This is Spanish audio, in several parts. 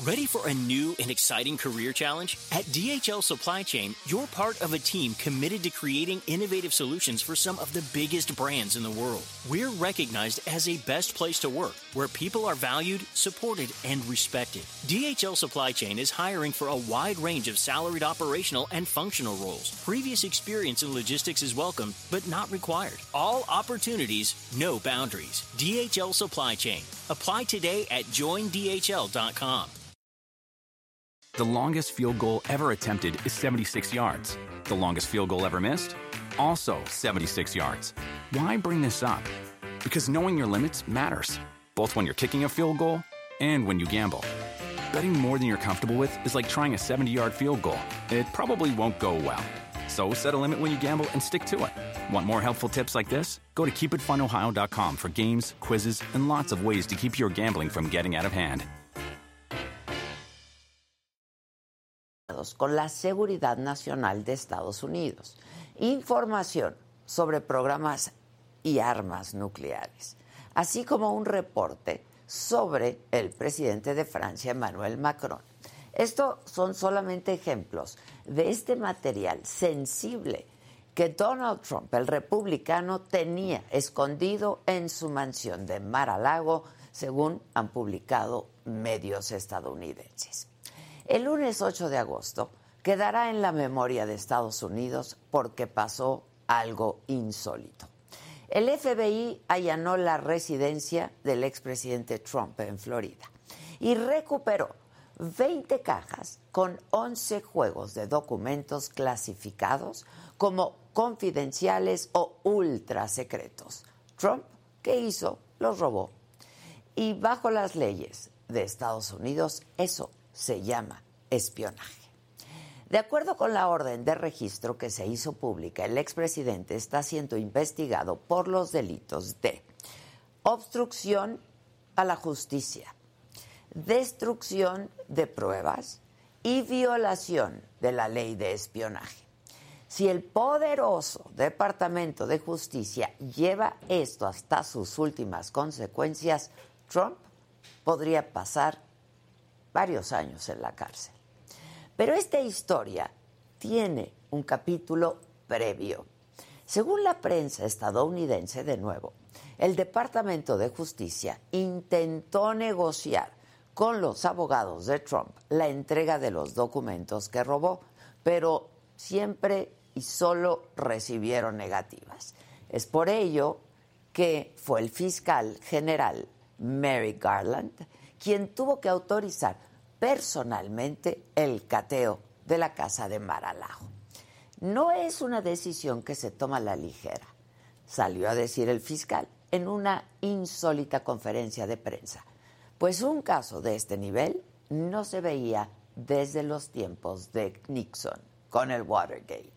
Ready for a new and exciting career challenge? At DHL Supply Chain, you're part of a team committed to creating innovative solutions for some of the biggest brands in the world. We're recognized as a best place to work, where people are valued, supported, and respected. DHL Supply Chain is hiring for a wide range of salaried operational and functional roles. Previous experience in logistics is welcome, but not required. All opportunities, no boundaries. DHL Supply Chain. Apply today at joindhl.com. The longest field goal ever attempted is 76 yards. The longest field goal ever missed? Also 76 yards. Why bring this up? Because knowing your limits matters, both when you're kicking a field goal and when you gamble. Betting more than you're comfortable with is like trying a 70-yard field goal. It probably won't go well. So set a limit when you gamble and stick to it. Want more helpful tips like this? Go to keepitfunohio.com for games, quizzes, and lots of ways to keep your gambling from getting out of hand. Con la Seguridad Nacional de Estados Unidos. Información sobre programas y armas nucleares, así como un reporte sobre el presidente de Francia, Emmanuel Macron. Estos son solamente ejemplos de este material sensible que Donald Trump, el republicano, tenía escondido en su mansión de Mar-a-Lago, según han publicado medios estadounidenses. El lunes 8 de agosto quedará en la memoria de Estados Unidos porque pasó algo insólito. El FBI allanó la residencia del expresidente Trump en Florida y recuperó 20 cajas con 11 juegos de documentos clasificados como confidenciales o ultra secretos. Trump, ¿qué hizo? Los robó. Y bajo las leyes de Estados Unidos, eso se llama espionaje. De acuerdo con la orden de registro que se hizo pública, el expresidente está siendo investigado por los delitos de obstrucción a la justicia, destrucción de pruebas y violación de la ley de espionaje. Si el poderoso Departamento de Justicia lleva esto hasta sus últimas consecuencias, Trump podría pasar varios años en la cárcel. Pero esta historia tiene un capítulo previo. Según la prensa estadounidense, de nuevo, el Departamento de Justicia intentó negociar con los abogados de Trump la entrega de los documentos que robó, pero siempre y solo recibieron negativas. Es por ello que fue el fiscal general Merrick Garland quien tuvo que autorizar personalmente el cateo de la casa de Mar-a-Lago. No es una decisión que se toma a la ligera, salió a decir el fiscal en una insólita conferencia de prensa, pues un caso de este nivel no se veía desde los tiempos de Nixon con el Watergate.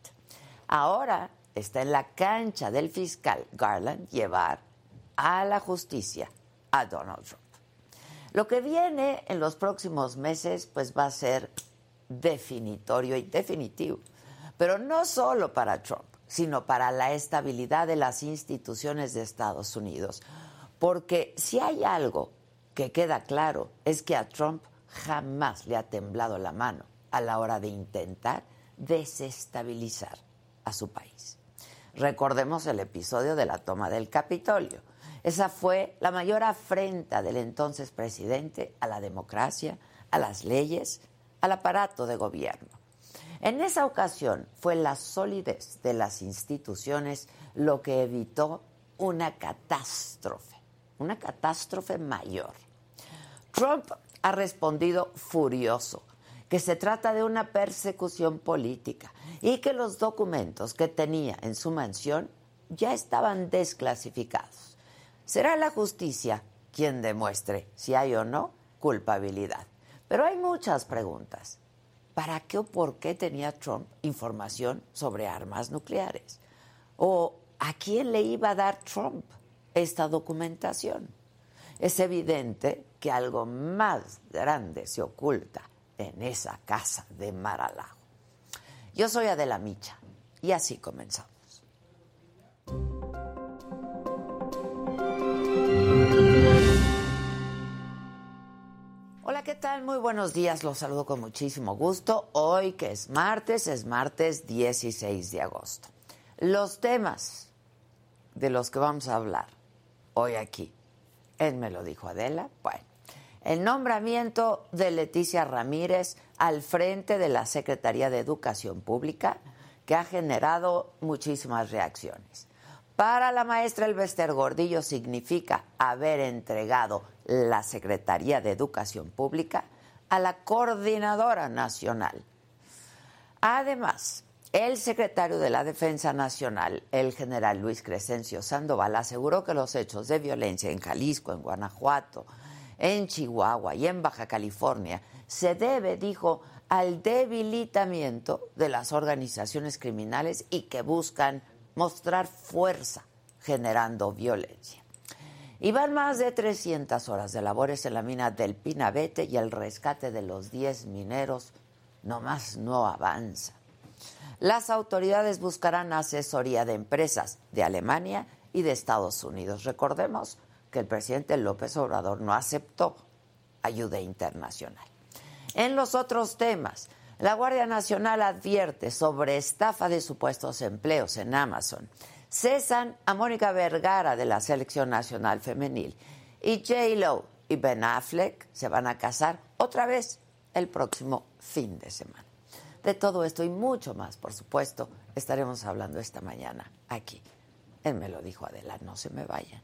Ahora está en la cancha del fiscal Garland llevar a la justicia a Donald Trump. Lo que viene en los próximos meses pues va a ser definitorio y definitivo, pero no solo para Trump, sino para la estabilidad de las instituciones de Estados Unidos, porque si hay algo que queda claro es que a Trump jamás le ha temblado la mano a la hora de intentar desestabilizar a su país. Recordemos el episodio de la toma del Capitolio. Esa fue la mayor afrenta del entonces presidente a la democracia, a las leyes, al aparato de gobierno. En esa ocasión fue la solidez de las instituciones lo que evitó una catástrofe mayor. Trump ha respondido furioso que se trata de una persecución política y que los documentos que tenía en su mansión ya estaban desclasificados. Será la justicia quien demuestre si hay o no culpabilidad. Pero hay muchas preguntas. ¿Para qué o por qué tenía Trump información sobre armas nucleares? ¿O a quién le iba a dar Trump esta documentación? Es evidente que algo más grande se oculta en esa casa de Mar-a-Lago. Yo soy Adela Micha y así comenzamos. Hola, ¿qué tal? Muy buenos días, los saludo con muchísimo gusto. Hoy que es martes 16 de agosto. Los temas de los que vamos a hablar hoy aquí, Me lo dijo Adela, bueno, el nombramiento de Leticia Ramírez al frente de la Secretaría de Educación Pública, que ha generado muchísimas reacciones. Para la maestra Elbester Gordillo significa haber entregado la Secretaría de Educación Pública a la Coordinadora Nacional. Además, el secretario de la Defensa Nacional, el general Luis Crescencio Sandoval, aseguró que los hechos de violencia en Jalisco, en Guanajuato, en Chihuahua y en Baja California se debe, dijo, al debilitamiento de las organizaciones criminales y que buscan mostrar fuerza generando violencia. Y van más de 300 horas de labores en la mina del Pinabete y el rescate de los 10 mineros nomás no avanza. Las autoridades buscarán asesoría de empresas de Alemania y de Estados Unidos. Recordemos que el presidente López Obrador no aceptó ayuda internacional. En los otros temas, la Guardia Nacional advierte sobre estafa de supuestos empleos en Amazon. Cesan a Mónica Vergara de la Selección Nacional Femenil. Y J-Lo y Ben Affleck se van a casar otra vez el próximo fin de semana. De todo esto y mucho más, por supuesto, estaremos hablando esta mañana aquí. Me lo dijo Adela, no se me vayan.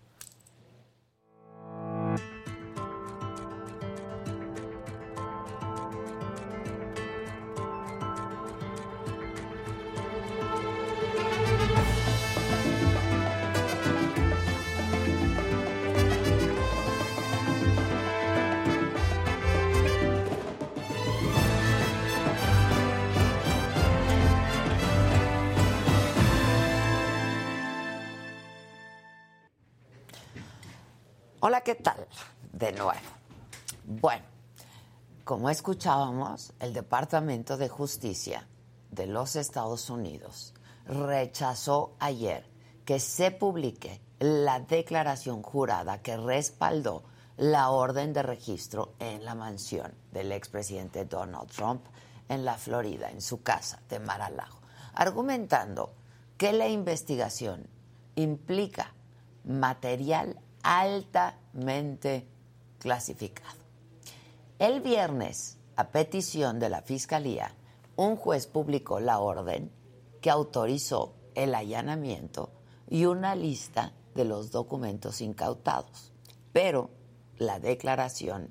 Hola, ¿qué tal? De nuevo. Bueno, como escuchábamos, el Departamento de Justicia de los Estados Unidos rechazó ayer que se publique la declaración jurada que respaldó la orden de registro en la mansión del expresidente Donald Trump en la Florida, en su casa de Mar-a-Lago, argumentando que la investigación implica material altamente clasificado. El viernes, a petición de la Fiscalía, un juez publicó la orden que autorizó el allanamiento y una lista de los documentos incautados, pero la declaración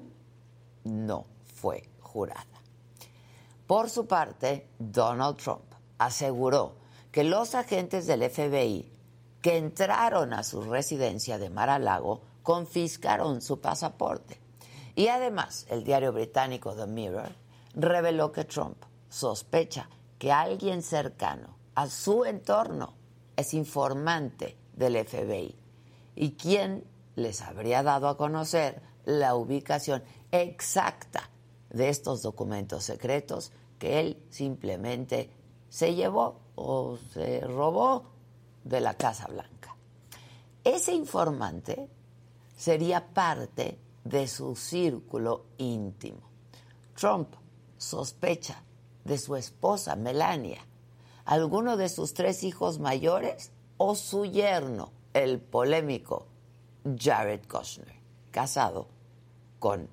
no fue jurada. Por su parte, Donald Trump aseguró que los agentes del FBI que entraron a su residencia de Mar-a-Lago confiscaron su pasaporte. Y además, el diario británico The Mirror reveló que Trump sospecha que alguien cercano a su entorno es informante del FBI y quien les habría dado a conocer la ubicación exacta de estos documentos secretos que él simplemente se llevó o se robó de la Casa Blanca. Ese informante sería parte de su círculo íntimo. Trump sospecha de su esposa Melania, alguno de sus 3 hijos mayores o su yerno, el polémico Jared Kushner, casado con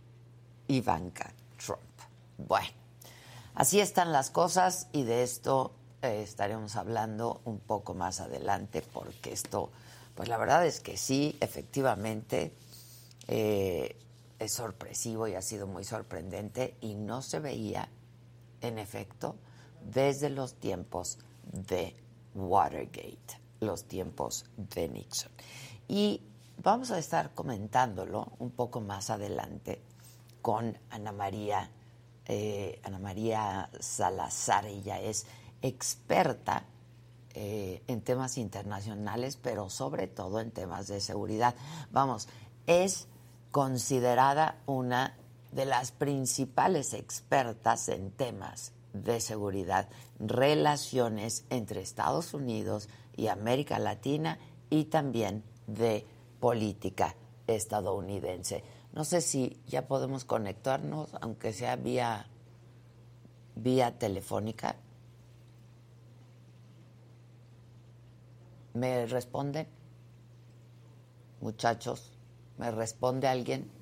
Ivanka Trump. Bueno, así están las cosas y de esto estaremos hablando un poco más adelante porque esto, pues la verdad es que sí, efectivamente es sorpresivo y ha sido muy sorprendente y no se veía, en efecto, desde los tiempos de Watergate, los tiempos de Nixon. Y vamos a estar comentándolo un poco más adelante con Ana María Salazar. Ella es experta en temas internacionales, pero sobre todo en temas de seguridad. Vamos, es considerada una de las principales expertas en temas de seguridad, relaciones entre Estados Unidos y América Latina y también de política estadounidense. No sé si ya podemos conectarnos, aunque sea vía telefónica. ¿Me responden? Muchachos, ¿me responde alguien?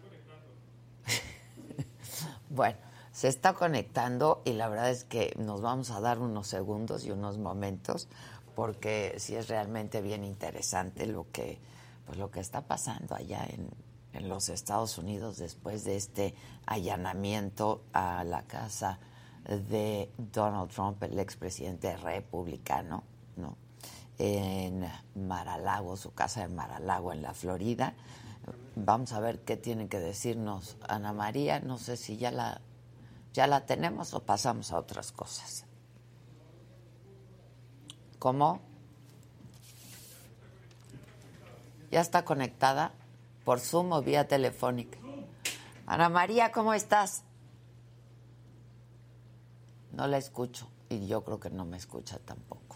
Bueno, se está conectando y la verdad es que nos vamos a dar unos segundos y unos momentos porque sí es realmente bien interesante lo que está pasando allá en los Estados Unidos después de este allanamiento a la casa de Donald Trump, el expresidente republicano, ¿no? En Mar-a-Lago, su casa en Mar-a-Lago, en la Florida. Vamos a ver qué tiene que decirnos Ana María. No sé si ya la tenemos o pasamos a otras cosas. ¿Cómo? ¿Ya está conectada? Por Zoom o vía telefónica. Ana María, ¿cómo estás? No la escucho y yo creo que no me escucha tampoco.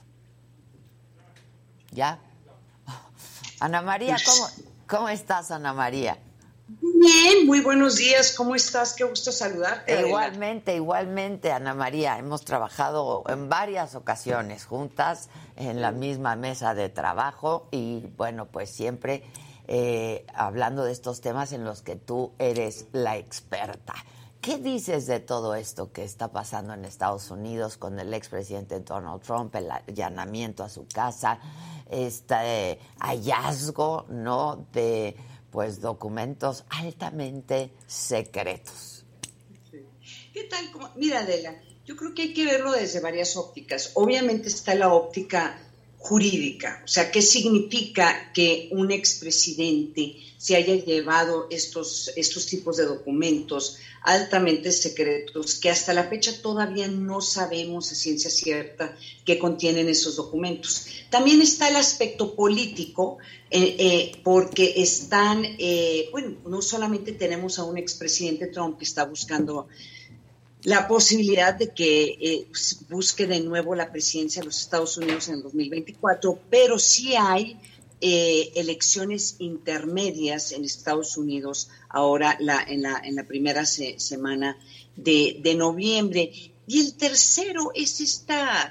¿Ya? Ana María, ¿cómo estás, Ana María? Bien, muy buenos días. ¿Cómo estás? Qué gusto saludarte. Igualmente, Ana María. Hemos trabajado en varias ocasiones juntas en la misma mesa de trabajo y, bueno, pues siempre hablando de estos temas en los que tú eres la experta. ¿Qué dices de todo esto que está pasando en Estados Unidos con el expresidente Donald Trump, el allanamiento a su casa, este hallazgo, ¿no?, de pues documentos altamente secretos? ¿Qué tal? Mira, Adela, yo creo que hay que verlo desde varias ópticas. Obviamente está la óptica jurídica, o sea, ¿qué significa que un expresidente se haya llevado estos tipos de documentos altamente secretos que hasta la fecha todavía no sabemos a ciencia cierta qué contienen esos documentos? También está el aspecto político, porque están, no solamente tenemos a un expresidente Trump que está buscando la posibilidad de que busque de nuevo la presidencia de los Estados Unidos en el 2024, pero sí hay elecciones intermedias en Estados Unidos ahora en la primera semana de noviembre. Y el tercero es esta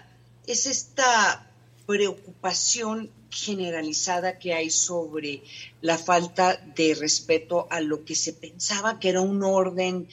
preocupación generalizada que hay sobre la falta de respeto a lo que se pensaba que era un orden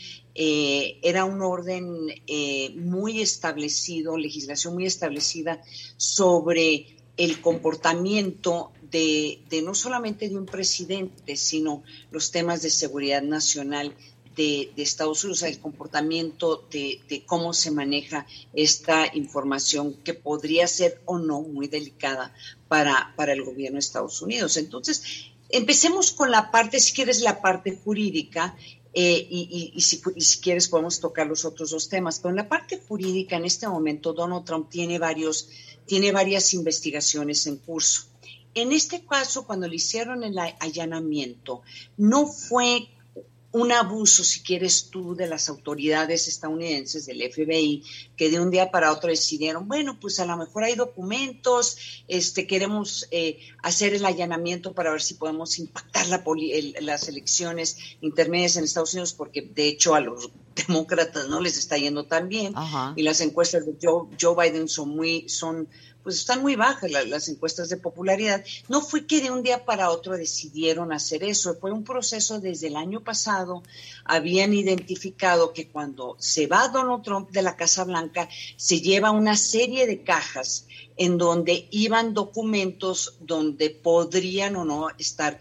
muy establecido, legislación muy establecida sobre el comportamiento de no solamente de un presidente, sino los temas de seguridad nacional de Estados Unidos, el comportamiento de cómo se maneja esta información que podría ser o no muy delicada para el gobierno de Estados Unidos. Entonces, empecemos con la parte, si quieres, la parte jurídica, y si quieres podemos tocar los otros dos temas. Pero en la parte jurídica, en este momento, Donald Trump tiene varias investigaciones en curso. En este caso, cuando le hicieron el allanamiento, no fue un abuso, si quieres tú, de las autoridades estadounidenses, del FBI, que de un día para otro decidieron, bueno, pues a lo mejor hay documentos, queremos hacer el allanamiento para ver si podemos impactar las elecciones intermedias en Estados Unidos, porque de hecho a los demócratas no les está yendo tan bien. Ajá. Y las encuestas de Joe Biden pues están muy bajas las encuestas de popularidad. No fue que de un día para otro decidieron hacer eso, fue un proceso desde el año pasado. Habían identificado que cuando se va Donald Trump de la Casa Blanca, se lleva una serie de cajas en donde iban documentos donde podrían o no estar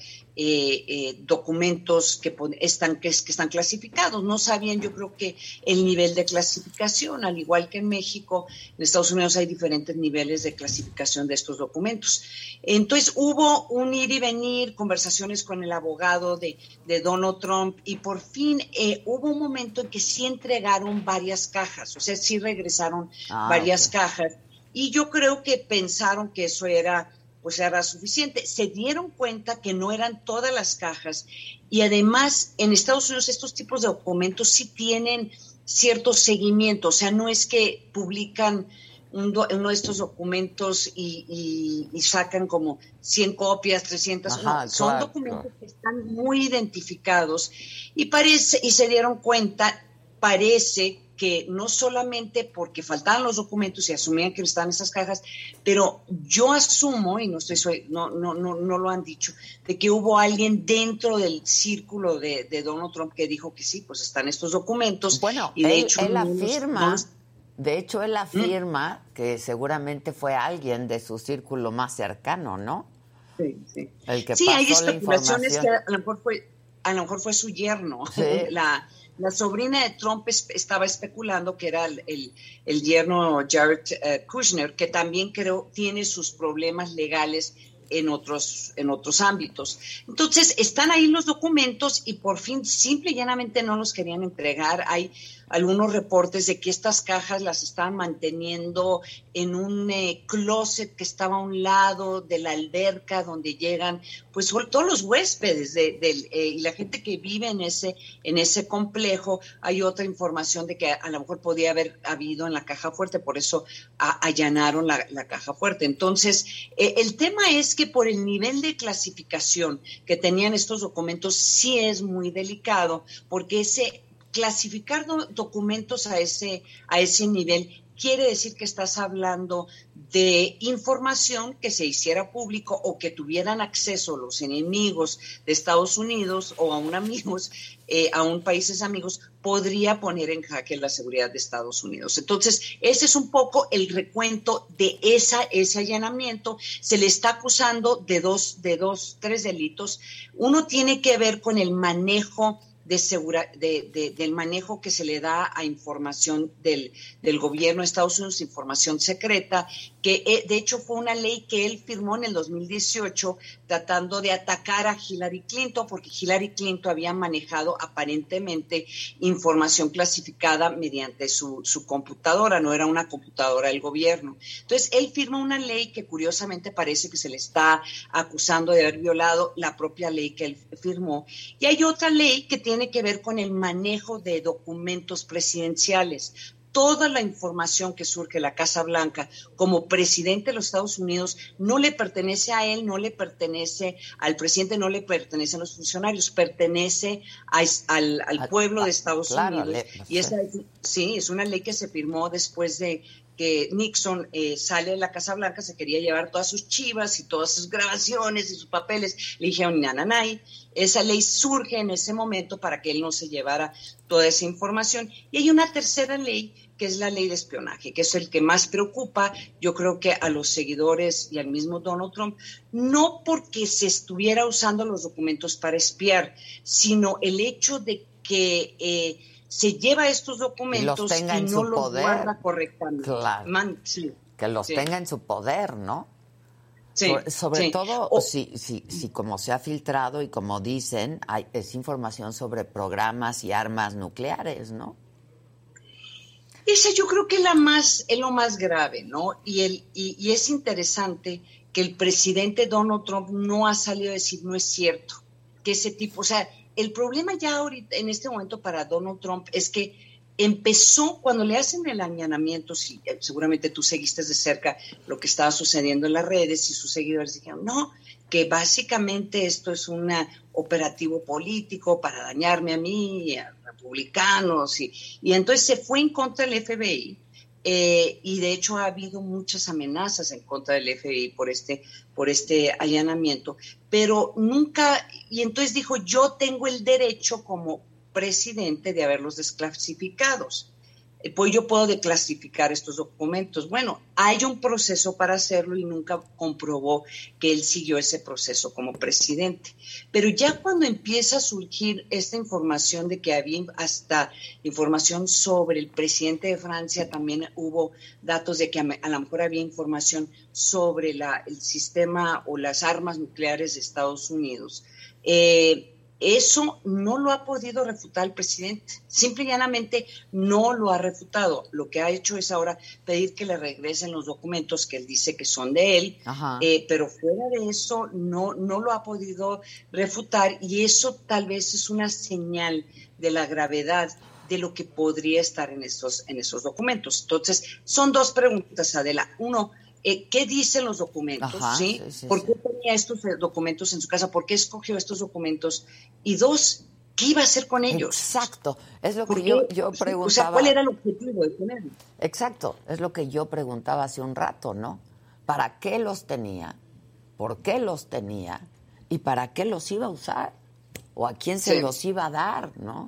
documentos que están clasificados. No sabían, yo creo, que el nivel de clasificación, al igual que en México, en Estados Unidos hay diferentes niveles de clasificación de estos documentos. Entonces hubo un ir y venir, conversaciones con el abogado de Donald Trump, y por fin hubo un momento en que sí entregaron varias cajas, o sea, sí regresaron varias cajas, y yo creo que pensaron que eso era suficiente. Se dieron cuenta que no eran todas las cajas, y además en Estados Unidos estos tipos de documentos sí tienen cierto seguimiento, o sea, no es que publican uno de estos documentos y sacan como 100 copias, 300. Ajá, no, son documentos que están muy identificados y se dieron cuenta, parece que no solamente porque faltaban los documentos y asumían que estaban esas cajas, pero yo asumo, y no lo han dicho, de que hubo alguien dentro del círculo de Donald Trump que dijo que sí, pues están estos documentos. Bueno, y de hecho él afirma, que seguramente fue alguien de su círculo más cercano, ¿no? Sí. El que sí, pasó hay especulaciones la que a lo mejor fue su yerno. Sí. La sobrina de Trump estaba especulando que era el yerno Jared Kushner, que también creo tiene sus problemas legales en otros ámbitos. Entonces, están ahí los documentos y por fin, simple y llanamente no los querían entregar. Hay algunos reportes de que estas cajas las estaban manteniendo en un closet que estaba a un lado de la alberca donde llegan pues todos los huéspedes y la gente que vive en ese complejo. Hay otra información de que a lo mejor podía haber habido en la caja fuerte, por eso allanaron la caja fuerte. Entonces, el tema es que por el nivel de clasificación que tenían estos documentos sí es muy delicado, porque clasificar documentos a ese nivel quiere decir que estás hablando de información que se hiciera público o que tuvieran acceso los enemigos de Estados Unidos o aún países amigos, podría poner en jaque la seguridad de Estados Unidos. Entonces, ese es un poco el recuento de ese allanamiento. Se le está acusando de tres delitos. Uno tiene que ver con el manejo del manejo que se le da a información del gobierno de Estados Unidos, información secreta, que de hecho fue una ley que él firmó en el 2018 tratando de atacar a Hillary Clinton, porque Hillary Clinton había manejado aparentemente información clasificada mediante su computadora, no era una computadora del gobierno. Entonces, él firma una ley que curiosamente parece que se le está acusando de haber violado la propia ley que él firmó. Y hay otra ley que tiene que ver con el manejo de documentos presidenciales. Toda la información que surge de la Casa Blanca como presidente de los Estados Unidos no le pertenece a él, no le pertenece al presidente, no le pertenece a los funcionarios, pertenece al pueblo de Estados Unidos. Y esa es una ley que se firmó después de que Nixon sale de la Casa Blanca, se quería llevar todas sus chivas y todas sus grabaciones y sus papeles. Le dijeron, nananay. Esa ley surge en ese momento para que él no se llevara toda esa información. Y hay una tercera ley, que es la ley de espionaje, que es el que más preocupa, yo creo que a los seguidores y al mismo Donald Trump, no porque se estuviera usando los documentos para espiar, sino el hecho de que se lleva estos documentos y no los guarda correctamente. Claro. Que los tenga en su poder, ¿no? Sí, sobre todo si como se ha filtrado y como dicen, es información sobre programas y armas nucleares, ¿no? Esa yo creo que es lo más grave, ¿no? Y es interesante que el presidente Donald Trump no ha salido a decir no es cierto, que ese tipo, o sea, el problema ya ahorita, en este momento para Donald Trump es que empezó cuando le hacen el allanamiento, seguramente tú seguiste de cerca lo que estaba sucediendo en las redes y sus seguidores dijeron, no, que básicamente esto es un operativo político para dañarme a mí y a republicanos y entonces se fue en contra del FBI. Y de hecho ha habido muchas amenazas en contra del FBI por este allanamiento, pero nunca, y entonces dijo, yo tengo el derecho como presidente de haberlos desclasificados. Pues yo puedo declasificar estos documentos. Bueno, hay un proceso para hacerlo y nunca comprobó que él siguió ese proceso como presidente. Pero ya cuando empieza a surgir esta información de que había hasta información sobre el presidente de Francia, también hubo datos de que a lo mejor había información sobre el sistema o las armas nucleares de Estados Unidos. Eso no lo ha podido refutar el presidente, simple y llanamente no lo ha refutado. Lo que ha hecho es ahora pedir que le regresen los documentos que él dice que son de él, pero fuera de eso no lo ha podido refutar y eso tal vez es una señal de la gravedad de lo que podría estar en esos documentos. Entonces, son dos preguntas, Adela. Uno, ¿qué dicen los documentos? Ajá, ¿sí? Sí, ¿Por qué sí. tenía estos documentos en su casa? ¿Por qué escogió estos documentos? Y dos, ¿qué iba a hacer con ellos? Exacto, es lo que ¿Por qué? yo Sí, o sea, ¿cuál preguntaba. era el objetivo de tenerlos? Exacto, es lo que yo preguntaba hace un rato, ¿no? ¿Para qué los tenía? ¿Por qué los tenía? ¿Y para qué los iba a usar? ¿O a quién se Sí. los iba a dar, no?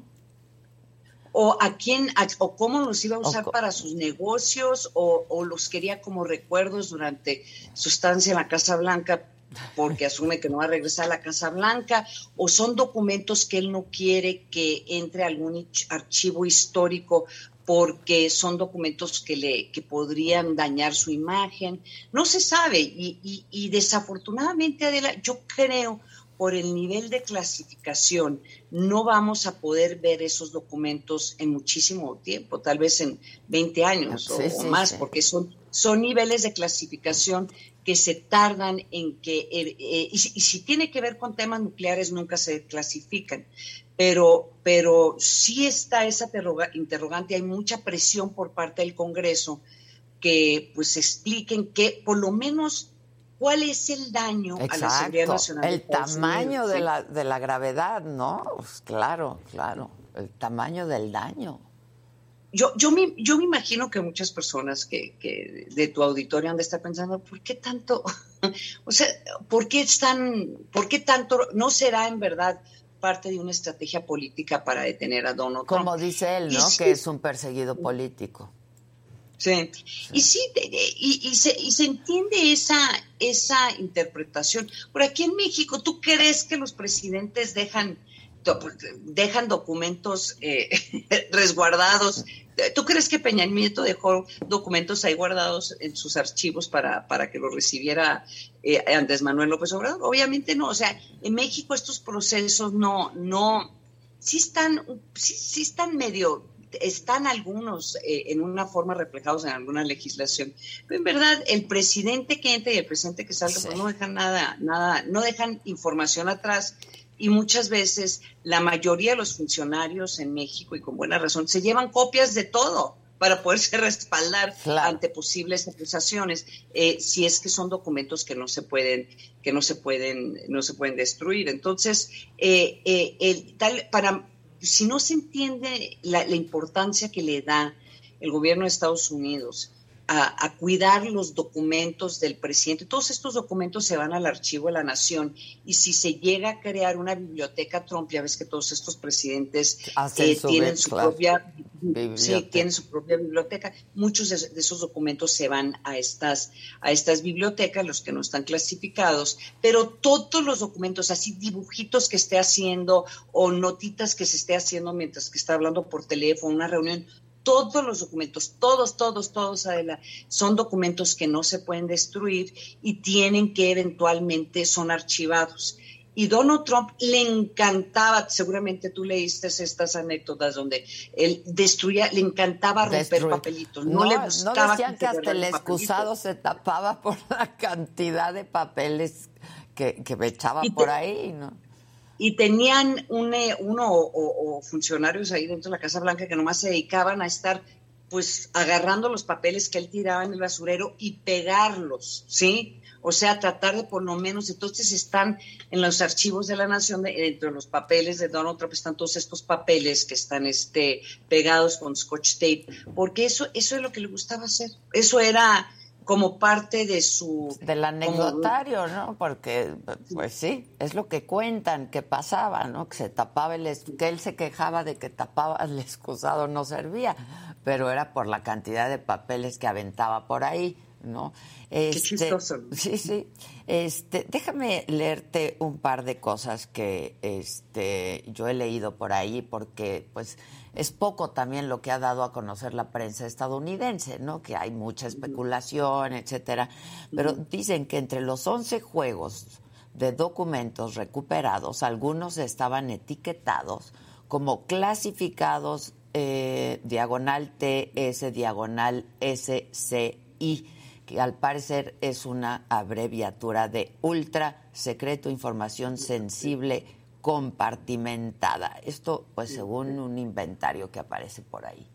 O o cómo los iba a O usar co- para sus negocios, o los quería como recuerdos durante su estancia en la Casa Blanca, porque asume que no va a regresar a la Casa Blanca, o son documentos que él no quiere que entre a algún archivo histórico porque son documentos que podrían dañar su imagen. No se sabe, y desafortunadamente, Adela, yo creo, por el nivel de clasificación, no vamos a poder ver esos documentos en muchísimo tiempo, tal vez en 20 años o más, Sí. porque son niveles de clasificación que se tardan en que, y si tiene que ver con temas nucleares, nunca se clasifican. Pero sí está esa interrogante, hay mucha presión por parte del Congreso que pues expliquen que por lo menos cuál es el daño a la seguridad Exacto, nacional de el Estados Unidos. tamaño ¿Sí? de la gravedad, ¿no? Pues claro, el tamaño del daño. Yo me imagino que muchas personas que de tu auditorio han de estar pensando, ¿por qué tanto? O sea, por qué tanto? ¿No será en verdad parte de una estrategia política para detener a Donald Trump? Como dice él, Y ¿no? sí, Que es un perseguido político. sí. Y sí, se entiende esa interpretación. Por aquí en México, ¿tú crees que los presidentes dejan documentos resguardados? ¿Tú crees que Peña Nieto dejó documentos ahí guardados en sus archivos para que los recibiera Andrés Manuel López Obrador? Obviamente no. O sea, en México estos procesos sí están medio, están algunos en una forma reflejados en alguna legislación, pero en verdad el presidente que entra y el presidente que salga, pues no dejan nada, no dejan información atrás. Y muchas veces la mayoría de los funcionarios en México, y con buena razón, se llevan copias de todo para poderse respaldar ante posibles acusaciones, si es que son documentos que no se pueden destruir. Entonces, si no se entiende la importancia que le da el gobierno de Estados Unidos a cuidar los documentos del presidente, todos estos documentos se van al archivo de la nación, y si se llega a crear una biblioteca Trump, ya ves que todos estos presidentes tienen su propia biblioteca, muchos de esos documentos se van a estas bibliotecas, los que no están clasificados, pero todos los documentos, así dibujitos que esté haciendo o notitas que se esté haciendo mientras que está hablando por teléfono, una reunión, todos los documentos, todos, Adela, son documentos que no se pueden destruir y tienen que eventualmente son archivados. Y Donald Trump le encantaba, seguramente tú leíste estas anécdotas donde él le encantaba romper papelitos. No le gustaba. No decían que hasta el excusado se tapaba por la cantidad de papeles que me echaba por ahí, ¿no? Y tenían uno o funcionarios ahí dentro de la Casa Blanca que nomás se dedicaban a estar pues agarrando los papeles que él tiraba en el basurero y pegarlos, ¿sí? O sea, tratar de por lo menos, entonces están en los archivos de la nación, dentro de los papeles de Donald Trump están todos estos papeles que están pegados con scotch tape, porque eso es lo que le gustaba hacer. Eso era como parte del anecdotario, ¿no? Porque, pues sí, es lo que cuentan que pasaba, ¿no? Que se tapaba que él se quejaba de que tapaba el excusado, no servía, pero era por la cantidad de papeles que aventaba por ahí, ¿no? Qué chistoso. Sí. Déjame leerte un par de cosas que yo he leído por ahí, porque pues es poco también lo que ha dado a conocer la prensa estadounidense, ¿no? Que hay mucha especulación, etcétera. Pero dicen que entre los 11 juegos de documentos recuperados, algunos estaban etiquetados como clasificados /TS/SCI, que al parecer es una abreviatura de ultra secreto, información sensible compartimentada. Esto, pues, según un inventario que aparece por ahí.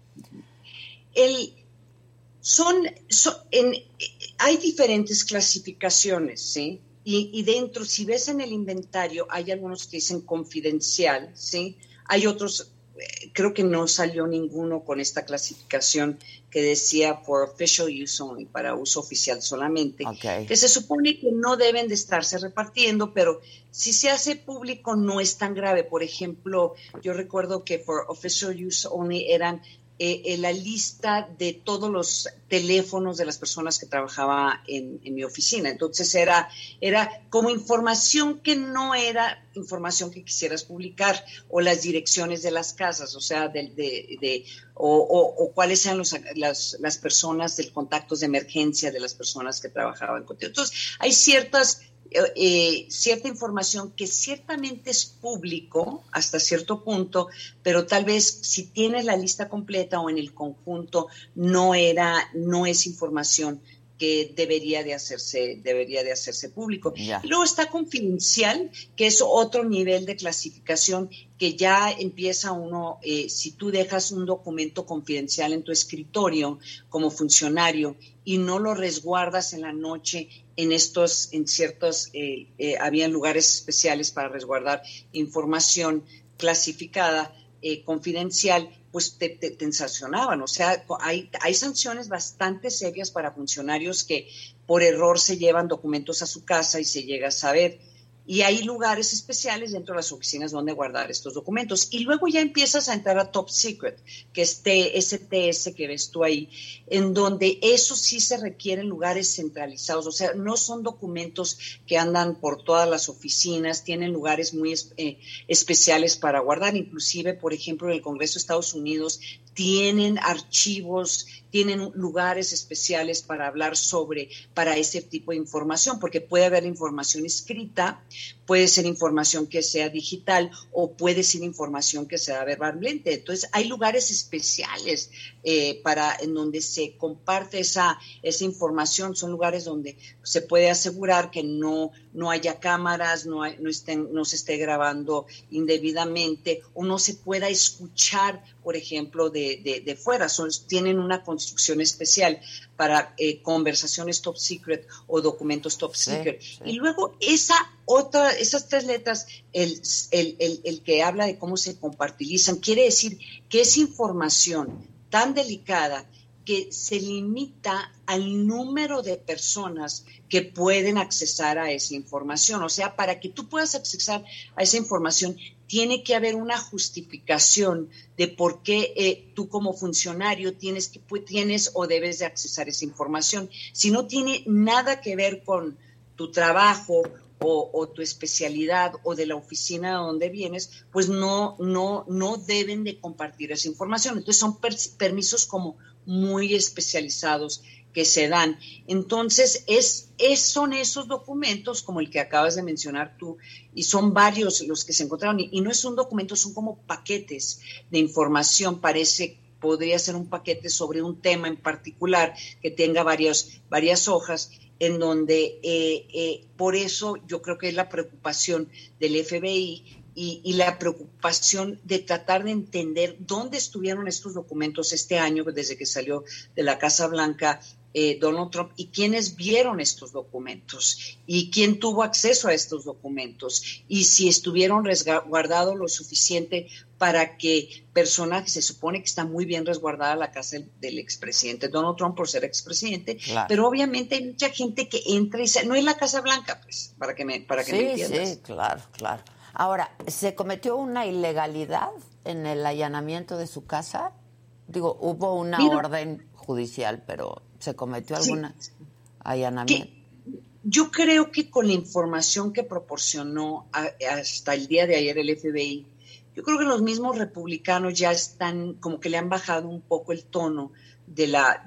Hay diferentes clasificaciones, ¿sí? Y dentro, si ves en el inventario, hay algunos que dicen confidencial, ¿sí? Hay otros, creo que no salió ninguno con esta clasificación que decía for official use only, para uso oficial solamente, que se supone que no deben de estarse repartiendo, pero si se hace público no es tan grave. Por ejemplo, yo recuerdo que for official use only eran la lista de todos los teléfonos de las personas que trabajaba en mi oficina. Entonces era como información que no era información que quisieras publicar, o las direcciones de las casas, o sea, o cuáles eran las personas del contactos de emergencia de las personas que trabajaban contigo. Entonces hay cierta información que ciertamente es público hasta cierto punto, pero tal vez si tienes la lista completa o en el conjunto no es información que debería de hacerse público. Yeah. Y luego está confidencial, que es otro nivel de clasificación que ya empieza uno, si tú dejas un documento confidencial en tu escritorio como funcionario y no lo resguardas en la noche había lugares especiales para resguardar información clasificada, confidencial, pues te sancionaban. O sea, hay sanciones bastante serias para funcionarios que por error se llevan documentos a su casa y se llega a saber. Y hay lugares especiales dentro de las oficinas donde guardar estos documentos. Y luego ya empiezas a entrar a Top Secret, que es STS que ves tú ahí, en donde eso sí se requieren lugares centralizados. O sea, no son documentos que andan por todas las oficinas, tienen lugares muy especiales para guardar. Inclusive, por ejemplo, en el Congreso de Estados Unidos tienen archivos, tienen lugares especiales para hablar para ese tipo de información, porque puede haber información escrita, puede ser información que sea digital o puede ser información que sea verbalmente. Entonces, hay lugares especiales en donde se comparte esa información. Son lugares donde se puede asegurar que no haya cámaras, no se esté grabando indebidamente o no se pueda escuchar, por ejemplo, de fuera. Tienen una construcción especial para conversaciones top secret o documentos top secret. Sí. Y luego esas tres letras, el que habla de cómo se compartilizan, quiere decir que es información tan delicada que se limita al número de personas que pueden accesar a esa información. O sea, para que tú puedas accesar a esa información, tiene que haber una justificación de por qué tú como funcionario tienes o debes de accesar esa información. Si no tiene nada que ver con tu trabajo o tu especialidad o de la oficina donde vienes, pues no deben de compartir esa información. Entonces son permisos como muy especializados que se dan. Entonces son esos documentos como el que acabas de mencionar tú, y son varios los que se encontraron, y no es un documento, son como paquetes de información. Podría ser un paquete sobre un tema en particular que tenga varias hojas, en donde por eso yo creo que es la preocupación del FBI y la preocupación de tratar de entender dónde estuvieron estos documentos este año, desde que salió de la Casa Blanca Donald Trump, y quiénes vieron estos documentos y quién tuvo acceso a estos documentos y si estuvieron resguardados lo suficiente para que personajes, se supone que está muy bien resguardada la casa del expresidente Donald Trump por ser expresidente, claro. Pero obviamente hay mucha gente que entra y no es la Casa Blanca, pues, para que me entiendas. Sí, claro. Ahora, ¿se cometió una ilegalidad en el allanamiento de su casa? Digo, hubo una orden judicial, pero ¿se cometió alguna allanamiento? Yo creo que con la información que proporcionó hasta el día de ayer el FBI, yo creo que los mismos republicanos ya están, como que le han bajado un poco el tono de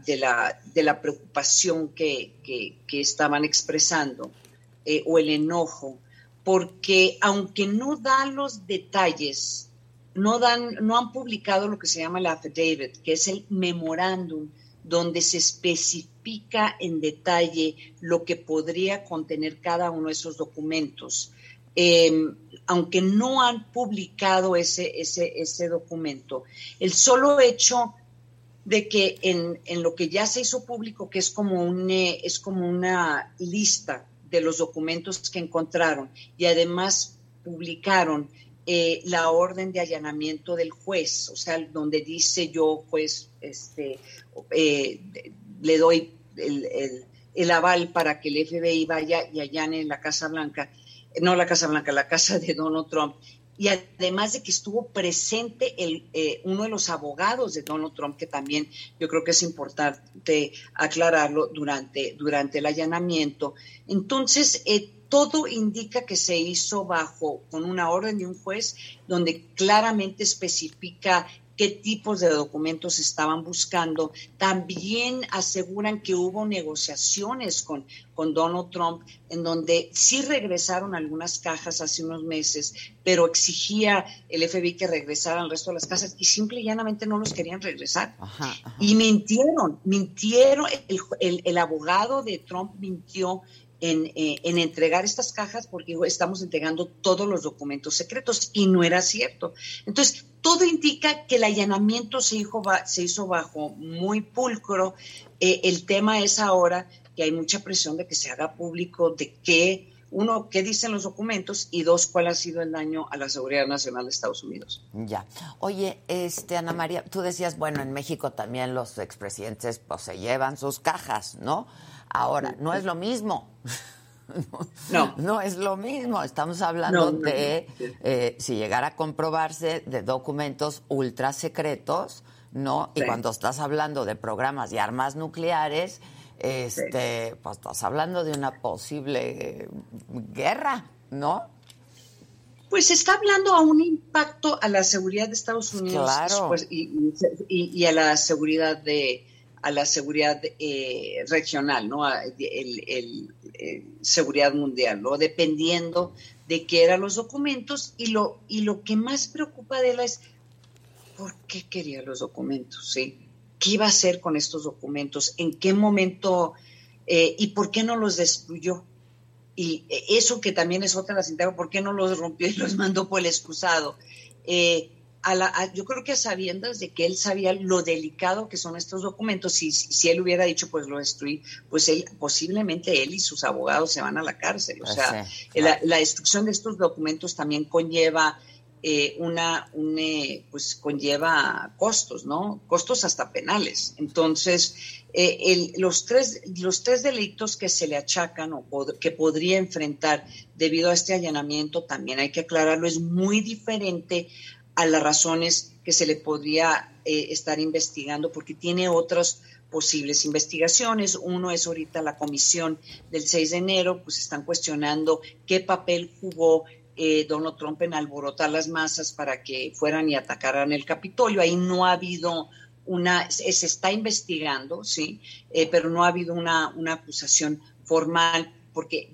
la preocupación que estaban expresando, o el enojo, porque aunque no dan los detalles, no han publicado lo que se llama el affidavit, que es el memorándum, donde se especifica en detalle lo que podría contener cada uno de esos documentos. aunque no han publicado ese documento, el solo hecho de que en lo que ya se hizo público, que es como una lista de los documentos que encontraron, y además publicaron la orden de allanamiento del juez, o sea, donde dice yo, juez, le doy el aval para que el FBI vaya y allane la Casa Blanca, la casa de Donald Trump. Y además de que estuvo presente uno de los abogados de Donald Trump, que también yo creo que es importante aclararlo durante el allanamiento. Entonces, todo indica que se hizo con una orden de un juez donde claramente especifica qué tipos de documentos estaban buscando. También aseguran que hubo negociaciones con Donald Trump, en donde sí regresaron algunas cajas hace unos meses, pero exigía el FBI que regresaran el resto de las cajas y simple y llanamente no los querían regresar. Ajá. Y mintieron. El abogado de Trump mintió en entregar estas cajas porque estamos entregando todos los documentos secretos, y no era cierto. Entonces, todo indica que el allanamiento se hizo bajo muy pulcro. El tema es ahora que hay mucha presión de que se haga público de qué dicen los documentos, y dos, cuál ha sido el daño a la seguridad nacional de Estados Unidos. Ya. Oye, Ana María, tú decías, bueno, en México también los expresidentes pues se llevan sus cajas, ¿no? Ahora, no es lo mismo. No es lo mismo. Estamos hablando de, si llegara a comprobarse, de documentos ultra secretos, ¿no? Sí. Y cuando estás hablando de programas y armas nucleares, pues estás hablando de una posible guerra, ¿no? Pues se está hablando a un impacto a la seguridad de Estados Unidos, claro. Pues, y a la seguridad regional, ¿no? Seguridad mundial, ¿no? Dependiendo de qué eran los documentos, y lo que más preocupa de él es ¿por qué quería los documentos? ¿Sí? ¿Qué iba a hacer con estos documentos? ¿En qué momento? ¿Y por qué no los destruyó? Y eso que también es otra de las integras, ¿por qué no los rompió y los mandó por el excusado? Yo creo que a sabiendas de que él sabía lo delicado que son estos documentos, si él hubiera dicho pues lo destruí, pues posiblemente él y sus abogados se van a la cárcel. O sea, sí, claro. La destrucción de estos documentos también conlleva conlleva costos, ¿no? Costos hasta penales. Entonces, los tres delitos que se le achacan o que podría enfrentar debido a este allanamiento, también hay que aclararlo, es muy diferente a las razones que se le podría estar investigando, porque tiene otras posibles investigaciones. Uno es ahorita la comisión del 6 de enero, pues están cuestionando qué papel jugó Donald Trump en alborotar las masas para que fueran y atacaran el Capitolio. Ahí no ha habido se está investigando, sí, pero no ha habido una acusación formal, porque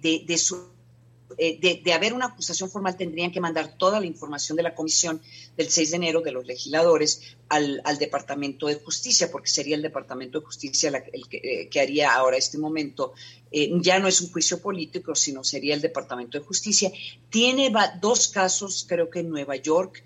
de haber una acusación formal tendrían que mandar toda la información de la comisión del 6 de enero de los legisladores al Departamento de Justicia, porque sería el Departamento de Justicia el que haría ahora este momento. Ya no es un juicio político, sino sería el Departamento de Justicia. Tiene dos casos, creo que en Nueva York.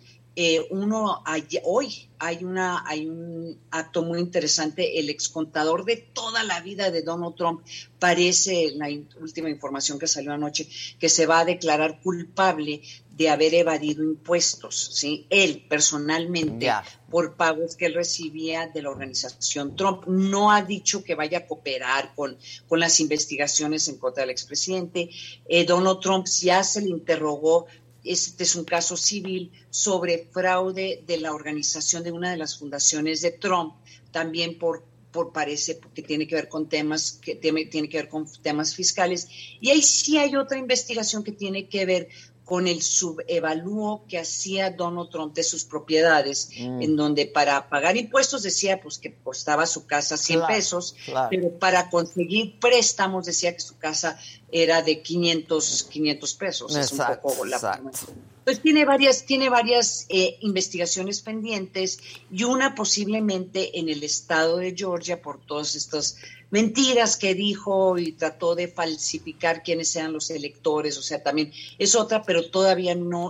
Hoy hay un acto muy interesante. El excontador de toda la vida de Donald Trump, parece, la última información que salió anoche, que se va a declarar culpable de haber evadido impuestos, ¿sí? Él personalmente, por pagos que él recibía de la organización Trump. No ha dicho que vaya a cooperar con las investigaciones en contra del expresidente. Donald Trump ya se le interrogó. Este es un caso civil sobre fraude de la organización de una de las fundaciones de Trump, también parece porque tiene que ver con temas fiscales. Y ahí sí hay otra investigación que tiene que ver con el subevalúo que hacía Donald Trump de sus propiedades, en donde para pagar impuestos decía pues que costaba su casa 100 pesos, pero para conseguir préstamos decía que su casa era de 500 pesos. Exacto, es un poco la Pues tiene varias investigaciones pendientes y una posiblemente en el estado de Georgia por todas estas mentiras que dijo y trató de falsificar quiénes sean los electores, o sea, también es otra, pero todavía no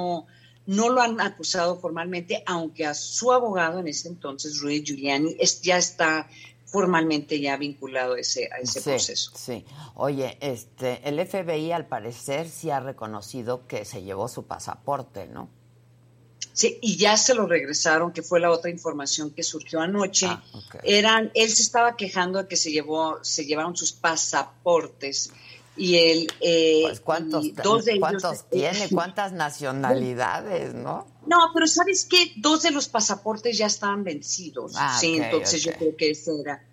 lo han acusado formalmente, aunque a su abogado en ese entonces, Rudy Giuliani, ya está formalmente ya vinculado a ese proceso. Sí. Oye, el FBI al parecer sí ha reconocido que se llevó su pasaporte, ¿no? Sí, y ya se lo regresaron, que fue la otra información que surgió anoche. Okay. Él se estaba quejando de que se llevaron sus pasaportes y él pues ¿cuántos tiene? ¿Cuántas nacionalidades, no? No, pero ¿sabes qué? 2 de los pasaportes ya estaban vencidos. Sí, okay, entonces yo creo que ese era.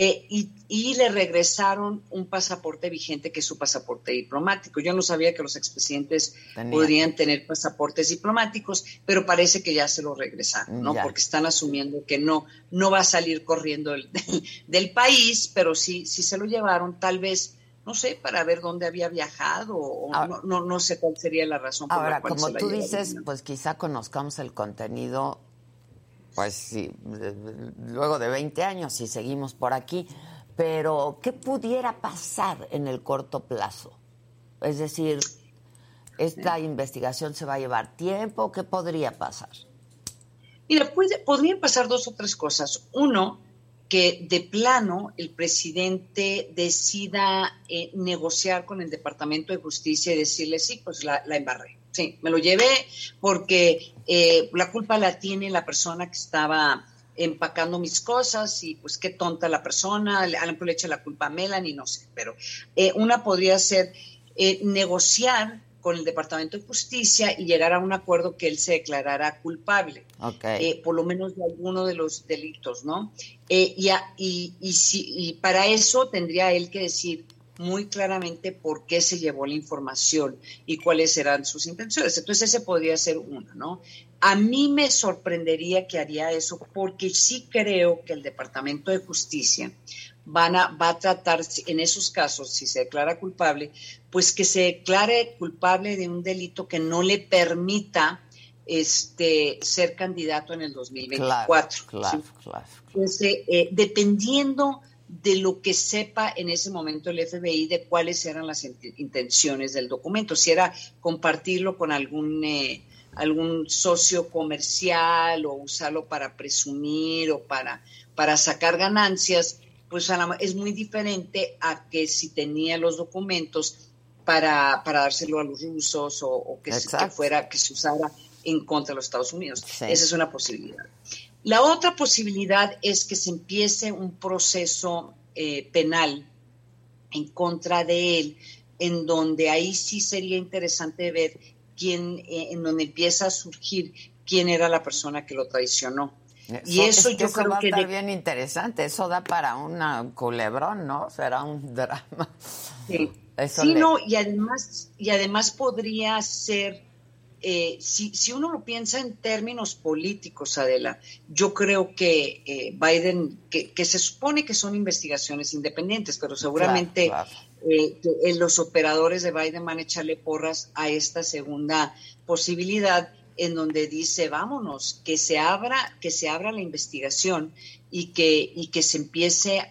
Y le regresaron un pasaporte vigente que es su pasaporte diplomático. Yo no sabía que los expresidentes podrían tener pasaportes diplomáticos, pero parece que ya se lo regresaron, ¿no? Ya. Porque están asumiendo que no va a salir corriendo del país, pero sí se lo llevaron, tal vez, no sé, para ver dónde había viajado o ahora, no sé cuál sería la razón por la cual se la llevaron. Ahora, como tú dices, pues quizá conozcamos el contenido, pues sí, luego de 20 años, si seguimos por aquí, pero ¿qué pudiera pasar en el corto plazo? Es decir, ¿esta investigación se va a llevar tiempo? ¿Qué podría pasar? Mira, podrían pasar 2 o 3 cosas. Uno, que de plano el presidente decida negociar con el Departamento de Justicia y decirle, sí, pues la embarré. Sí, me lo llevé porque la culpa la tiene la persona que estaba empacando mis cosas y pues qué tonta la persona, le echa la culpa a Melanie, no sé, pero una podría ser negociar con el Departamento de Justicia y llegar a un acuerdo que él se declarara culpable, por lo menos de alguno de los delitos, ¿no? Y para eso tendría él que decir muy claramente por qué se llevó la información y cuáles eran sus intenciones. Entonces ese podría ser uno, ¿no? A mí me sorprendería que haría eso porque sí creo que el Departamento de Justicia va a tratar, en esos casos, si se declara culpable, pues que se declare culpable de un delito que no le permita ser candidato en el 2024. Claro. Entonces, dependiendo de lo que sepa en ese momento el FBI de cuáles eran las intenciones del documento, si era compartirlo con algún socio comercial o usarlo para presumir o para sacar ganancias, pues es muy diferente a que si tenía los documentos para dárselo a los rusos o que se usara en contra de los Estados Unidos. Sí. Esa es una posibilidad. La otra posibilidad es que se empiece un proceso penal en contra de él, en donde ahí sí sería interesante ver en donde empieza a surgir quién era la persona que lo traicionó. Y eso yo creo va a que estar bien interesante. Eso da para un culebrón, ¿no? Será un drama. Sí, no, y además podría ser, si uno lo piensa en términos políticos, Adela, yo creo que Biden, que se supone que son investigaciones independientes, pero seguramente los operadores de Biden van a echarle porras a esta segunda posibilidad, en donde dice, vámonos, que se abra la investigación y que se empiece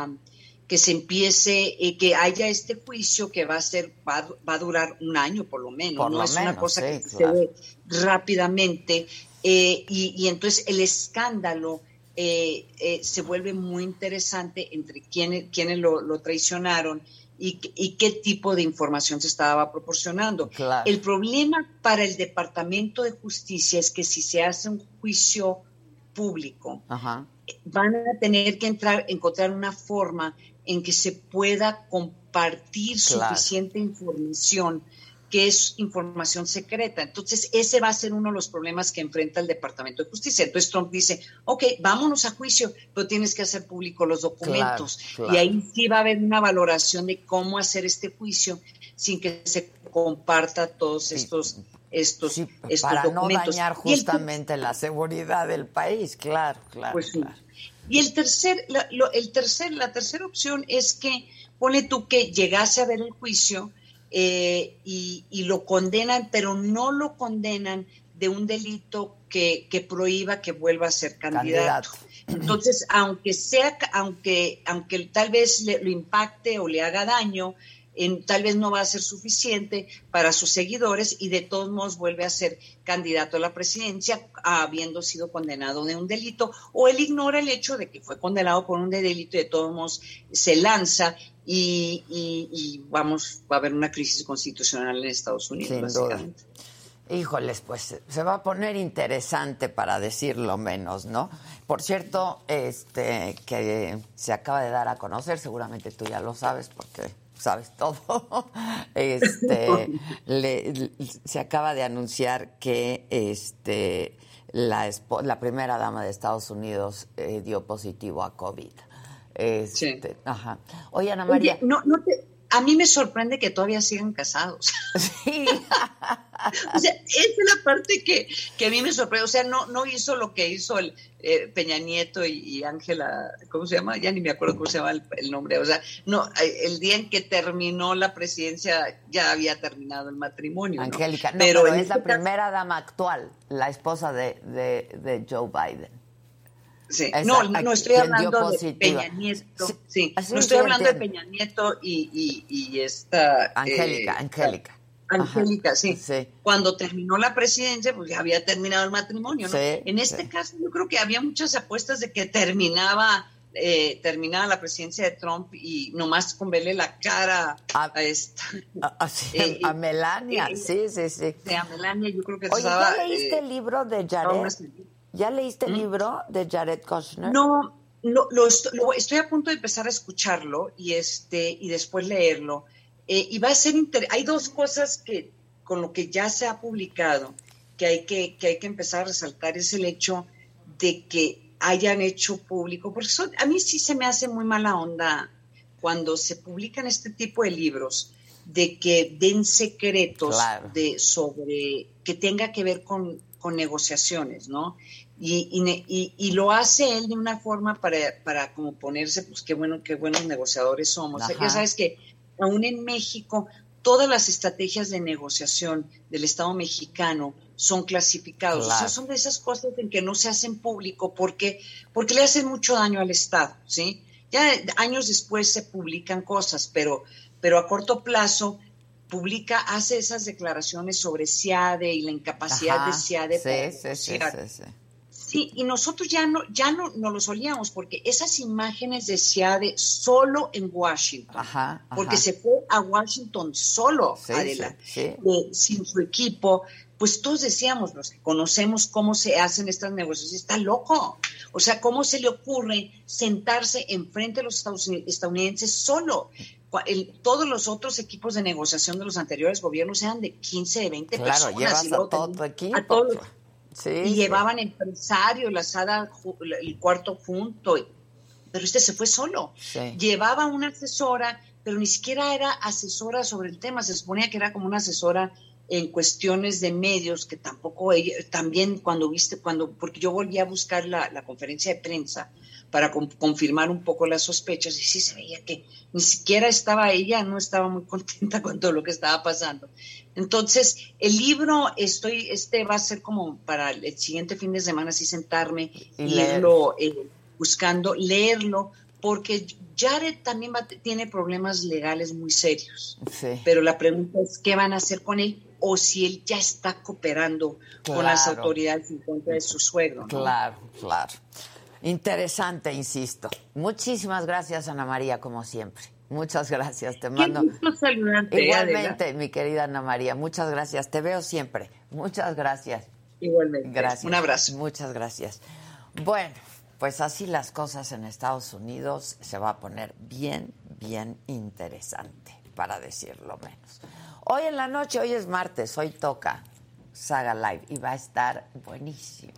que haya este juicio que va a durar un año por lo menos, no es una cosa que se ve rápidamente, y entonces el escándalo se vuelve muy interesante entre quiénes lo traicionaron y qué tipo de información se estaba proporcionando. Claro. El problema para el Departamento de Justicia es que si se hace un juicio público, van a tener que encontrar una forma en que se pueda compartir suficiente información, que es información secreta. Entonces, ese va a ser uno de los problemas que enfrenta el Departamento de Justicia. Entonces, Trump dice, vámonos a juicio, pero tienes que hacer público los documentos. Claro. Y ahí sí va a haber una valoración de cómo hacer este juicio sin que se comparta todos estos para documentos. No dañar justamente la seguridad del país, claro. Pues sí. Y la tercera opción es que, ponle tú que llegase a ver el juicio y lo condenan, pero no lo condenan de un delito que prohíba que vuelva a ser candidato. Entonces, aunque tal vez lo impacte o le haga daño, tal vez no va a ser suficiente para sus seguidores y de todos modos vuelve a ser candidato a la presidencia habiendo sido condenado de un delito, o él ignora el hecho de que fue condenado por un delito y de todos modos se lanza y va a haber una crisis constitucional en Estados Unidos. Sin básicamente. Duda. Híjoles, pues se va a poner interesante, para decirlo menos, ¿no? Por cierto, que se acaba de dar a conocer, seguramente tú ya lo sabes porque sabes todo. Se acaba de anunciar que la primera dama de Estados Unidos dio positivo a COVID. Sí. Ajá. Oye, Ana María. Oye, a mí me sorprende que todavía sigan casados. Sí. O sea, esa es la parte que a mí me sorprende. O sea, no hizo lo que hizo el Peña Nieto y Ángela, ¿cómo se llama? Ya ni me acuerdo cómo se llama el nombre. O sea, no, el día en que terminó la presidencia ya había terminado el matrimonio. Angélica, ¿no? Pero es la primera dama actual, la esposa de Joe Biden. Sí. No estoy hablando de Peña Nieto. Sí. No estoy hablando de Peña Nieto y esta... Angélica, sí. Cuando terminó la presidencia, pues ya había terminado el matrimonio, ¿no? Sí, en este caso yo creo que había muchas apuestas de que terminaba la presidencia de Trump y nomás con verle la cara a esta... a Melania, sí. A Melania, yo creo que Oye, ¿ya leíste el libro de Jared? ¿Ya leíste el libro de Jared Kushner? No, estoy a punto de empezar a escucharlo y después leerlo. Y va a ser hay dos cosas que con lo que ya se ha publicado que hay que empezar a resaltar. Es el hecho de que hayan hecho público, porque a mí sí se me hace muy mala onda cuando se publican este tipo de libros, de que den secretos, claro, sobre que tenga que ver con negociaciones, ¿no? Y lo hace él de una forma para como ponerse, pues qué buenos negociadores somos. Ajá. Ya sabes que aún en México todas las estrategias de negociación del Estado mexicano son clasificados. Claro. O sea, son de esas cosas en que no se hacen público porque le hacen mucho daño al Estado, ¿sí? Ya años después se publican cosas, pero a corto plazo hace esas declaraciones sobre SEADE y la incapacidad de SEADE para negociar. Sí, y nosotros ya no lo solíamos, porque esas imágenes de SEADE solo en Washington, porque se fue a Washington solo, Adela, sin su equipo, pues todos decíamos, los que conocemos cómo se hacen estas negociaciones, está loco. O sea, ¿cómo se le ocurre sentarse enfrente de los estadounidenses solo? Todos los otros equipos de negociación de los anteriores gobiernos eran de 15, de 20 personas. Claro, llevas a todo tu equipo. Llevaban empresarios, la sala, el cuarto junto, pero se fue solo. Sí. Llevaba una asesora, pero ni siquiera era asesora sobre el tema, se suponía que era como una asesora en cuestiones de medios, que tampoco ella, también porque yo volví a buscar la conferencia de prensa para confirmar un poco las sospechas, y sí se veía que ni siquiera no estaba muy contenta con todo lo que estaba pasando. Entonces, el libro, va a ser como para el siguiente fin de semana, así sentarme y irlo buscando, leerlo, porque Jared también tiene problemas legales muy serios. Sí. Pero la pregunta es, ¿qué van a hacer con él? O si él ya está cooperando con las autoridades en contra de su suegro, ¿no? Claro. Interesante, insisto. Muchísimas gracias, Ana María, como siempre. Muchas gracias, te mando. Qué gusto saludarte. Igualmente, Adela. Mi querida Ana María, muchas gracias. Te veo siempre. Muchas gracias. Igualmente. Gracias. Un abrazo. Muchas gracias. Bueno, pues así las cosas en Estados Unidos se va a poner bien, bien interesante, para decirlo menos. Hoy en la noche, hoy es martes, hoy toca Saga Live y va a estar buenísimo.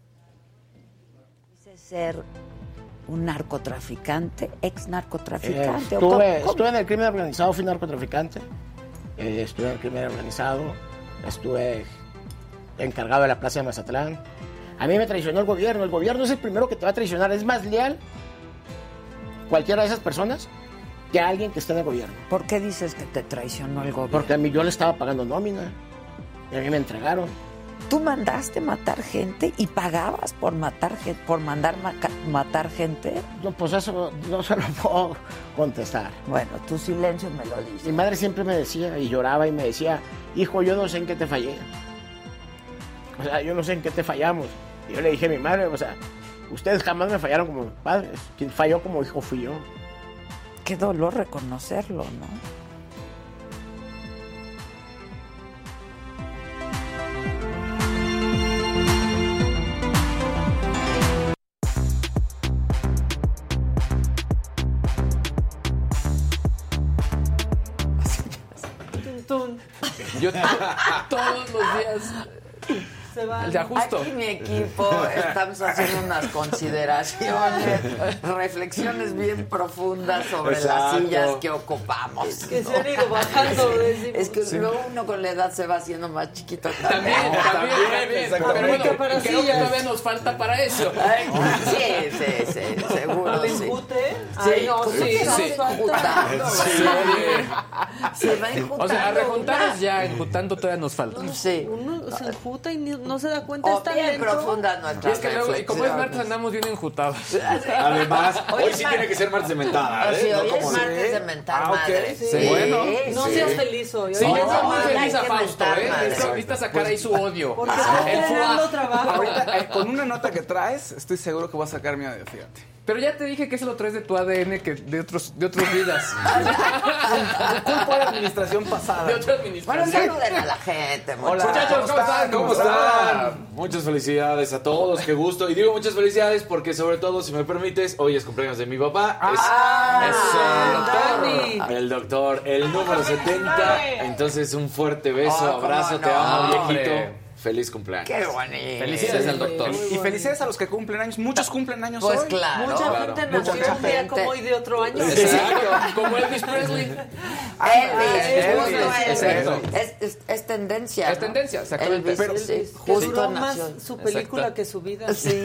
Dice ser un narcotraficante, ex-narcotraficante. Estuve en el crimen organizado, fui narcotraficante. Estuve en el crimen organizado, estuve encargado de la plaza de Mazatlán. A mí me traicionó el gobierno. El gobierno es el primero que te va a traicionar. Es más leal cualquiera de esas personas que alguien que esté en el gobierno. ¿Por qué dices que te traicionó el gobierno? Porque a mí yo le estaba pagando nómina y a mí me entregaron. Tú mandaste matar gente y pagabas por matar gente, por mandar matar gente. No, pues eso no se lo puedo contestar. Bueno, tu silencio me lo dice. Mi madre siempre me decía y lloraba y me decía, hijo, yo no sé en qué te fallé. O sea, yo no sé en qué te fallamos. Y yo le dije a mi madre, o sea, ustedes jamás me fallaron como padres. Quien falló como hijo fui yo. Qué dolor reconocerlo, ¿no? Yo todos los días se va. El de ajusto. Aquí mi equipo estamos haciendo unas consideraciones, reflexiones bien profundas sobre las sillas que ocupamos. Que se han ido bajando. Es que luego uno con la edad se va haciendo más chiquito también. También. Pero bueno, creo que todavía nos falta para eso. Sí, seguro. ¿El enjute? Sí, Ay, no, sí. Se va enjutando. O sea, a rejuntarnos ya, enjutando todavía nos falta. Sí. Uno se enjuta y no se da cuenta. O Es tan bien lento. profunda Y nuestra es que luego, y como es martes, andamos bien enjutados. Además, Hoy hoy sí tiene que ser martes de mentada, Sí, ¿eh? hoy No es como martes de mentar madre. Sí. Bueno. No seas feliz hoy. Sí, yo Hoy soy muy hay feliz a que Fausto, mentar madre. Necesita sacar ahí su odio. Porque está El generando fuá. trabajo. Ahorita, con una nota que traes, estoy seguro que voy a sacar mi audio, fíjate. Pero ya te dije que eso lo traes de tu ADN, que de otras vidas. Culpa a la administración pasada. De otra Bueno, administración. saluden a la gente, Hola. Muchachos, ¿cómo están? ¿Cómo están? Muchas felicidades a todos, qué gusto. Y digo muchas felicidades porque sobre todo, si me permites, hoy es cumpleaños de mi papá. Dani. El doctor, el número 70. Entonces, un fuerte beso, Oh, abrazo, cómo te no, amo, hombre. viejito. Feliz cumpleaños. Qué bonito. Felicidades al doctor. Y felicidades a los que cumplen años. Muchos cumplen años Pues hoy. claro. Mucha gente nació un día como hoy de otro año. Exacto, como Elvis Presley. Elvis, justo Exacto. es tendencia. Es tendencia, exactamente. Elvis, Pero- sí, Que justo duró nació. más su película Exacto. que su vida. Sí,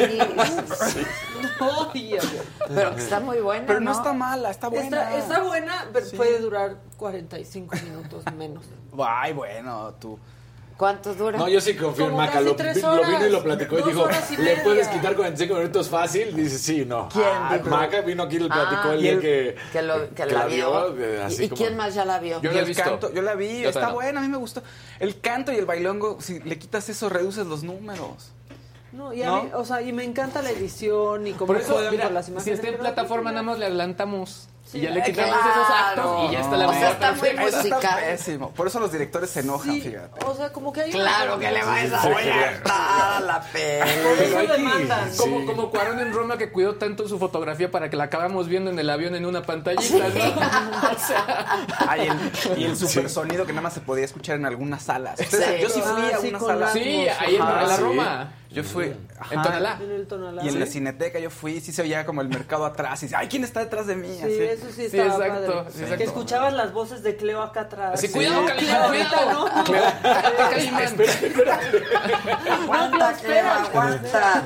Oye, pero que está muy buena, Pero no está mala, está buena. está buena, pero puede durar 45 minutos menos. Ay, bueno, tú. ¿Cuánto dura? No, yo sí confío en Como Maca. casi Lo 3 vino horas, y lo platicó y 2 dijo, horas y ¿le media. puedes quitar 45 minutos fácil? Dice, sí, no. ¿Quién? Maca vino aquí y lo platicó el y día el- que la vio. así ¿Y como- quién más ya la vio? Yo Y la he el visto. canto, yo la vi, Yo está también. buena, a mí me gustó. El canto y el bailongo, si le quitas eso, reduces los números. No, y a ¿No? mí, o sea, y me encanta la edición y cómo Por eso, juegan mira, con las si imágenes. está en pero plataforma, al nada final- más le adelantamos. Sí, Y ya le quitamos claro. esos actos y ya está la O sea, media está muy perfecta. Eso está musical. pésimo. Por eso los directores se enojan, Sí, fíjate. o sea, como que hay Claro que le vais a proyectar la peli. Por eso demandan. Como Cuarón en Roma, que cuidó tanto su fotografía para que la acabamos viendo en el avión en una pantallita, ¿no? O sea, Ay, y el super sonido que nada más se podía escuchar en algunas salas. Sí. Yo sí fui Ah, a sí, una con sala. la- sí, ahí en la sí. Roma. Yo fui. En Tonalá. En el Tonalá. Y en la Cineteca yo fui, sí se oía como el mercado atrás. Y dice, ay, ¿quién está detrás de mí? Sí, Así. eso sí Sí, estaba exacto, padre. sí, exacto. Que escuchabas las voces de Cleo acá atrás. Así, cuidado, Calimán, Cleo, cuidado. ahorita, ¿no? Calimán. Aguanta, Cleo, aguanta.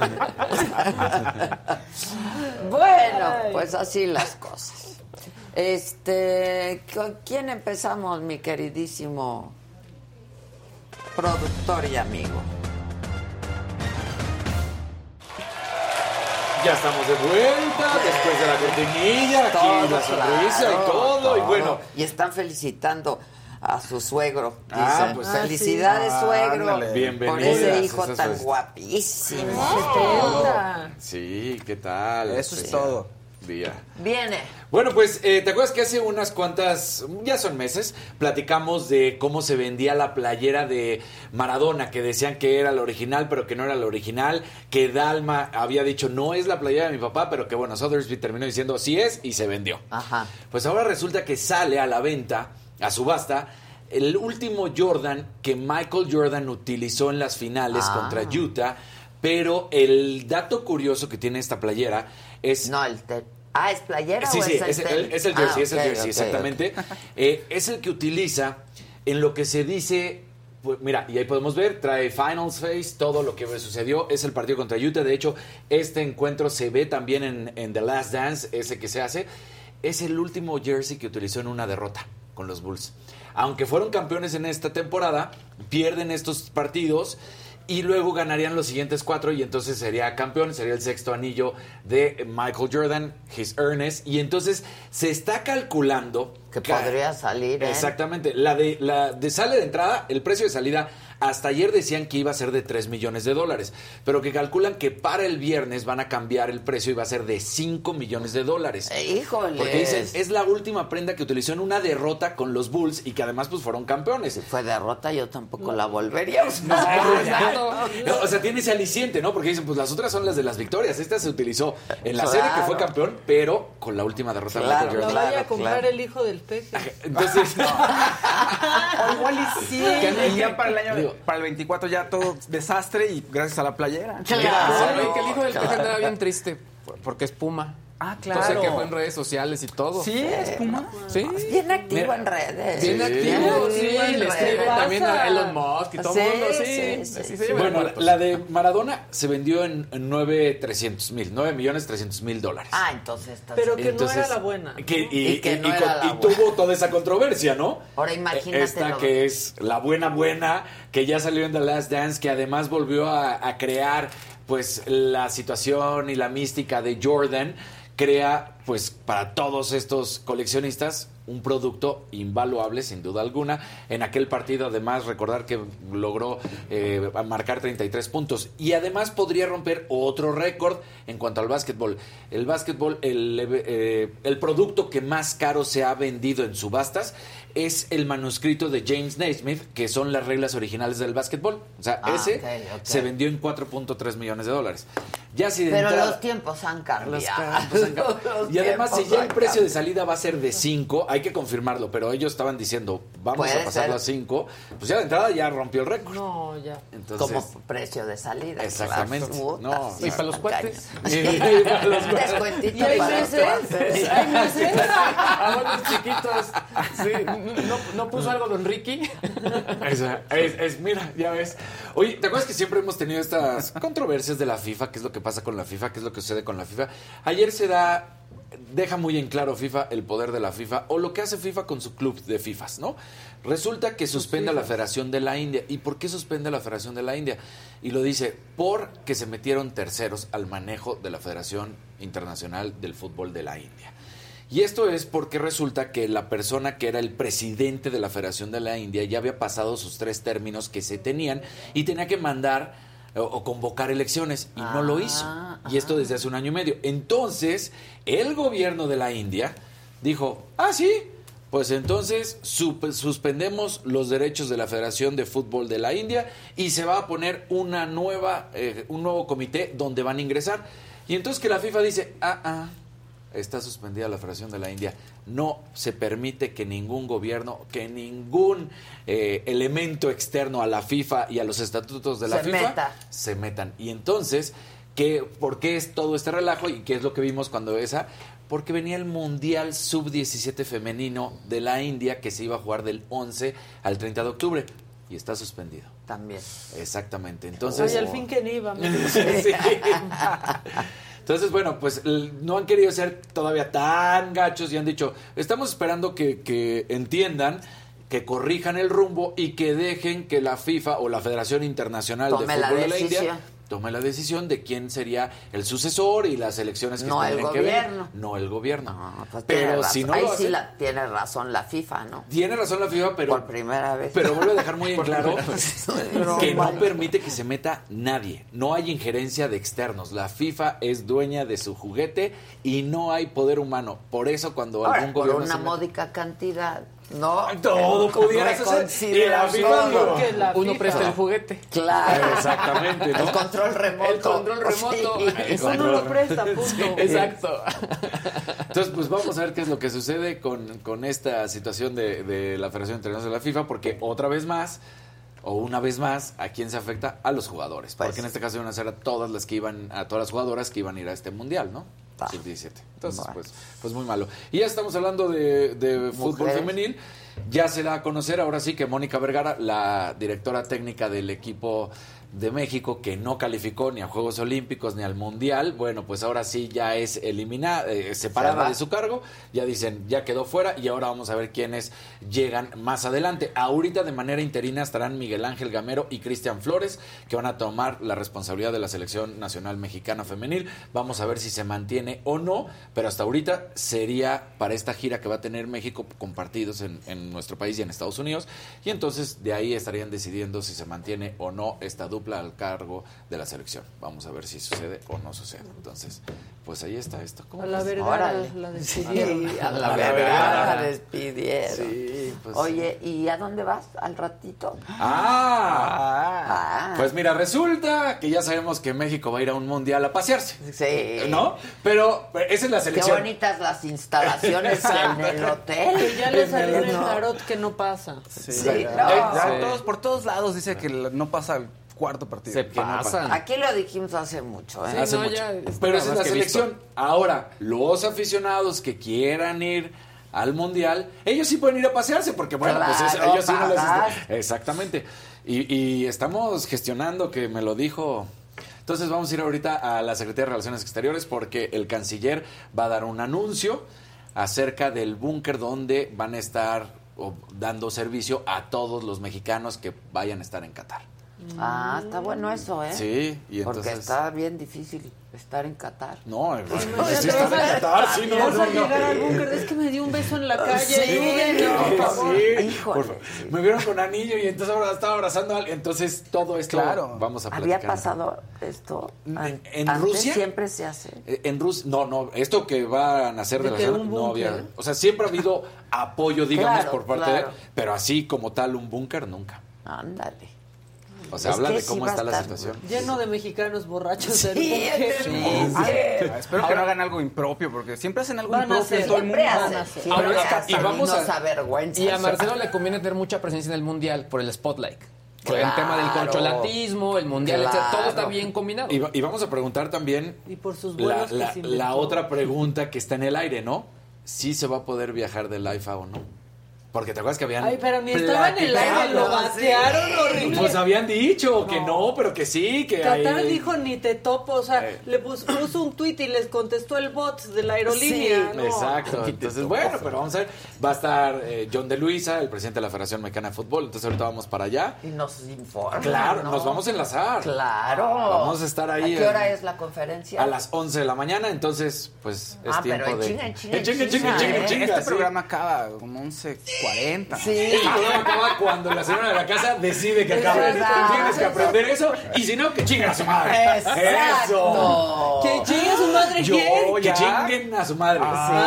Bueno, pues así las cosas. ¿Con quién empezamos, mi queridísimo productor y amigo? Ya estamos de vuelta, después de la cortinilla, aquí la sonrisa claro, y todo, y bueno. Y están felicitando a su suegro. Ah, Dicen, pues, felicidades, sí. suegro, Ándale. Bienvenidas, por ese hijo eso tan es. guapísimo. 70. Sí, ¿qué tal? Eso Sí. es todo. Día. Viene. Bueno, pues, ¿te acuerdas que hace unas cuantas, ya son meses, platicamos de cómo se vendía la playera de Maradona, que decían que era la original, pero que no era la original, que Dalma había dicho, no es la playera de mi papá, pero que bueno, Sotheby's terminó diciendo, sí es, y se vendió. Ajá. Pues ahora resulta que sale a la venta, a subasta, el último Jordan que Michael Jordan utilizó en las finales contra Utah, pero el dato curioso que tiene esta playera es... No, ¿es playera Sí, o sí, es el tenis? es el jersey, es el ok, jersey, ok, exactamente. Es el que utiliza en lo que se dice, pues, mira, y ahí podemos ver, trae Finals Face, todo lo que sucedió, es el partido contra Utah. De hecho, este encuentro se ve también en The Last Dance, ese que se hace. es el último jersey que utilizó en una derrota con los Bulls. Aunque fueron campeones en esta temporada, pierden estos partidos y luego ganarían los siguientes 4 y entonces sería campeón, sería el 6º anillo de Michael Jordan, his Ernest, y entonces se está calculando que podría salir. Exactamente, sale de entrada, el precio de salida hasta ayer decían que iba a ser de $3 millones, pero que calculan que para el viernes van a cambiar el precio y va a ser de $5 millones. ¡Híjole! Porque dicen, es la última prenda que utilizó en una derrota con los Bulls y que además pues fueron campeones. Si fue derrota, yo tampoco la volvería a usar. No, o sea, tiene ese aliciente, ¿no? Porque dicen, pues las otras son las de las victorias. Esta se utilizó en la serie que fue campeón, pero con la última derrota. Claro, la vaya a comprar el hijo del peje. Entonces, o igual y sí. Que ya para el año, para el 24 ya todo desastre y gracias a la playera. Claro, que el hijo del peje andaba bien triste porque es Puma. Ah, claro. Entonces que fue en redes sociales y todo. ¿Sí? ¿Es Puma? Sí. Es bien activo en redes. Bien activo, sí. Le escribe también a Elon Musk y todo el mundo, sí. Bueno, la de Maradona se vendió en $9.300.000. Ah, entonces está. Pero que no era la buena. Y tuvo toda esa controversia, ¿no? Ahora imagínate. Esta que es la buena, que ya salió en The Last Dance, que además volvió a crear pues la situación y la mística de Jordan, crea pues para todos estos coleccionistas un producto invaluable sin duda alguna. En aquel partido además recordar que logró marcar 33 puntos y además podría romper otro récord en cuanto al básquetbol. El básquetbol, el producto que más caro se ha vendido en subastas es el manuscrito de James Naismith, que son las reglas originales del básquetbol. O sea, okay. Se vendió en $4.3 millones. Ya si pero los tiempos han cambiado. Y además, si ya el precio de salida va a ser de 5, hay que confirmarlo, pero ellos estaban diciendo, vamos a pasarlo a 5, pues ya de entrada ya rompió el récord. No, ya. Entonces, como precio de salida. Exactamente. No, y para los cuates. Descuentito. ¿Y hay meses? ¿Hay meses? A los chiquitos. Sí. ¿No puso algo don Ricky? Mira, ya ves. Oye, ¿te acuerdas que siempre hemos tenido estas controversias de la FIFA? ¿Qué es lo que pasa con la FIFA? ¿Qué es lo que sucede con la FIFA? Ayer deja muy en claro FIFA el poder de la FIFA o lo que hace FIFA con su club de FIFAs, ¿no? Resulta que suspende a la Federación de la India. ¿Y por qué suspende a la Federación de la India? Y lo dice porque se metieron terceros al manejo de la Federación Internacional del Fútbol de la India. Y esto es porque resulta que la persona que era el presidente de la Federación de la India ya había pasado sus 3 términos que se tenían y tenía que mandar o convocar elecciones y no lo hizo. Y esto desde hace 1 año y medio. Entonces, el gobierno de la India dijo, sí, pues entonces suspendemos los derechos de la Federación de Fútbol de la India y se va a poner un nuevo comité donde van a ingresar. Y entonces que la FIFA dice, está suspendida la Federación de la India. No se permite que ningún gobierno, que ningún elemento externo a la FIFA y a los estatutos de la FIFA se metan. Y entonces, ¿por qué es todo este relajo? ¿Y qué es lo que vimos cuando porque venía el Mundial Sub-17 femenino de la India que se iba a jugar del 11 al 30 de octubre. Y está suspendido. También. Exactamente. Entonces, al fin que ni iba. Sí. Entonces, bueno, pues no han querido ser todavía tan gachos y han dicho, estamos esperando que entiendan, que corrijan el rumbo y que dejen que la FIFA o la Federación Internacional de Fútbol de la India tome la decisión de quién sería el sucesor y las elecciones que tienen que ver. No el gobierno. No, pues pero si no ahí lo hacen, tiene razón la FIFA, ¿no? Tiene razón la FIFA, pero por primera vez. Pero vuelve a dejar muy en claro que no permite que se meta nadie. No hay injerencia de externos. La FIFA es dueña de su juguete y no hay poder humano. Por eso cuando algún gobierno por una módica cantidad. No, todo pudiera ser. Y la FIFA uno presta el juguete. Claro. Exactamente, ¿no? El control remoto. El control remoto. Eso no lo presta, punto. Sí, exacto. Entonces, pues vamos a ver qué es lo que sucede con esta situación de la Federación Internacional de la FIFA, porque una vez más, ¿a quién se afecta? A los jugadores. Porque en este caso iban a ser a todas las jugadoras que iban a ir a este mundial, ¿no? Sub-17. Entonces, pues muy malo. Y ya estamos hablando de fútbol femenil. Ya se da a conocer ahora sí que Mónica Vergara, la directora técnica del equipo de México, que no calificó ni a Juegos Olímpicos ni al Mundial, bueno, pues ahora sí ya es eliminada, separada de su cargo, ya dicen, ya quedó fuera y ahora vamos a ver quiénes llegan más adelante. Ahorita de manera interina estarán Miguel Ángel Gamero y Cristian Flores, que van a tomar la responsabilidad de la Selección Nacional Mexicana Femenil. Vamos a ver si se mantiene o no, pero hasta ahorita sería para esta gira que va a tener México con partidos en nuestro país y en Estados Unidos, y entonces de ahí estarían decidiendo si se mantiene o no esta dupla al cargo de la selección. Vamos a ver si sucede o no sucede. Entonces, pues ahí está esto. A la Vergara la despidieron. Sí, a la Vergara la despidieron. Sí, pues, oye, ¿y a dónde vas al ratito? Pues mira, resulta que ya sabemos que México va a ir a un mundial a pasearse. Sí. ¿No? Pero esa es la selección. Qué bonitas las instalaciones en el hotel. Que ya le salió en el tarot que no pasa. Sí, por todos lados dice que no pasa el cuarto partido. Se pasan. Aquí lo dijimos hace mucho, ¿eh? Sí, Hace no, mucho. ya, Pero esa es la que he selección. Ahora, los aficionados que quieran ir al mundial, ellos sí pueden ir a pasearse, porque bueno, Claro, pues ellos sí no les... pagar. Exactamente. Y estamos gestionando, que me lo dijo... Entonces vamos a ir ahorita a la Secretaría de Relaciones Exteriores, porque el canciller va a dar un anuncio acerca del búnker donde van a estar dando servicio a todos los mexicanos que vayan a estar en Qatar. Está bueno eso, ¿eh? Sí, y Porque entonces... está bien difícil estar en Qatar. No, Sí, estás en Qatar, sí, no, Vas a no, llegar al no. búnker, es que me dio un beso en la calle. Sí, ayúdenme, por favor. Sí, Híjole. por favor. Me vieron con anillo y entonces ahora estaba abrazando a alguien. Entonces todo esto vamos a platicar. ¿Había pasado esto? ¿En Antes Rusia? Siempre se hace. En Rusia, no, esto que van a hacer de De la que zona, un no búnker. había. O sea, siempre ha habido apoyo, digamos, Claro, por parte claro. pero así como tal un búnker, nunca. Ándale. O sea, Es hablan que de cómo sí va está a la estar situación. Lleno de mexicanos borrachos Sí, del búnker. Espero que no hagan algo impropio, porque siempre hacen algo Van a impropio hacer, en todo el mundo. Siempre Van a hace. hacer. Siempre Ahora, hace. y vamos a- nos avergüenza. Y a Marcelo le conviene tener mucha presencia en el mundial por el spotlight. Por el Claro. tema del corcholatismo, el mundial, Claro. etcétera. Todo está bien combinado. Y vamos a preguntar también Y por sus vuelos que se inventó. la otra pregunta que está en el aire, ¿no? ¿Sí se va a poder viajar del AIFA o no? Porque te acuerdas que habían... Ay, pero ni estaba en el aire, lo batearon horrible. Pues habían dicho que no, pero que sí, que Qatar hay... dijo ni te topo, o sea, le puso un tuit y les contestó el bot de la aerolínea. Sí, ¿no? Exacto, entonces bueno, pero vamos a ver, va a estar John de Luisa, el presidente de la Federación Mexicana de Fútbol, entonces ahorita vamos para allá. Y nos informa. Claro, ¿no? nos vamos a enlazar. Claro. Vamos a estar ahí. ¿A qué hora es la conferencia? A las 11 de la mañana, entonces pues es pero tiempo de... en chinga, Este sí. programa acaba como 11:40. Sí. El programa acaba cuando la señora de la casa decide que Es acabe. verdad. Tienes que aprender eso, y si no, que chinguen a su madre. Exacto. Que chingue a su madre, ¿quién? Que chinguen a su madre.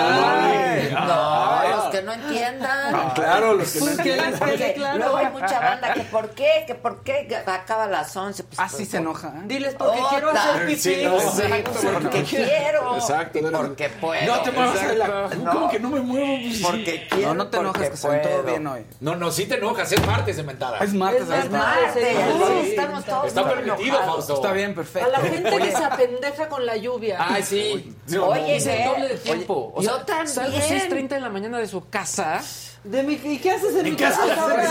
Ay, Ay, no, los que no entiendan. Claro, los que no Pues que entienden. les Porque quede claro. luego hay mucha banda que ¿por qué acaba a las 11? Pues, Así se enoja. Diles porque Oh, quiero hacer pipí. Sí, no, Exacto, porque quiero. Exacto. Y porque puedo. No te muevas de la... No. ¿Cómo que no me muevo? Porque quiero. No te porque enojes, que se ven todo puedo. bien hoy. No, sí te enojas, es martes de mentada. Es martes. Es Es ¿verdad? martes, Sí. sí, estamos todos Está muy permitido, enojados. Fausto. Está bien, A perfecto. la gente que se apendeja con la lluvia. Ay, sí. Oye, Es el doble de tiempo. O yo sea, también. salgo 6:30 de la mañana de su casa. ¿Y qué haces en mi casa?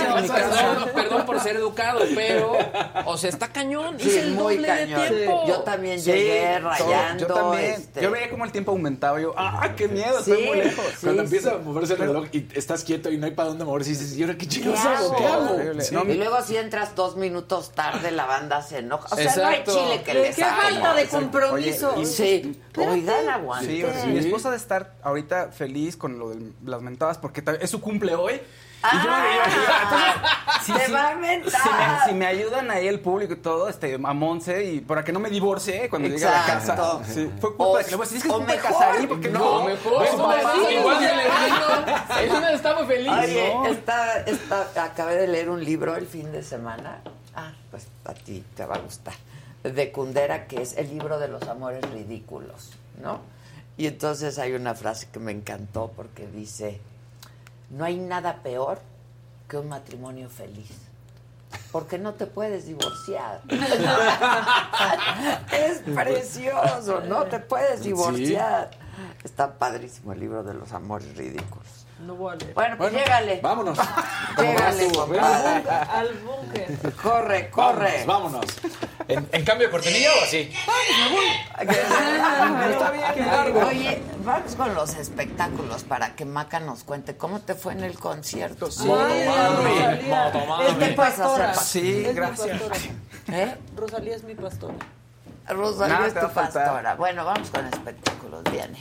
Perdón por ser educado, pero, o sea, está cañón. Sí, Hice el muy doble cañón. de tiempo. Yo también Sí, llegué todo. rayando. Yo también. Yo veía como el tiempo aumentaba. Yo, qué miedo, estoy muy lejos. Cuando sí, empieza sí. a moverse el reloj y estás quieto y no hay para dónde moverse y dices, ¿y ahora qué chingados ¿Qué hago? hago? ¿Qué hago? Horrible. Sí. No, Y luego si entras 2 minutos tarde, la banda se enoja. O sea, Exacto. no hay chile que ¿Qué le saque. falta de compromiso? Oye, Sí, oigan, aguante. Sí, o sea, mi esposa de estar ahorita feliz con lo de las mentadas porque es su cumple hoy. Y yo, entonces, te va a mentar. si me ayudan ahí el público y todo, a Monse, y para que no me divorcie cuando llegue a la casa. Exacto. Sí, fue culpa de que le voy a decir, es que es o culpa de mejor, Casarín, porque No, mejor. Ves, Eso papá, me igual igual se se le le digo. Eso está muy feliz. Oye, ¿no? acabé de leer un libro el fin de semana. Pues a ti te va a gustar. De Kundera, que es el libro de los amores ridículos, ¿no? Y entonces hay una frase que me encantó porque dice: no hay nada peor que un matrimonio feliz, porque no te puedes divorciar. Es precioso, no te puedes divorciar. Está padrísimo el libro de los amores ridículos. No voy a leer. Bueno, pues llégale. Vámonos. Llégale. Al búnker. Corre. Vámonos. ¿En cambio de cortinilla o así? Está bien. Oye, vamos con los espectáculos para que Maca nos cuente cómo te fue en el concierto. Sí. Es mi pastora. Sí, Es gracias. mi pastora. ¿Eh? Rosalía es mi pastora. Rosalía Nada es te tu va a faltar. pastora. Bueno, vamos con espectáculos. Viene.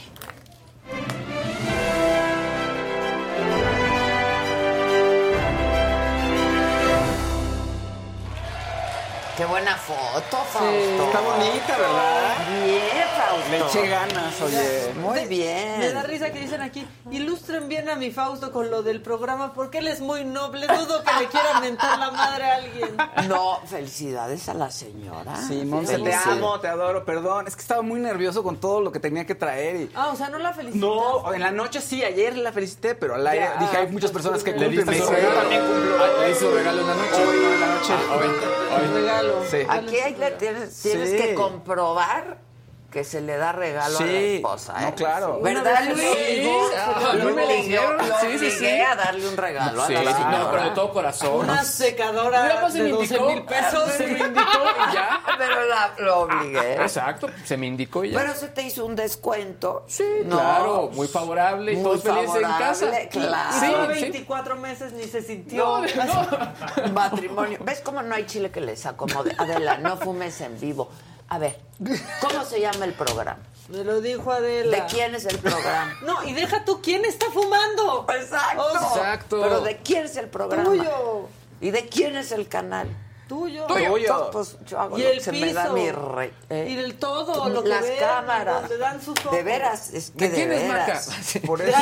Qué buena foto, Fausto. Está bonita, ¿verdad? Bien, Fausto. Le eché ganas, oye. Muy bien. Me da risa que dicen aquí, ilustren bien a mi Fausto con lo del programa, porque él es muy noble, dudo que le quiera mentar la madre a alguien. No, felicidades a la señora. Sí, Monse, te Felicidades. amo, te adoro, perdón. Es que estaba muy nervioso con todo lo que tenía que traer y... Ah, o sea, no la felicitaste. No, en la noche sí, ayer la felicité, pero al aire dije, hay muchas personas que ¿Le cumplen. diste Me su dice, yo regalo? también cumplo. ¿Le hizo su regalo en la noche? Hoy, no, en la noche. Un regalo. Sí. Aquí hay tienes Sí. que comprobar que se le da regalo a la Sí. esposa. No, claro. ¿Verdad, Una vez Luis? sí. A mí me lo hicieron. Lo Sí, sí, obligué sí. a darle un regalo Sí, a la sí, señora. no, pero de todo corazón. Una secadora Nada más se de me 12 indicó. mil pesos. Se me indicó y ya. Pero lo obligué. Exacto, se me indicó y ya. Pero se te hizo un descuento. Sí, No. claro, muy favorable y Muy todos felices en favorable, casa. claro. Y Sí, por sí. 24 meses ni se sintió. No. Matrimonio. ¿Ves cómo no hay chile que les acomode? Adela, no fumes en vivo. A ver, ¿cómo se llama el programa? Me lo dijo Adela. ¿De quién es el programa? No, y deja tú, ¿quién está fumando? Exacto. O sea, Exacto. Pero ¿de quién es el programa? Tuyo. ¿Y de quién es el canal? Tuyo. Tuyo. Pues yo hago Y lo el que se piso. me da mi Y el todo, lo que Las ven, cámaras. donde dan sus ojos. De veras, es que ¿De quién es veras. Maca? Por De eso.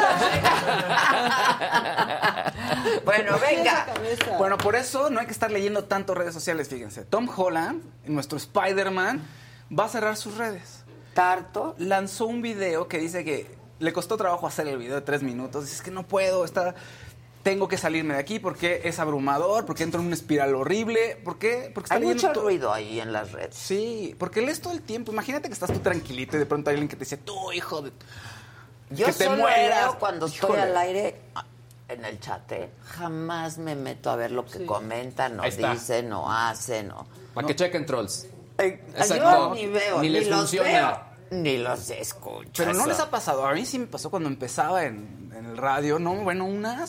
Adela. Bueno, venga. Esa cabeza. Bueno, por eso no hay que estar leyendo tanto redes sociales, fíjense. Tom Holland, nuestro Spider-Man, va a cerrar sus redes. Tarto. Lanzó un video que dice que le costó trabajo hacer el video de 3 minutos. Dice, es que no puedo, tengo que salirme de aquí porque es abrumador, porque entro en una espiral horrible. ¿Por qué? Porque está Hay leyendo mucho ruido ahí en las redes. Sí, porque lees todo el tiempo. Imagínate que estás tú tranquilito y de pronto hay alguien que te dice, tú, hijo de... Yo que te solo mueras. leo cuando estoy Híjole. al aire en el chat. Jamás me meto a ver lo que comentan, o Ahí está. dicen, o hacen, o... Para que chequen trolls. Yo Exacto. ni veo, Ni ni, les los funciona. veo, ni los escucho. Pero no Eso. les ha pasado. A mí sí me pasó cuando empezaba en el radio. No, bueno,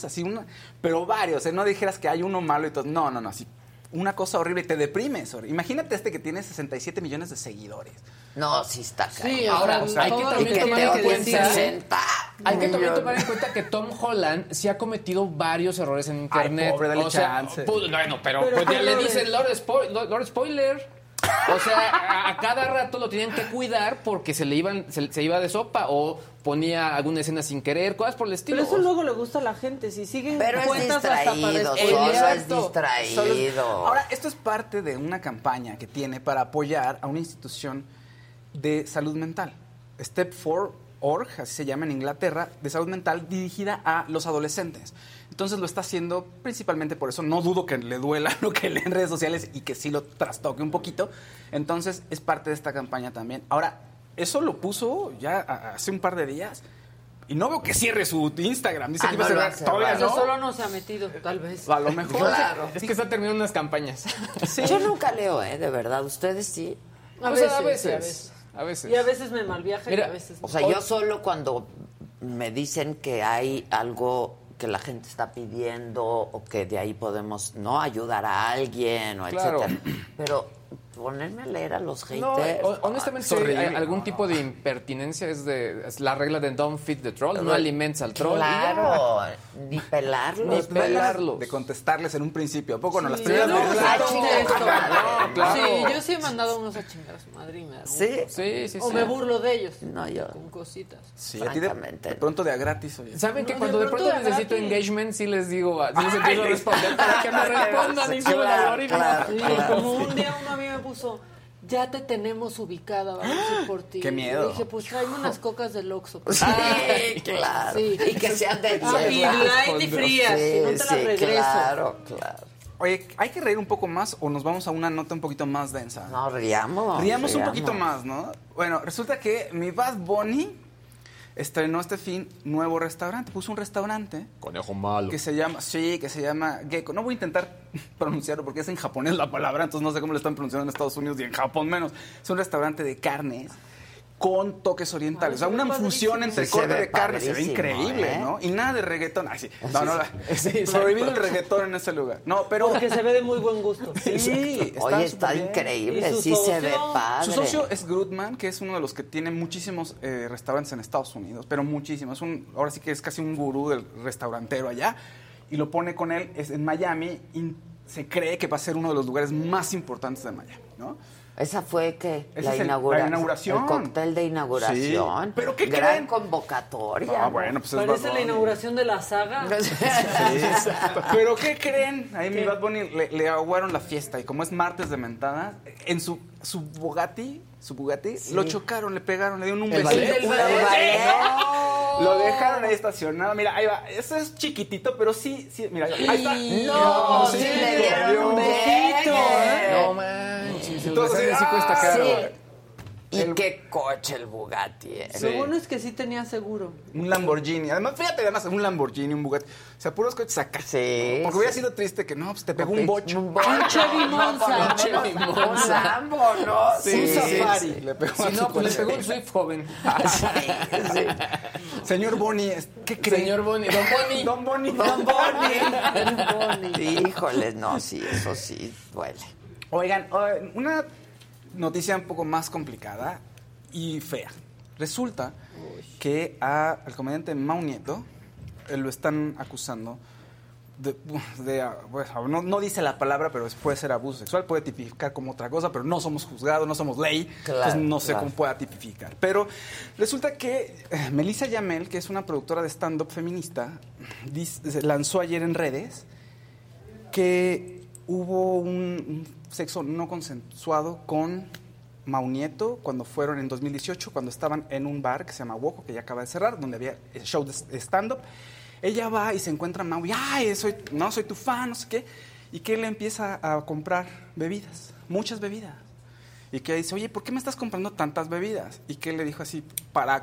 pero varios. No dijeras que hay uno malo y todo. No, así. Una cosa horrible y te deprimes. Imagínate que tiene 67 millones de seguidores. No, sí está cañón. Sí, Ahora, hay que Y también que tomar te en odien cuenta... 60 Hay que también millones. tomar en cuenta que Tom Holland sí ha cometido varios errores en internet. pobre, dale o sea, chance. Bueno, pero Pero pues ya ¿qué le errores? dicen Lord Spoiler. O sea, a cada rato lo tenían que cuidar porque se iba de sopa o ponía alguna escena sin querer, cosas por el estilo. Pero eso luego le gusta a la gente. Si siguen Pero es cuentas hasta para distraído, después. solo es Exacto. distraído. Ahora, esto es parte de una campaña que tiene para apoyar a una institución de salud mental. Step4Org, así se llama en Inglaterra, de salud mental dirigida a los adolescentes. Entonces lo está haciendo principalmente por eso. No dudo que le duela lo que lee en redes sociales y que sí lo trastoque un poquito. Entonces es parte de esta campaña también. Ahora, eso lo puso ya hace un par de días. Y no veo que cierre su Instagram. Dice que iba a no lo cerrar. ha cerrado. Todavía Eso no. solo no se ha metido, tal vez. A lo mejor. Claro. Es que está terminando unas campañas. Yo nunca leo, de verdad. Ustedes sí. A O sea, veces. a veces. Y a veces me malviaja y Mira, a veces O sea, yo solo cuando me dicen que hay algo que la gente está pidiendo o que de ahí podemos no ayudar a alguien o Claro. etcétera. Pero ponerme a leer a los No, haters. honestamente, es si hay horrible. algún tipo de impertinencia es la regla de don't feed the troll, no alimentes al troll. y ya. Claro, ni pelarlo. Ni pelarlo. De contestarles en un principio. ¿A poco no? Las Sí, primeras no, veces- pues, Ah, yo chinga. contesto. No, claro. Sí, yo sí he mandado unos a chingar a su madre y me da gusto. Sí. Sí. O me burlo de ellos. No, yo. Con cositas. Sí, a ti de Francamente. pronto de a gratis, oye. ¿Saben que No, cuando de de pronto pronto de necesito gratis. engagement, sí les digo, sí les empiezo a responder para que me respondan y suben al algoritmo? Claro, Sí, claro. como un día uno a mí me puso, ya te tenemos ubicada, vamos a ir por ti. ¡Qué miedo! Y dije, pues tráeme unas cocas del Oxxo. Sí, claro. Sí. Y que sean de Ah, y 10. light y frías, si no te las regreso. Claro. Oye, ¿hay que reír un poco más o nos vamos a una nota un poquito más densa? No, riamos. Riamos un poquito más, ¿no? Bueno, resulta que mi Bad Bunny estrenó este fin nuevo restaurante. Puso un restaurante Conejo malo. que se llama Gecko. No voy a intentar pronunciarlo porque es en japonés la palabra, entonces no sé cómo lo están pronunciando en Estados Unidos y en Japón menos. Es un restaurante de carnes con toques orientales. O sea, una fusión entre Sí, corte se ve de carne. Se ve padrísimo, increíble, ¿eh? ¿no? Y nada de reggaetón. Ay, sí. No, Sí, prohibido el reggaetón en ese lugar. No, pero... Porque se ve de muy buen gusto. Sí, Oye, está súper bien. increíble, ¿Y su sí se ve socio? padre. Su socio es Grutman, que es uno de los que tiene muchísimos restaurantes en Estados Unidos, pero muchísimos. Ahora sí que es casi un gurú del restaurantero allá. Y lo pone con él, es en Miami, y se cree que va a ser uno de los lugares más importantes de Miami, ¿no? Esa fue que Esa la es la inauguración. inauguración. El cóctel de inauguración. Sí. ¿Pero qué Gran creen? convocatoria. Ah, bueno, pues es Parece Bad la Bunny. inauguración de la saga. Pero ¿qué creen? Ahí mi Bad Bunny le aguaron la fiesta y como es martes de mentadas, en su Bugatti, lo chocaron, le pegaron, le dieron un ¿El besito. ballet? El ballet. Lo dejaron ahí estacionado. Mira, ahí va. Eso es chiquitito, pero sí, mira, ahí está. No, sí le dieron un besito. No manches, el Entonces, besaje sí cuesta caro. Sí. Y qué coche el Bugatti, ¿eh? Lo bueno es que sí tenía seguro. Un Lamborghini. Además, fíjate, un Lamborghini, un Bugatti. O sea, puros coches acá. Sí, Porque hubiera sido triste que no, pues te pegó un bocho. Un bocho. Un Chevy Monza. Un Chevy Monza. Un Lambo, ¿no? Un Safari. Le pegó a Si su no, pues le coche. pegó un Swift joven. Señor Boni, ¿qué cree? Señor Boni, Don Boni. Don Boni. Don Boni. Híjole, no, sí, eso sí duele. Oigan, una noticia un poco más complicada y fea. Resulta que al comediante Mau Nieto lo están acusando no dice la palabra, pero puede ser abuso sexual, puede tipificar como otra cosa, pero no somos juzgados, no somos ley, Claro, entonces no sé claro. cómo pueda tipificar. Pero resulta que Melissa Yamel, que es una productora de stand-up feminista, lanzó ayer en redes que hubo un sexo no consensuado con Mau Nieto cuando fueron en 2018, cuando estaban en un bar que se llama Woco, que ya acaba de cerrar, donde había show de stand-up. Ella va y se encuentra a Mau y, ay, soy tu fan, no sé qué. Y que él le empieza a comprar bebidas, muchas bebidas. Y que dice, oye, ¿por qué me estás comprando tantas bebidas? Y que él le dijo así, para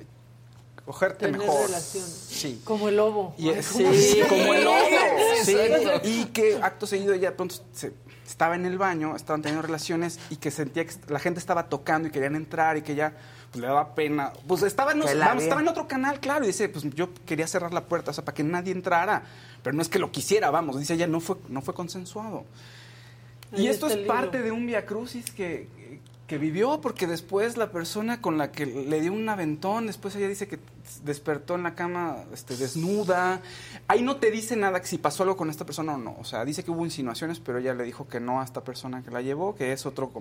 cogerte Tener mejor. relación. Sí. Como el lobo. Y, Ay, sí, como el lobo. Sí. Exacto. Y que acto seguido ella pronto estaba en el baño, estaban teniendo relaciones y que sentía que la gente estaba tocando y querían entrar y que ella pues, le daba pena. Pues estaba en otro canal, claro, y dice, pues yo quería cerrar la puerta, o sea, para que nadie entrara, pero no es que lo quisiera, vamos, dice ella, no fue consensuado. Ahí Y esto está es el parte libro. de un viacrucis que vivió, porque después la persona con la que le dio un aventón, después ella dice que despertó en la cama desnuda. Ahí no te dice nada que si pasó algo con esta persona o no. O sea, dice que hubo insinuaciones, pero ella le dijo que no a esta persona que la llevó, que es otro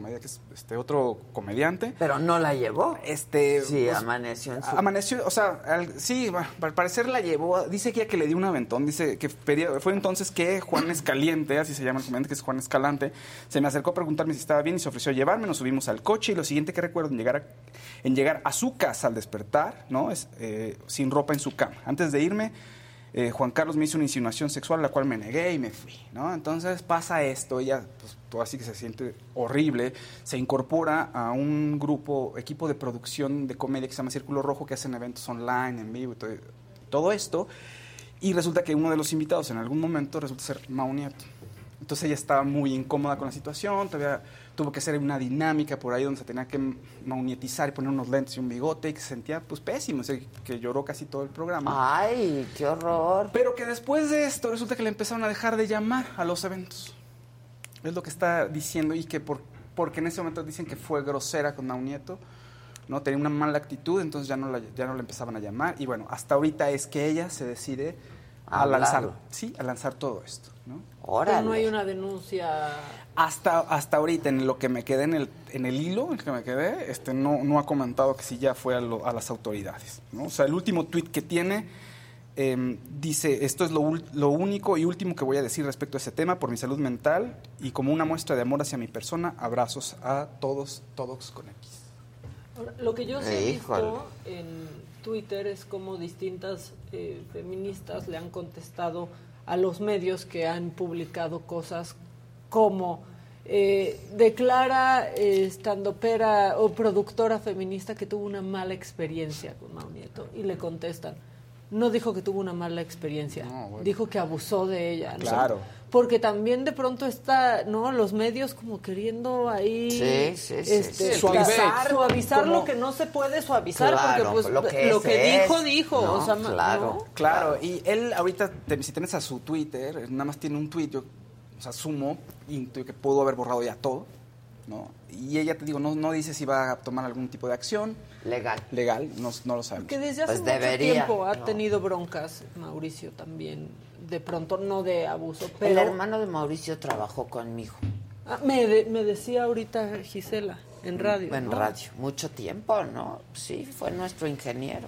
comediante. Pero no la llevó. Sí, pues, amaneció en su... Amaneció, o sea, sí, al parecer la llevó. Dice que ella que le dio un aventón. Dice que fue entonces que Juan Escaliente, así se llama el comediante, que es Juan Escalante, se me acercó a preguntarme si estaba bien y se ofreció a llevarme. Nos subimos al coche y lo siguiente que recuerdo en llegar a su casa al despertar, ¿no? Es sin ropa en su cama. Antes de irme, Juan Carlos me hizo una insinuación sexual a la cual me negué y me fui, ¿no? Entonces pasa esto, ella pues, todo así que se siente horrible, se incorpora a un equipo de producción de comedia que se llama Círculo Rojo, que hacen eventos online, en vivo y todo esto, y resulta que uno de los invitados en algún momento resulta ser Mau Nieto. Entonces ella estaba muy incómoda con la situación, tuvo que hacer una dinámica por ahí donde se tenía que maunietizar y poner unos lentes y un bigote y que se sentía pues pésimo, o sea, que lloró casi todo el programa. Ay, qué horror. Pero que después de esto resulta que le empezaron a dejar de llamar a los eventos. Es lo que está diciendo y que porque en ese momento dicen que fue grosera con Mau Nieto, ¿no? Tenía una mala actitud, entonces ya no la empezaban a llamar y bueno, hasta ahorita es que ella se decide a lanzar todo esto, ¿no? Órale. Pero no hay una denuncia. Hasta ahorita, en lo que me quedé en el hilo, en el que me quedé, no ha comentado que sí ya fue a las autoridades, ¿no? O sea, el último tuit que tiene dice, esto es lo único y último que voy a decir respecto a ese tema por mi salud mental y como una muestra de amor hacia mi persona, abrazos a todos con X. Ahora, lo que yo sí he Híjole. visto en Twitter es como distintas feministas le han contestado a los medios que han publicado cosas como declara estandopera o productora feminista que tuvo una mala experiencia con Mau Nieto y le contestan, no dijo que tuvo una mala experiencia, dijo que abusó de ella, ¿no? Claro. Porque también de pronto está, ¿no? Los medios como queriendo ahí suavizar como... lo que no se puede suavizar, claro, porque pues lo que dijo, ¿no? o sea, claro, ¿no? Claro, y él ahorita, si tienes a su Twitter, nada más tiene un tweet, yo asumo, intuyo que pudo haber borrado ya todo, ¿no? Y ella, te digo, no dice si va a tomar algún tipo de acción. Legal, no lo sabemos. Que desde hace mucho tiempo ha tenido broncas, Mauricio, también, de pronto, no de abuso, pero... El hermano de Mauricio trabajó conmigo. Me decía ahorita Gisela, en radio. En radio, mucho tiempo, ¿no? Sí, fue nuestro ingeniero.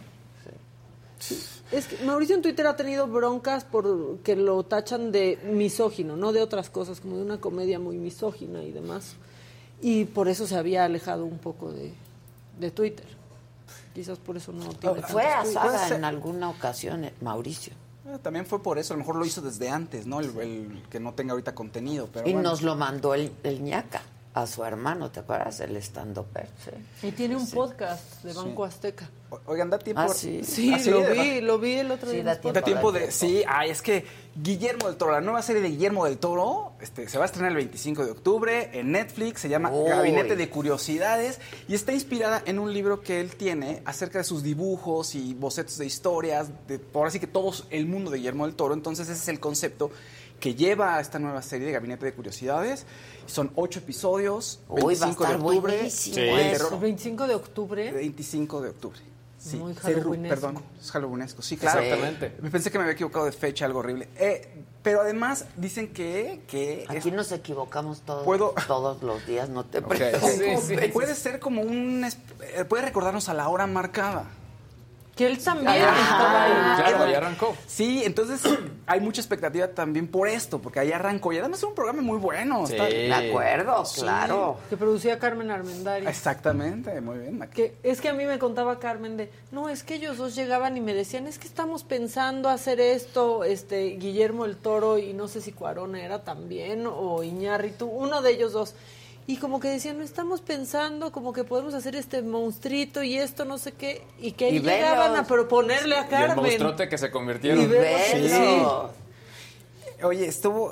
Sí. Es que Mauricio en Twitter ha tenido broncas porque lo tachan de misógino, no de otras cosas, como de una comedia muy misógina y demás. Y por eso se había alejado un poco de Twitter. Quizás por eso no tiene fue asada en alguna ocasión, Mauricio. También fue por eso, a lo mejor lo hizo desde antes, ¿no? El que no tenga ahorita contenido. Pero y bueno. nos lo mandó el ñaca a su hermano, ¿te acuerdas? El stand-upper. Sí. Y tiene un podcast de Banco Azteca. Oigan, da tiempo. Sí, lo vi el otro día. Da tiempo de. Sí, es que Guillermo del Toro, la nueva serie de Guillermo del Toro, se va a estrenar el 25 de octubre en Netflix, se llama Gabinete de Curiosidades y está inspirada en un libro que él tiene acerca de sus dibujos y bocetos de historias, por así que todo el mundo de Guillermo del Toro. Entonces ese es el concepto que lleva a esta nueva serie de Gabinete de Curiosidades. Son 8 episodios, 25 de octubre. Sí. ¿El 25 de octubre? 25 de octubre. Sí. Muy halloweenesco. Perdón, es halloweenesco. Sí, claro. Exactamente. Me pensé que me había equivocado de fecha, algo horrible. Pero además dicen que aquí nos equivocamos todos los días, no te preocupes. Sí. Puede ser como puede recordarnos a la hora marcada. Que él también estaba ahí. Claro, ya arrancó. Sí, entonces hay mucha expectativa también por esto, porque ahí arrancó. Y además es un programa muy bueno. Sí. De acuerdo, claro. Que producía Carmen Armendariz. Exactamente, muy bien. Es que a mí me contaba Carmen es que ellos dos llegaban y me decían, es que estamos pensando hacer esto, Guillermo el Toro y no sé si Cuarón era también, o Iñárritu, uno de ellos dos. Y como que decían, no estamos pensando como que podemos hacer este monstruito y esto no sé qué, y que ahí llegaban a proponerle a Carmen. Y el monstruote que se convirtieron. Sí. Oye,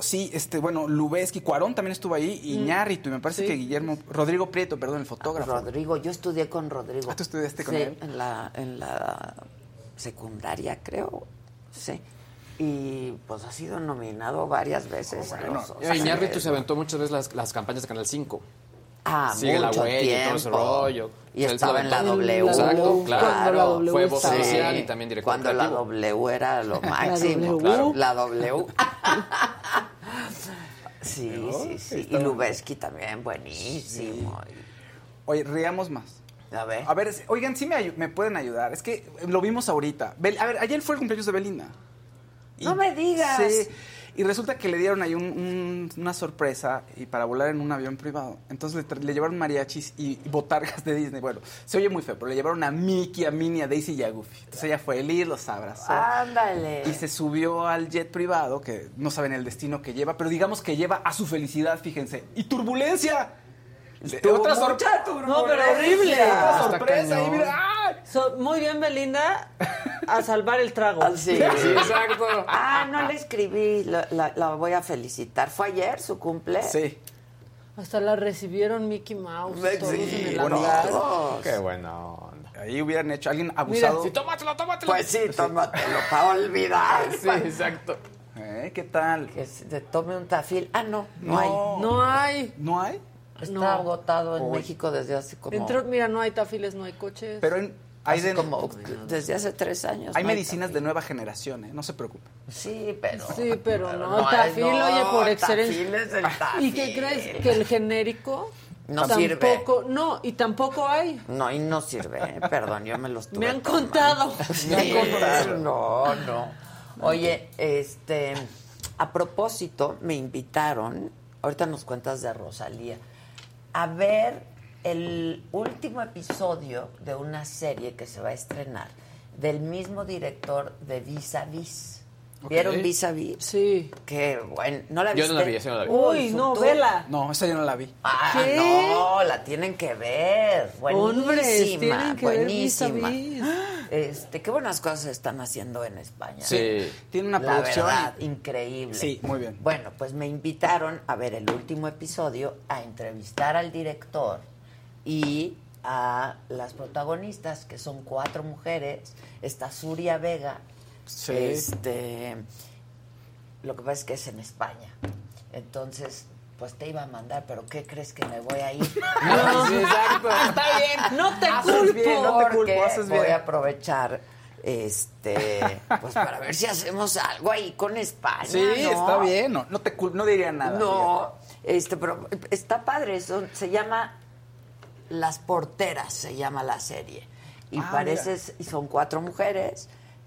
Lubeski, Cuarón también estuvo ahí, y Iñárritu, y me parece que Rodrigo Prieto, el fotógrafo. Rodrigo, yo estudié con Rodrigo. ¿Tú estudiaste con él? En la secundaria, creo, sí. Y pues ha sido nominado varias veces. Iñárritu se aventó muchas veces las campañas de Canal 5. Sigue la mucho huella y todo ese rollo. Y estaba en la W. Exacto, claro. W fue voz oficial y también director cuando creativo. la W era lo máximo. Claro. La W. Sí. Y Lubeski también, buenísimo. Sí. Oye, riamos más. A ver, oigan, sí me pueden ayudar. Es que lo vimos ahorita. Ayer fue el cumpleaños de Belinda. No me digas. Sí, y resulta que le dieron ahí una sorpresa y para volar en un avión privado. Entonces le llevaron mariachis y botargas de Disney. Bueno, se oye muy feo, pero le llevaron a Mickey, a Minnie, a Daisy y a Goofy. Entonces ella fue feliz, los abrazó. Ándale. Y se subió al jet privado, que no saben el destino que lleva, pero digamos que lleva a su felicidad, fíjense. ¡Y turbulencia! Otra sorpresa. No, pero horrible. Otra sorpresa. Y mira, muy bien, Belinda, a salvar el trago. Sí, exacto. No le escribí, la voy a felicitar. ¿Fue ayer su cumple? Sí. Hasta la recibieron Mickey Mouse, todos en el bonito. abrazo. Qué bueno. Ahí hubieran hecho alguien abusado. Sí, tómatelo. Pues sí, tómatelo para olvidar. Sí, exacto. ¿Qué tal? Que se tome un tafil. No hay. ¿No hay? Está agotado en México desde hace como... no hay tafiles, no hay coches. Pero desde hace 3 años. Hay medicinas de nueva generación, no se preocupen. Sí, pero no, tafil, oye, por excelencia. Tafil es el tafil. ¿Y qué crees? Que el genérico no tampoco sirve. No, y tampoco hay. No, y no sirve, perdón, yo me los tuve. Me han contado. No. Oye, a propósito, me invitaron, ahorita nos cuentas de Rosalía, a ver el último episodio de una serie que se va a estrenar del mismo director de Vis a Vis. ¿Vieron Vis a Vis? Sí. Qué bueno. ¿No la viste? Yo no la vi, sí no la vi. Uy, no, ¿tú? vela. No, esa yo no la vi. Ah, ¿Qué? no, la tienen que ver. Buenísima, Hombres, tienen que ver buenísima. Vis a Vis. Qué buenas cosas están haciendo en España. Sí. Tiene una La producción. verdad, increíble. Sí, muy bien. Bueno, pues me invitaron a ver el último episodio, a entrevistar al director y a las protagonistas, que son 4 mujeres. Está Suria Vega. Sí. Lo que pasa es que es en España. Entonces, pues te iba a mandar, pero ¿qué crees que me voy a ir? No, sí, exacto. Está bien. No te Haces culpo. bien, no te culpo, Porque haces bien. voy a aprovechar pues para ver si hacemos algo ahí con España. Sí, ¿no? está bien. No diría nada. No, pero está padre. Se llama Las Porteras, se llama la serie. Y y son 4 mujeres,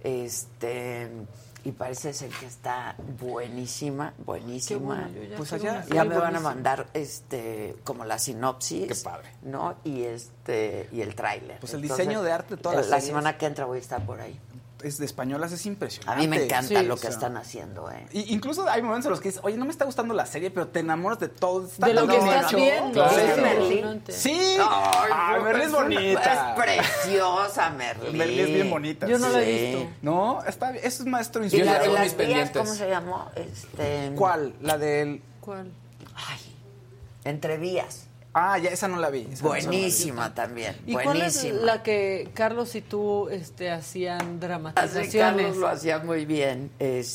y parece ser que está buenísima. Qué bueno, yo ya Pues quiero allá- una serie Ya me van a buenísima. mandar como la sinopsis. Qué padre. ¿No? Y el tráiler. Pues el diseño de arte de todas las la series. semana que entra voy a estar por ahí. Es de españolas, es impresionante. A mí me encanta Sí, lo o que sea, están haciendo, ¿eh? Y incluso hay momentos en los que dices, oye, no me está gustando la serie, pero te enamoras de todo. Está De lo tan que bien estás hecho. viendo. Claro. Es ¿Viste Merlí? impresionante. Sí. Ay, Merlí es bonita. Es preciosa, Merlí. Merlí es bien bonita. Yo no la he Sí. visto. No, está bien. Eso es maestro ¿Y Yo la ya de tengo las mis vías, pendientes. cómo se llamó? ¿Cuál? La del... ¿Cuál? Ay, Entre Vías. Ah, ya, esa no la vi. Esa no la vi. Buenísima también. ¿Y cuál es Buenísima. la que Carlos y tú hacían Así dramatizaciones? Carlos lo hacía muy bien.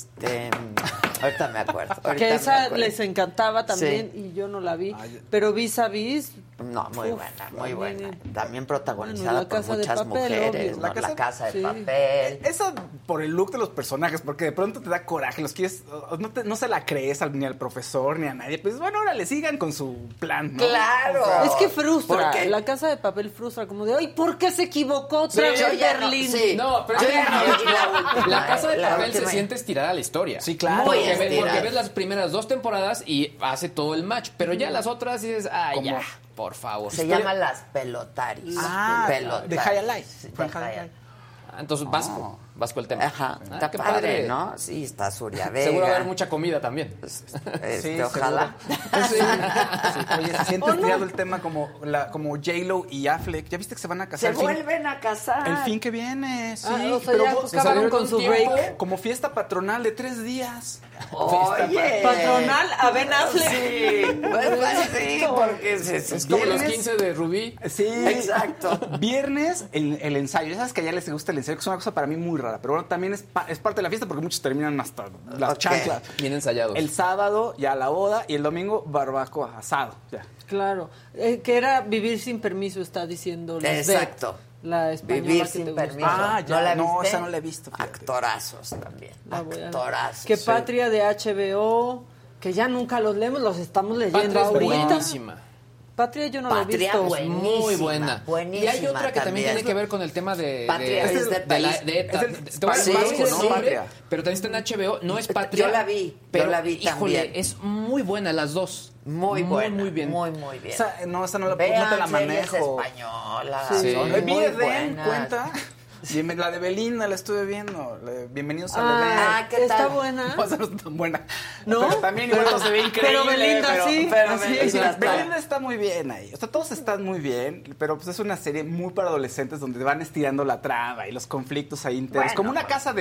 Ahorita me acuerdo. ahorita Que me esa acuerdo. les encantaba también Sí. y yo no la vi. Ay. Pero Vis a Vis, No, muy Uf, buena, muy también, buena. También bueno, protagonizada La por Casa de muchas Papel, mujeres. obvio. ¿no? La Casa de Sí. Papel. Esa por el look de los personajes, porque de pronto te da coraje, los quieres, no se la crees ni al profesor ni a nadie. Pues bueno, ahora le sigan con su plan, ¿no? ¡Claro! O sea, Es que frustra, Porque- La Casa de Papel frustra, como de, ay, ¿por qué se equivocó otra yo vez ya no- Berlín? sí. No, pero Yo es que ya no vi la última, La Casa de la Papel se última. siente estirada a la historia. Sí, claro. Muy Porque, estirada. porque ves las primeras 2 temporadas y hace todo el match. Pero ya las otras dices, Como- ya, por favor. Se llama Las Pelotaris. Ah, Pelotaris. de High Life. Sí, Fue de en High High Life. Entonces, Vasco el tema. Ajá, Ah, está qué padre, ¿no? Sí, está Suria Vega. Seguro va a haber mucha comida también. Sí, Ojalá. Sí. Sí. Oye, se siente estirado el tema como J-Lo y Affleck. ¿Ya viste que se van a Se casar? vuelven a casar. El fin que viene, sí. Ah, o sea, pero ya vos- acabaron con su break. como fiesta patronal de 3 días. Oye. Patronal a Ben Affleck. Sí, pues sí, porque Es como los Viernes- 15 de Rubí. Sí, Exacto. Viernes el ensayo. Ya sabes que a ella les gusta el ensayo, que es una cosa para mí muy rara. Pero bueno, también es parte de la fiesta porque muchos terminan hasta las Ok. chanclas. Bien ensayados. El sábado ya la boda y el domingo barbacoa, asado. Ya. Claro, que era vivir sin permiso, está diciendo Lisbeth, Exacto. la española Vivir que sin te gusta. permiso. Ah, ya. ¿No la No, viste? esa no la he visto, fíjate. Actorazos también. La voy a ver. Actorazos. Que sí. Patria de HBO, que ya nunca los leemos, los estamos leyendo Patria es ahorita. buenísima. Patria yo no la he Patria, visto. buenísima. Muy buena. Buenísima Y hay otra que también tiene que ver con el tema de... Patria es de país. ETA. Es del Te voy a decir Vasco, su ¿no? nombre, Patria. pero también está en HBO. No es Patria. Yo la vi, pero, yo la vi híjole, también. es muy buena las dos. Muy buena. Muy bien. Muy, muy bien. Esa no te la Vean series manejo. españolas. Sí. Son Vi muy Edén, buenas. cuenta. La de Belinda la estuve viendo. Bienvenidos a Ah, ¿qué está tal? buena. No, esa no está tan buena. ¿No? Pero también igual no se ve increíble. Pero Belinda sí. pero así. Belinda Belinda está muy bien ahí. O sea, todos están muy bien, pero pues es una serie muy para adolescentes donde van estirando la trama y los conflictos ahí internos. Bueno, como una casa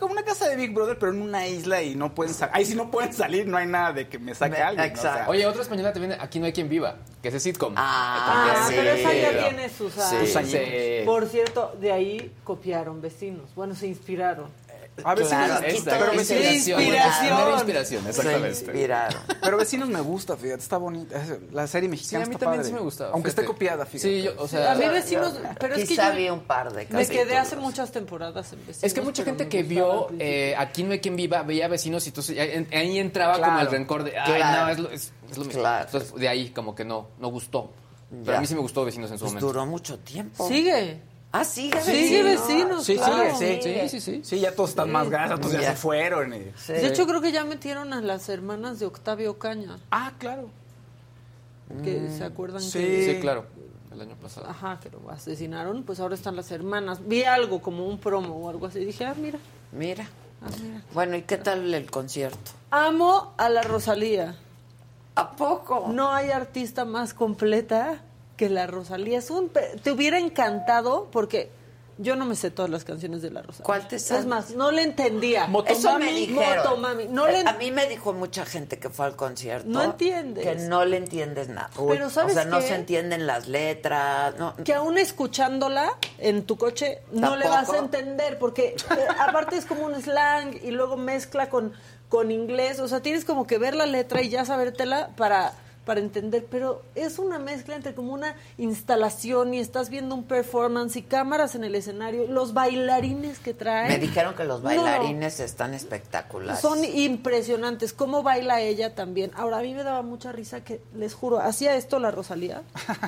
de Big Brother, pero en una isla y no pueden salir. Ahí sí no pueden salir, no hay nada de que me saque alguien. ¿no? O sea, Exacto. Oye, otra española te viene Aquí no hay quien viva, que es el sitcom. Ah, sí. pero esa ya tiene sus años. Sí. Por cierto, de ahí copiaron Vecinos. Bueno, se inspiraron. a veces Claro, me- aquí pero todo es vecinos, inspiración. Mera inspiración, Se exactamente. inspiraron. pero vecinos me gusta, fíjate, está bonita. La serie Sí, mexicana a mí está también padre. sí me gustaba. Aunque esté fíjate. copiada, fíjate. Sí, yo, o sea... A mí Vecinos, pero es que Quizá yo vi un par de me capítulos. quedé hace muchas temporadas en Vecinos. Es que mucha pero gente me que gustaba vio al principio. Aquí no hay quien viva, veía Vecinos y entonces ahí entraba Claro. como el rencor de, ay, Claro. no, es lo mismo. Claro. Entonces de ahí como que no gustó. Pero Ya. a mí sí me gustó Vecinos en su Pues momento. duró mucho tiempo. Sigue. Ah, sigue Sigue Vecinos, Sí, claro. Sí. Sí, ya todos están más grandes, todos ya Ya. se fueron. Sí. De hecho, creo que ya metieron a las hermanas de Octavio Caña, Ah, claro. que se acuerdan Sí. que... Sí, claro. El año pasado. Ajá, que lo asesinaron, pues ahora están las hermanas. Vi algo como un promo o algo así. Dije, ah, mira. Mira. Bueno, ¿y qué tal el concierto? Amo a la Rosalía. ¿A poco? No hay artista más completa que la Rosalía. Te hubiera encantado porque yo no me sé todas las canciones de la Rosalía. ¿Cuál te sabes? Es más, no le entendía. Eso me dijeron. Motomami. A mí me dijo mucha gente que fue al concierto. No entiendes. Que no le entiendes nada. Pero ¿sabes o sea, no qué? se entienden las letras. No. Que aún escuchándola en tu coche no le vas a entender porque aparte es como un slang y luego mezcla con inglés. O sea, tienes como que ver la letra y ya sabértela para entender, pero es una mezcla entre como una instalación y estás viendo un performance y cámaras en el escenario, los bailarines que trae. Me dijeron que los bailarines están espectaculares. Son impresionantes, cómo baila ella también. Ahora, a mí me daba mucha risa que, les juro, hacía esto la Rosalía.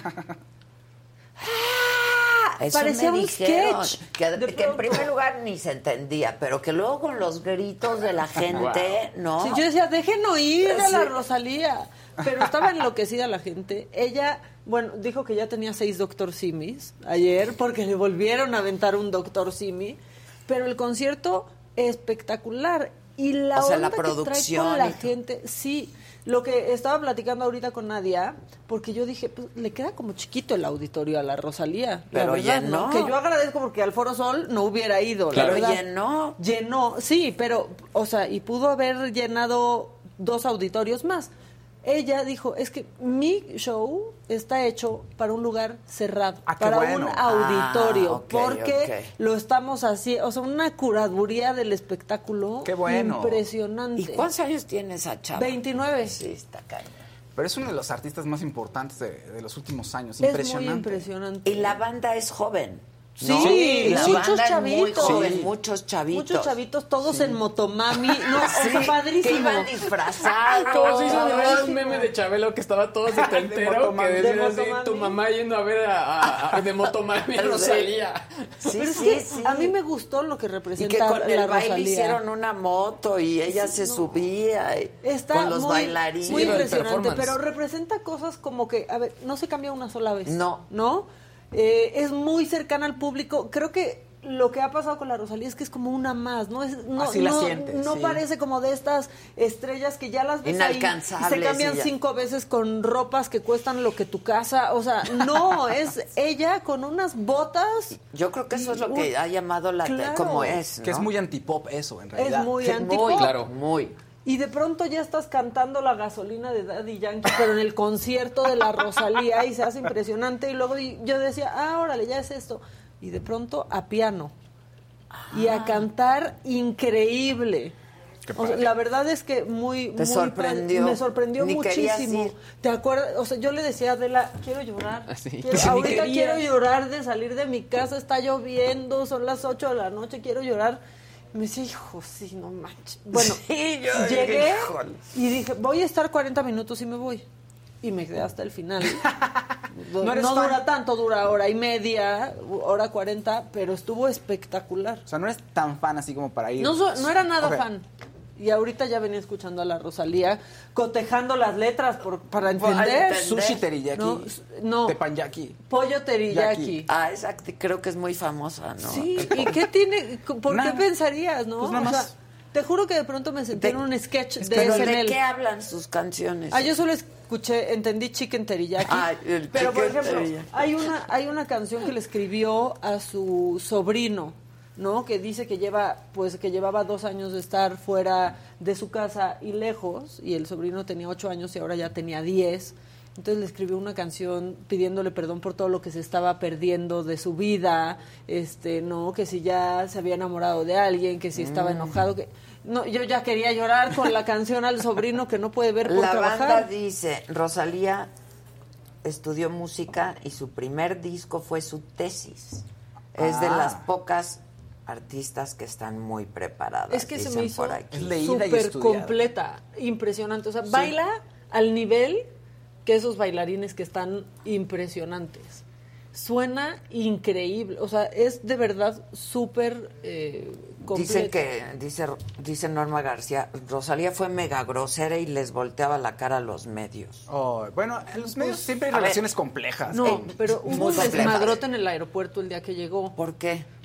Eso parecía me un dijeron, sketch. que en primer lugar ni se entendía, pero que luego con los gritos de la gente, ¿no? Sí, yo decía, dejen oír a la Rosalía. Pero estaba enloquecida la gente. Ella, bueno, dijo que ya tenía 6 Dr. Simis ayer porque le volvieron a aventar un Dr. Simi. Pero el concierto espectacular. Y la onda la que producción trae con la gente, sí. Lo que estaba platicando ahorita con Nadia, porque yo dije, pues le queda como chiquito el auditorio a la Rosalía. Pero la verdad, llenó. ¿no? Que yo agradezco porque al Foro Sol no hubiera ido. Claro, la verdad. llenó. Llenó, sí, pero, o sea, y pudo haber llenado 2 auditorios más. Ella dijo, es que mi show está hecho para un lugar cerrado, para un auditorio, porque lo estamos haciendo, o sea, una curaduría del espectáculo impresionante. ¿Y cuántos años tiene esa chava? 29. Sí, está cañón. Pero es uno de los artistas más importantes de los últimos años, Es impresionante. muy impresionante. Y la banda es joven. Sí, la muchos banda chavitos. Es muy joven, muchos chavitos. Muchos chavitos, todos en Motomami. No, o sea, padrísimo. Que iban disfrazados. Todos hizo un meme de Chabelo que estaba todo setentero, que decía así, tu mamá yendo a ver de Motomami a Rosalía. Sí. A mí me gustó lo que representa y que con el baile Rosalía. Hicieron una moto y ella se subía Está con los bailarines. Muy impresionante, pero representa cosas como que, a ver, no se cambia una sola vez. ¿No? Es muy cercana al público. Creo que lo que ha pasado con la Rosalía es que es como una más, ¿no? Así la sientes, no parece como de estas estrellas que ya las ves inalcanzables ahí y se cambian 5 veces con ropas que cuestan lo que tu casa, o sea, no, es ella con unas botas. Yo creo que eso es lo que ha llamado la como es, ¿no? Que es muy antipop eso, en realidad. Es muy antipop. Muy. Y de pronto ya estás cantando La Gasolina de Daddy Yankee, pero en el concierto de la Rosalía y se hace impresionante. Y luego yo decía, órale, ya es esto. Y de pronto a piano. Y a cantar increíble. O sea, la verdad es que ¿Te sorprendió? Me sorprendió Ni muchísimo. ¿Te acuerdas? O sea, yo le decía a Adela, quiero llorar. Sí. Ahorita quiero llorar de salir de mi casa, está lloviendo, son las 8 de la noche, quiero llorar. Me decía, hijo, sí, no manches. Bueno, llegué y dije, voy a estar 40 minutos y me voy. Y me quedé hasta el final. No dura tanto, dura hora y media, hora 40, pero estuvo espectacular. O sea, no eres tan fan así como para ir. No era nada fan. Y ahorita ya venía escuchando a la Rosalía, cotejando las letras para entender. Sushi teriyaki. No. Teppanyaki. Pollo teriyaki. Exacto. Creo que es muy famosa, ¿no? Sí. ¿Y qué tiene? ¿Por qué pensarías, no? Pues nada más. O sea, te juro que de pronto me sentí en un sketch de ¿Pero SNL. de qué hablan sus canciones? Yo solo entendí chicken teriyaki. Pero, por ejemplo, hay una canción que le escribió a su sobrino, ¿no? Que dice que llevaba 2 años de estar fuera de su casa y lejos, y el sobrino tenía 8 años y ahora ya tenía 10. Entonces le escribió una canción pidiéndole perdón por todo lo que se estaba perdiendo de su vida, no, que si ya se había enamorado de alguien, que si estaba enojado, que no, yo ya quería llorar con la canción al sobrino que no puede ver por trabajar. La banda dice, Rosalía estudió música y su primer disco fue su tesis. Es de las pocas artistas que están muy preparadas. Es que se me hizo súper completa, impresionante. O sea, baila al nivel que esos bailarines que están impresionantes. Suena increíble. O sea, es de verdad súper completa. Dice Norma García, Rosalía fue mega grosera y les volteaba la cara a los medios. Bueno, en los medios siempre hay relaciones complejas. No, pero hubo un desmadrote en el aeropuerto el día que llegó. ¿Por qué?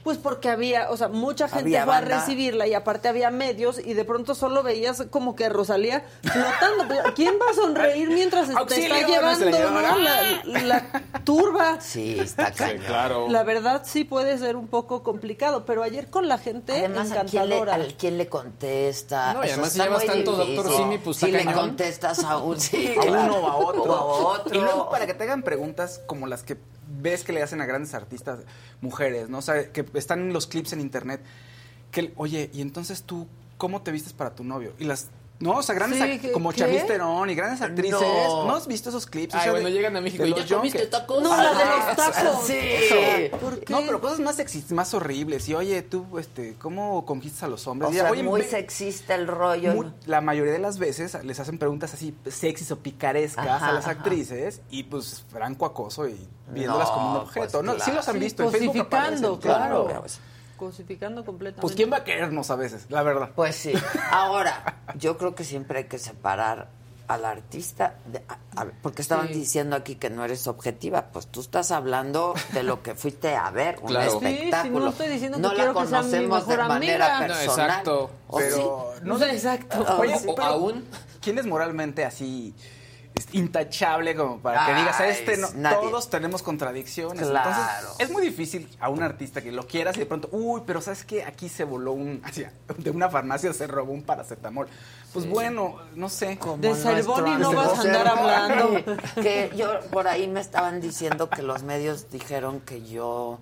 Pues porque había, o sea, mucha gente Había fue a banda. recibirla y aparte había medios y de pronto solo veías como que Rosalía flotando. ¿Quién va a sonreír mientras te ¡Auxilio! está llevando, ¡No! ¿no? la turba? Sí, está cañón. Claro. La verdad sí puede ser un poco complicado, pero ayer con la gente Además, encantadora. ¿quién le contesta? No, y además está si llevas muy tanto difícil. Dr. Simi, pues si está le cañón. contestas a un, sí, A claro. uno o a otro. O a otro. Y luego para que te hagan preguntas como las que ves que le hacen a grandes artistas, mujeres, ¿no? O sea, que están en los clips en internet. Que, oye, y entonces tú, ¿cómo te vistes para tu novio? Y las... No, o sea, grandes Sí, como ¿qué? Charlize Theron y grandes actrices. No. ¿No has visto esos clips? O Ay, sea, bueno, llegan a México de y los ¿ya comiste junkets. tacos? No, la de los tacos. Sí. ¿Por qué? No, pero cosas más sexistas, más horribles. Y oye, tú, ¿cómo conquistas a los hombres? O Y, sea, oye, muy ve- sexista el rollo. la mayoría de las veces les hacen preguntas así sexys o picarescas Ajá, a las ajá. actrices y pues franco acoso y viéndolas No, como un objeto. pues, no, sí claro. los han Sí, visto en Facebook cosificando, aparecen, claro. Claro. Cosificando completamente. Pues quién va a querernos a veces, la verdad. Pues sí. Ahora, yo creo que siempre hay que separar al artista, porque estaban Sí. diciendo aquí que no eres objetiva, pues tú estás hablando de lo que fuiste a ver, un Claro. Sí, sí, espectáculo. no estoy diciendo que no la quiero que sea mi conocemos de mejor manera amiga. No, personal. exacto. ¿O Pero sí? No sé, exacto. Ah, Oye, sí. O pero aún. ¿quién es moralmente así intachable como para que Ay, digas, no, nadie. todos tenemos contradicciones? Claro. Entonces, es muy difícil a un artista que lo quieras y de pronto, uy, pero ¿sabes qué? Aquí se voló de una farmacia se robó un paracetamol. Pues bueno, no sé. Como De Cervoni nuestro no vas a andar Cervoni. hablando. Que yo, por ahí me estaban diciendo que los medios dijeron que yo,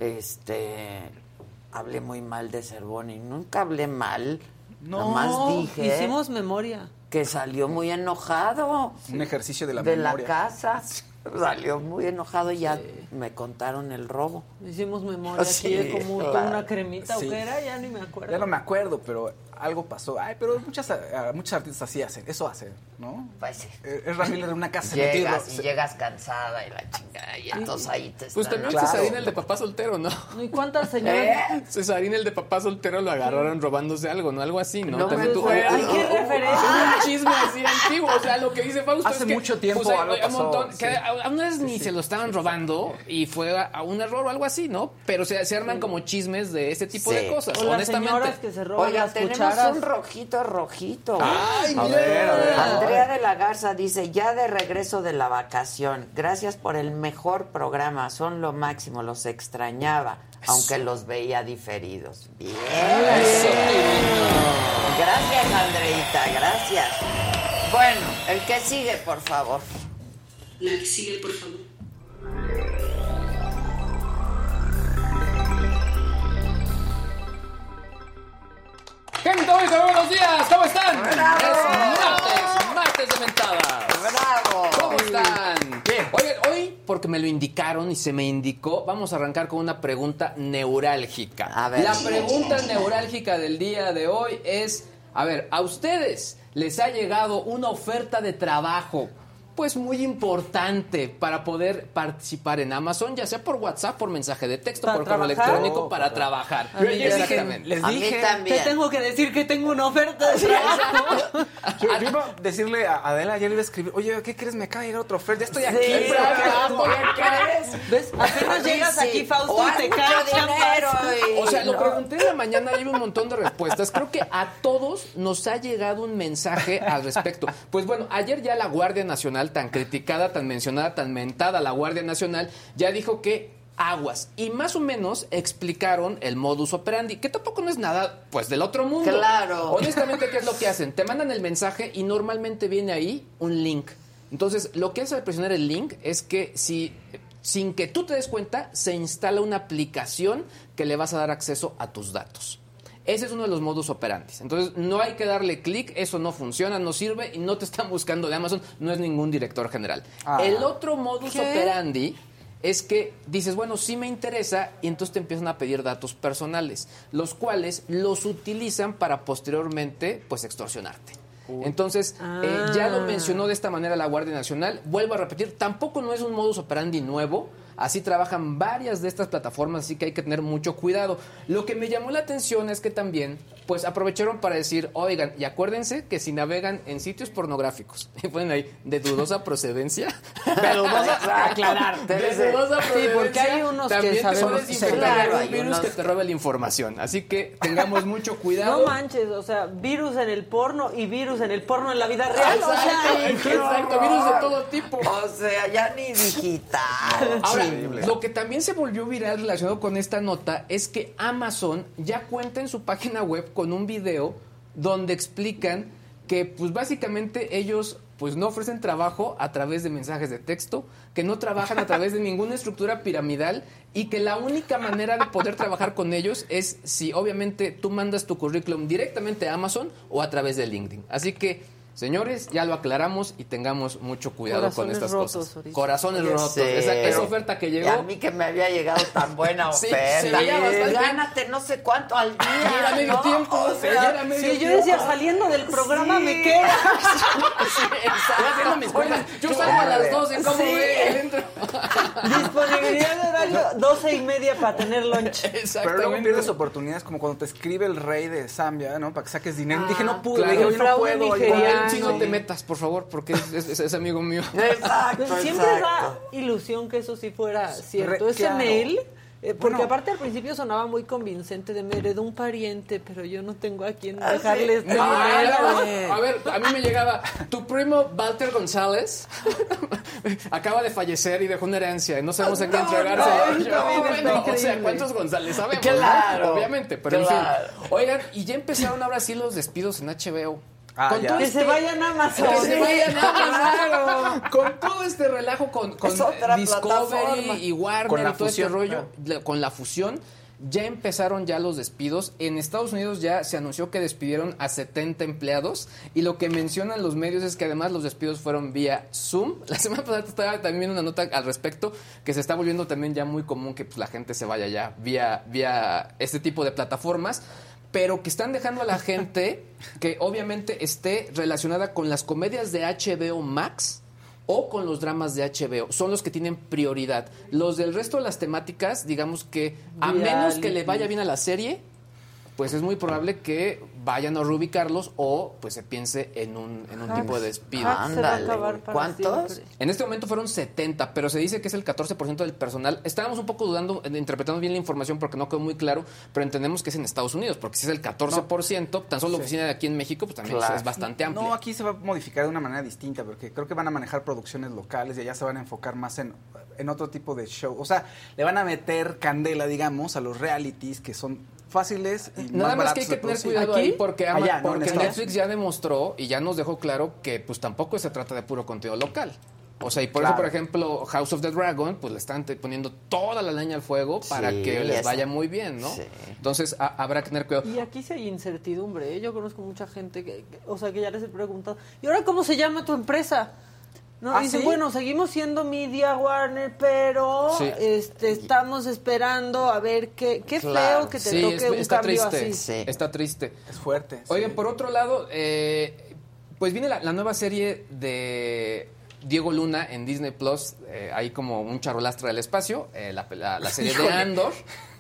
hablé muy mal de Cervoni. Nunca hablé mal. Nomás dije Hicimos memoria. que salió muy enojado Un ejercicio de la de memoria. la casa. Salió muy enojado y ya me contaron el robo. Hicimos memoria Sí, aquí de como claro. una cremita Sí. o qué era, ya ni me acuerdo. Ya no me acuerdo, pero algo pasó. Ay, pero muchos artistas así hacen, eso hacen, ¿no? Pues sí. Es Ramírez en una casa Llegas metido. y llegas cansada y la chingada y entonces ahí te Pues están... también Claro. Cesarín, el de papá soltero, ¿no? ¿Y cuántas señoras? Cesarín, el de papá soltero, lo agarraron robándose algo, ¿no? Algo así, ¿no? No También me tú. acuerdo. Ay, qué referencia. Un chisme así antiguo, o sea, lo que dice Fausto Hace es que, mucho tiempo pues, algo un pasó, montón, sí. que a unas ni se lo estaban robando y fue a un error o algo así, ¿no? Pero se arman como chismes de ese tipo Sí. de cosas, O las honestamente. señoras que se roban Oiga, las tenemos cucharas. un rojito. Ay, A mira. ver, a ver. Andrea de la Garza dice, ya de regreso de la vacación, gracias por el mejor programa, son lo máximo, los extrañaba, aunque los veía diferidos. Bien. Gracias, Andreita, gracias. Bueno, el que sigue, por favor. La que sigue, por favor. Gente, hoy, buenos días, ¿cómo están? ¡Bravo! Es martes de mentadas. ¡Bravo! ¿Cómo están? Bien. Oigan, hoy, porque me lo indicaron y se me indicó, vamos a arrancar con una pregunta neurálgica. A ver. La pregunta neurálgica del día de hoy es, a ver, ¿a ustedes les ha llegado una oferta de trabajo? Pues muy importante para poder participar en Amazon, ya sea por WhatsApp, por mensaje de texto, ¿Para por correo trabajar? electrónico, para trabajar. A mí ya Exactamente. Les A mí dije, también. Te tengo que decir que tengo una oferta de trabajo. yo iba a decirle a Adela, ya le iba a escribir, oye, ¿qué crees? Me acaba de llegar otro oferta, ya estoy aquí. Sí, bravo, ¿qué ¿Ves? Apenas llegas Sí, aquí, Fausto, o y hay te mucho cae dinero y- O sea, lo no. pregunté en la mañana y hay un montón de respuestas. Creo que a todos nos ha llegado un mensaje al respecto. Pues bueno, ayer ya la Guardia Nacional, tan criticada, tan mencionada, tan mentada, la Guardia Nacional, ya dijo que aguas. Y más o menos explicaron el modus operandi, que tampoco no es nada, pues, del otro mundo. Claro. Honestamente, ¿qué es lo que hacen? Te mandan el mensaje y normalmente viene ahí un link. Entonces, lo que hace al presionar el link es que sin que tú te des cuenta, se instala una aplicación que le vas a dar acceso a tus datos. Ese es uno de los modus operandi. Entonces, no hay que darle clic, eso no funciona, no sirve y no te están buscando de Amazon, no es ningún director general. El otro modus operandi es que dices, bueno, sí me interesa y entonces te empiezan a pedir datos personales, los cuales los utilizan para posteriormente, pues, extorsionarte. Entonces, ya lo mencionó de esta manera la Guardia Nacional. Vuelvo a repetir, tampoco no es un modus operandi nuevo. Así trabajan varias de estas plataformas, así que hay que tener mucho cuidado. Lo que me llamó la atención es que también, pues aprovecharon para decir, oigan, y acuérdense que si navegan en sitios pornográficos, y ponen ahí, de dudosa procedencia, Pero vamos a aclarar. de dudosa procedencia, Sí, porque hay unos también que te sabemos puedes que infectar claro, de hay un virus unos que te robe la información. Así que tengamos mucho cuidado. No manches, o sea, virus en el porno y virus en el porno en la vida real. O sea, Exacto, virus de todo tipo. O sea, ya ni digital. Ahora, Increíble. lo que también se volvió viral relacionado con esta nota es que Amazon ya cuenta en su página web con un video donde explican que pues básicamente ellos pues no ofrecen trabajo a través de mensajes de texto, que no trabajan a través de ninguna estructura piramidal y que la única manera de poder trabajar con ellos es si obviamente tú mandas tu currículum directamente a Amazon o a través de LinkedIn. Así que señores, ya lo aclaramos y tengamos mucho cuidado Corazones con estas rotos, cosas. ahorita. Corazones rotos. Sí, Esa pero- oferta que Y llegó. a mí que me había llegado tan buena Sí, oferta. se veía bastante. Gánate no sé cuánto al día. Era medio ¿no? tiempo, O sea, era medio sí, yo tiempo. decía, saliendo del programa Sí. me queda. Estoy haciendo mis cuentas. Yo salgo a las 12, ¿cómo Sí. ve? Entro. Disponibilidad de horario 12:30 para tener lunch. Pero luego pierdes Exactamente. oportunidades como cuando te escribe el rey de Zambia, ¿no? Para que saques dinero. Dije, no pude. claro. Le dije, hoy no Fraude puedo. nigeriano. Sí, no te metas, por favor, porque es amigo mío. Exacto, Pues siempre exacto. da ilusión que eso sí fuera cierto. Ese claro. mail, porque Bueno. aparte al principio sonaba muy convincente de me heredó un pariente, pero yo no tengo a quien Ah, dejarle este No, dinero. a ver, a mí me llegaba, tu primo Walter González acaba de fallecer y dejó una herencia y no sabemos a quién entregarse. no, Yo, también está bueno, o sea, increíble. ¿cuántos González sabemos? Claro, ¿no? Obviamente, pero claro. en fin. Oigan, y ya empezaron ahora sí los despidos en HBO. Ah, Con ya. todo Que este- se vayan a Amazon. Que se vayan a Claro. Amazon. Con todo este relajo con Es otra Discovery plataforma. y Warner Con la y todo fusión, este rollo, claro. con la fusión, ya empezaron ya los despidos. En Estados Unidos ya se anunció que despidieron a 70 empleados y lo que mencionan los medios es que además los despidos fueron vía Zoom. La semana pasada estaba también viendo una nota al respecto que se está volviendo también ya muy común que pues, la gente se vaya ya vía este tipo de plataformas, pero que están dejando a la gente que obviamente esté relacionada con las comedias de HBO Max o con los dramas de HBO. Son los que tienen prioridad. Los del resto de las temáticas, digamos que a menos que le vaya bien a la serie, pues es muy probable que vayan a reubicarlos o pues se piense en un tipo de despido. Hacks se va a Ándale, acabar para ¿cuántos? siempre. En este momento fueron 70, pero se dice que es el 14% del personal. Estábamos un poco dudando, interpretando bien la información porque no quedó muy claro, pero entendemos que es en Estados Unidos, porque si es el 14%, tan solo la oficina de aquí en México, pues también Claro. es bastante amplia. No, aquí se va a modificar de una manera distinta, porque creo que van a manejar producciones locales y allá se van a enfocar más en otro tipo de show. O sea, le van a meter candela, digamos, a los realities que son fáciles y Nada más que hay baratos que de tener producir. cuidado ¿Aquí? ahí porque, Allá, no, porque en Estados Netflix ya demostró y ya nos dejó claro que pues tampoco se trata de puro contenido local. O sea, y por Claro. eso, por ejemplo, House of the Dragon, pues le están poniendo toda la leña al fuego para Sí, que les eso. vaya muy bien, ¿no? Sí. Entonces, habrá que tener cuidado. Y aquí sí hay incertidumbre, ¿eh? Yo conozco mucha gente o sea, que ya les he preguntado, ¿y ahora cómo se llama tu empresa? No, ¿Ah, dicen, sí? bueno, seguimos siendo Media Warner, pero Sí. estamos esperando a ver qué Claro. feo que te Sí, toque un está cambio triste. así. Sí. Está triste. Es fuerte. Oigan, sí. por otro lado, pues viene la nueva serie de Diego Luna en Disney Plus, ahí como un charolastra del espacio, la serie de Andor.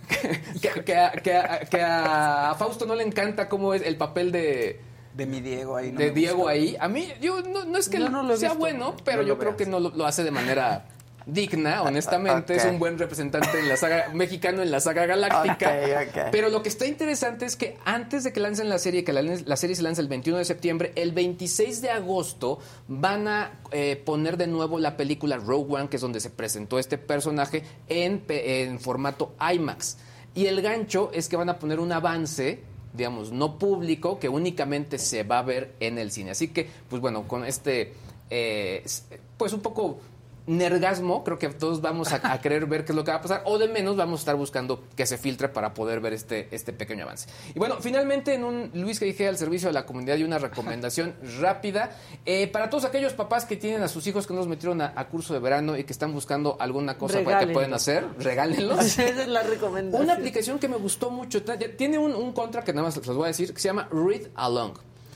que a Fausto no le encanta cómo es el papel de mi Diego ahí. No de me Diego gusta. ahí. A mí, yo no es que Yo no lo he sea visto. bueno, pero No yo lo creo veas. que no lo hace de manera digna, honestamente. Ok. Es un buen representante en la saga mexicano en la saga galáctica. Ok, ok. Pero lo que está interesante es que antes de que lancen la serie, que la serie se lanza el 21 de septiembre, el 26 de agosto van a poner de nuevo la película Rogue One, que es donde se presentó este personaje, en formato IMAX. Y el gancho es que van a poner un avance, digamos, no público, que únicamente se va a ver en el cine. Así que, pues bueno, con pues un poco nergasmo, creo que todos vamos a querer ver qué es lo que va a pasar, o de menos vamos a estar buscando que se filtre para poder ver este pequeño avance. Y bueno, finalmente en un Luis G.I.G. al servicio de la comunidad y una recomendación rápida para todos aquellos papás que tienen a sus hijos que nos metieron a curso de verano y que están buscando alguna cosa para que Regálenlos. pueden hacer, regálenlos. Esa es la recomendación. Una aplicación que me gustó mucho, tiene un contra que nada más les voy a decir, que se llama Read Along.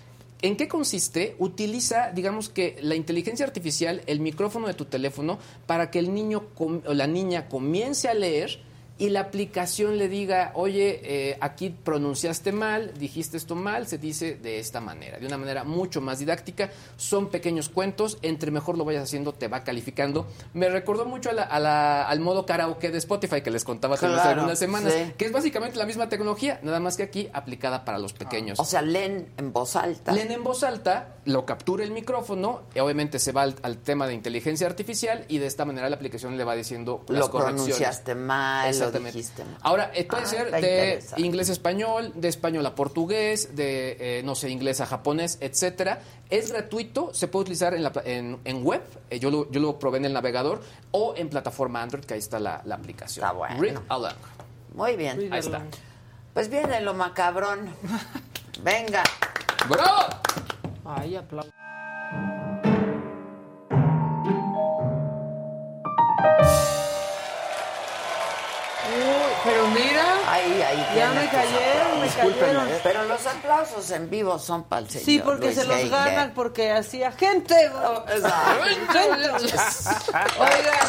¿En qué consiste? Utiliza, digamos que la inteligencia artificial, el micrófono de tu teléfono, para que el niño o la niña comience a leer y la aplicación le diga, oye, aquí pronunciaste mal, dijiste esto mal, se dice de esta manera, de una manera mucho más didáctica. Son pequeños cuentos, entre mejor lo vayas haciendo, te va calificando. Me recordó mucho al modo karaoke de Spotify que les contaba hace algunas semanas, que es básicamente la misma tecnología, nada más que aquí aplicada para los pequeños. O sea, leen en voz alta. Leen en voz alta, lo captura el micrófono, y obviamente se va al tema de inteligencia artificial y de esta manera la aplicación le va diciendo las correcciones. Lo pronunciaste mal. Ahora, puede ser de inglés a español, de español a portugués, de, no sé, inglés a japonés, etcétera. Es gratuito, se puede utilizar en web, yo lo probé en el navegador, o en plataforma Android, que ahí está la aplicación. Está bueno. Read Along. Muy bien. Ahí está. Pues viene lo macabrón. Venga. ¡Bravo! Ay, aplauso. Pero mira, ya me cayeron. Pero los aplausos en vivo son para el señor. Sí, porque Luis se los Geiger. ganan porque hacía gente. Oigan,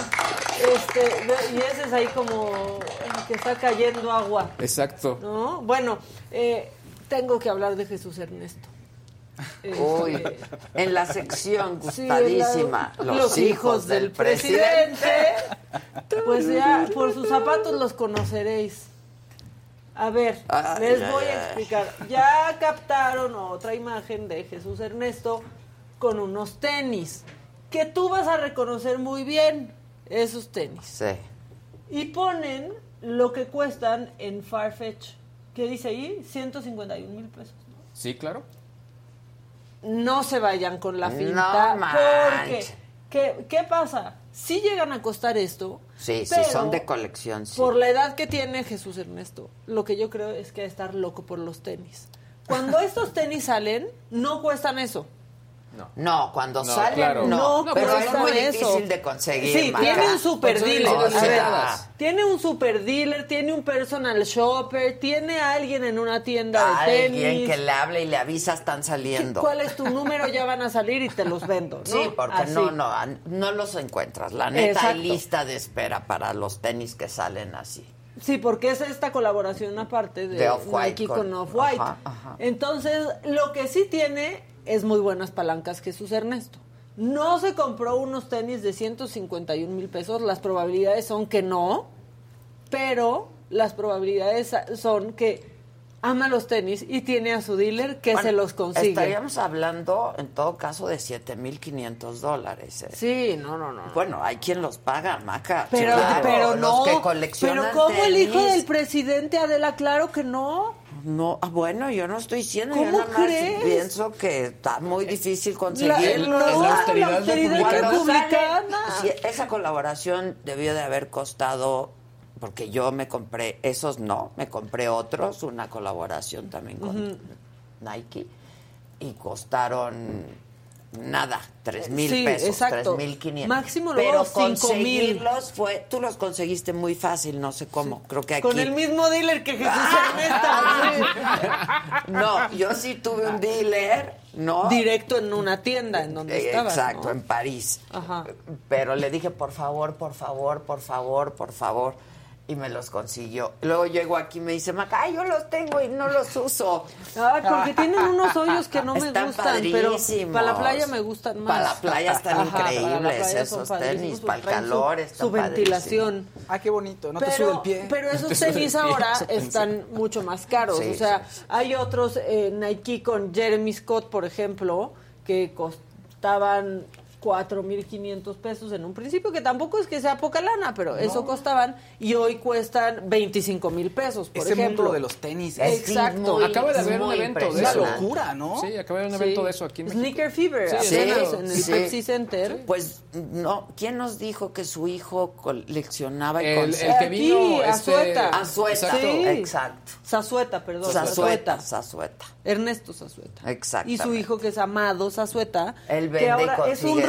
y ese es ahí como que está cayendo agua. Exacto. ¿No? Bueno, tengo que hablar de Jesús Ernesto. Uy, en la sección gustadísima, los hijos del presidente. Pues ya, por sus zapatos los conoceréis. A ver, les voy a explicar. Ya captaron otra imagen de Jesús Ernesto con unos tenis que tú vas a reconocer muy bien, esos tenis. Sí. Y ponen lo que cuestan en Farfetch. ¿Qué dice ahí? 151,000 pesos. ¿No? Sí, claro. No se vayan con la finta, porque ¿qué pasa? Sí llegan a costar esto, sí, pero son de colección, sí. Por la edad que tiene Jesús Ernesto, lo que yo creo es que va a estar loco por los tenis. Cuando estos tenis salen, no cuestan eso. No, cuando salen, claro. no, pero es muy eso. difícil de conseguir. Sí, tiene un super dealer. Tiene un super dealer, tiene un personal shopper, tiene a alguien en una tienda de tenis. Alguien que le hable y le avisa, están saliendo. ¿Cuál es tu número? Ya van a salir y te los vendo, ¿no? Sí, porque así. no los encuentras. La neta, Exacto. hay lista de espera para los tenis que salen así. Sí, porque es esta colaboración aparte de Nike con Off-White. Ajá. Entonces, lo que sí tiene es muy buenas palancas Jesús Ernesto. No se compró unos tenis de 151,000 pesos. Las probabilidades son que no, pero las probabilidades son que ama los tenis y tiene a su dealer que se los consigue. Estaríamos hablando, en todo caso, de $7,500. Sí, no. Bueno, hay quien los paga, Maca. Pero, claro, pero no. Los que coleccionan pero ¿cómo el hijo tenis? del presidente, Adela? Claro que no. No, bueno, yo no estoy diciendo, ¿Cómo yo nada más crees? pienso que está muy difícil conseguir. La austeridad republicana. Esa colaboración debió de haber costado, porque yo me compré, esos no, me compré otros, una colaboración también con Nike, y costaron nada, 3,000 pesos, exacto. 3,500. Máximo pero luego 5,000. conseguirlos tú los conseguiste muy fácil, no sé cómo, creo que aquí. Con el mismo dealer que Jesús Ernesto. No, yo sí tuve un dealer, ¿no? Directo en una tienda en donde estaba. Exacto, ¿no? en París. Ajá. Pero le dije, por favor, y me los consiguió. Luego llego aquí y me dice, Maca, yo los tengo y no los uso. Ay, porque tienen unos hoyos que no me Están gustan, pero padrísimos. para la playa me gustan más. Para la playa están increíbles para la playa esos son tenis, para el traen calor su están ventilación. Ah, qué bonito, no te sube el pie. Pero esos tenis ahora están mucho más caros. Sí, o sea, hay otros Nike con Jeremy Scott, por ejemplo, que costaban 4,500 pesos en un principio, que tampoco es que sea poca lana, pero eso costaban, y hoy cuestan 25,000 pesos, por ejemplo. Mundo de los tenis. Exacto. Acaba de haber un evento de Es una eso. locura, ¿no? Sí, acaba de haber un evento de eso aquí en México. Sneaker Fever, Sí, apenas en el sí. Pepsi Center. Pues, no, ¿quién nos dijo que su hijo coleccionaba y El conseguía? que vino... Aquí, Azueta. Azueta, Sí. exacto. Zazueta, perdón. Zazueta. Ernesto Zazueta. Exactamente. Y su hijo, que es Amado Zazueta, Él vende que y ahora es un consigue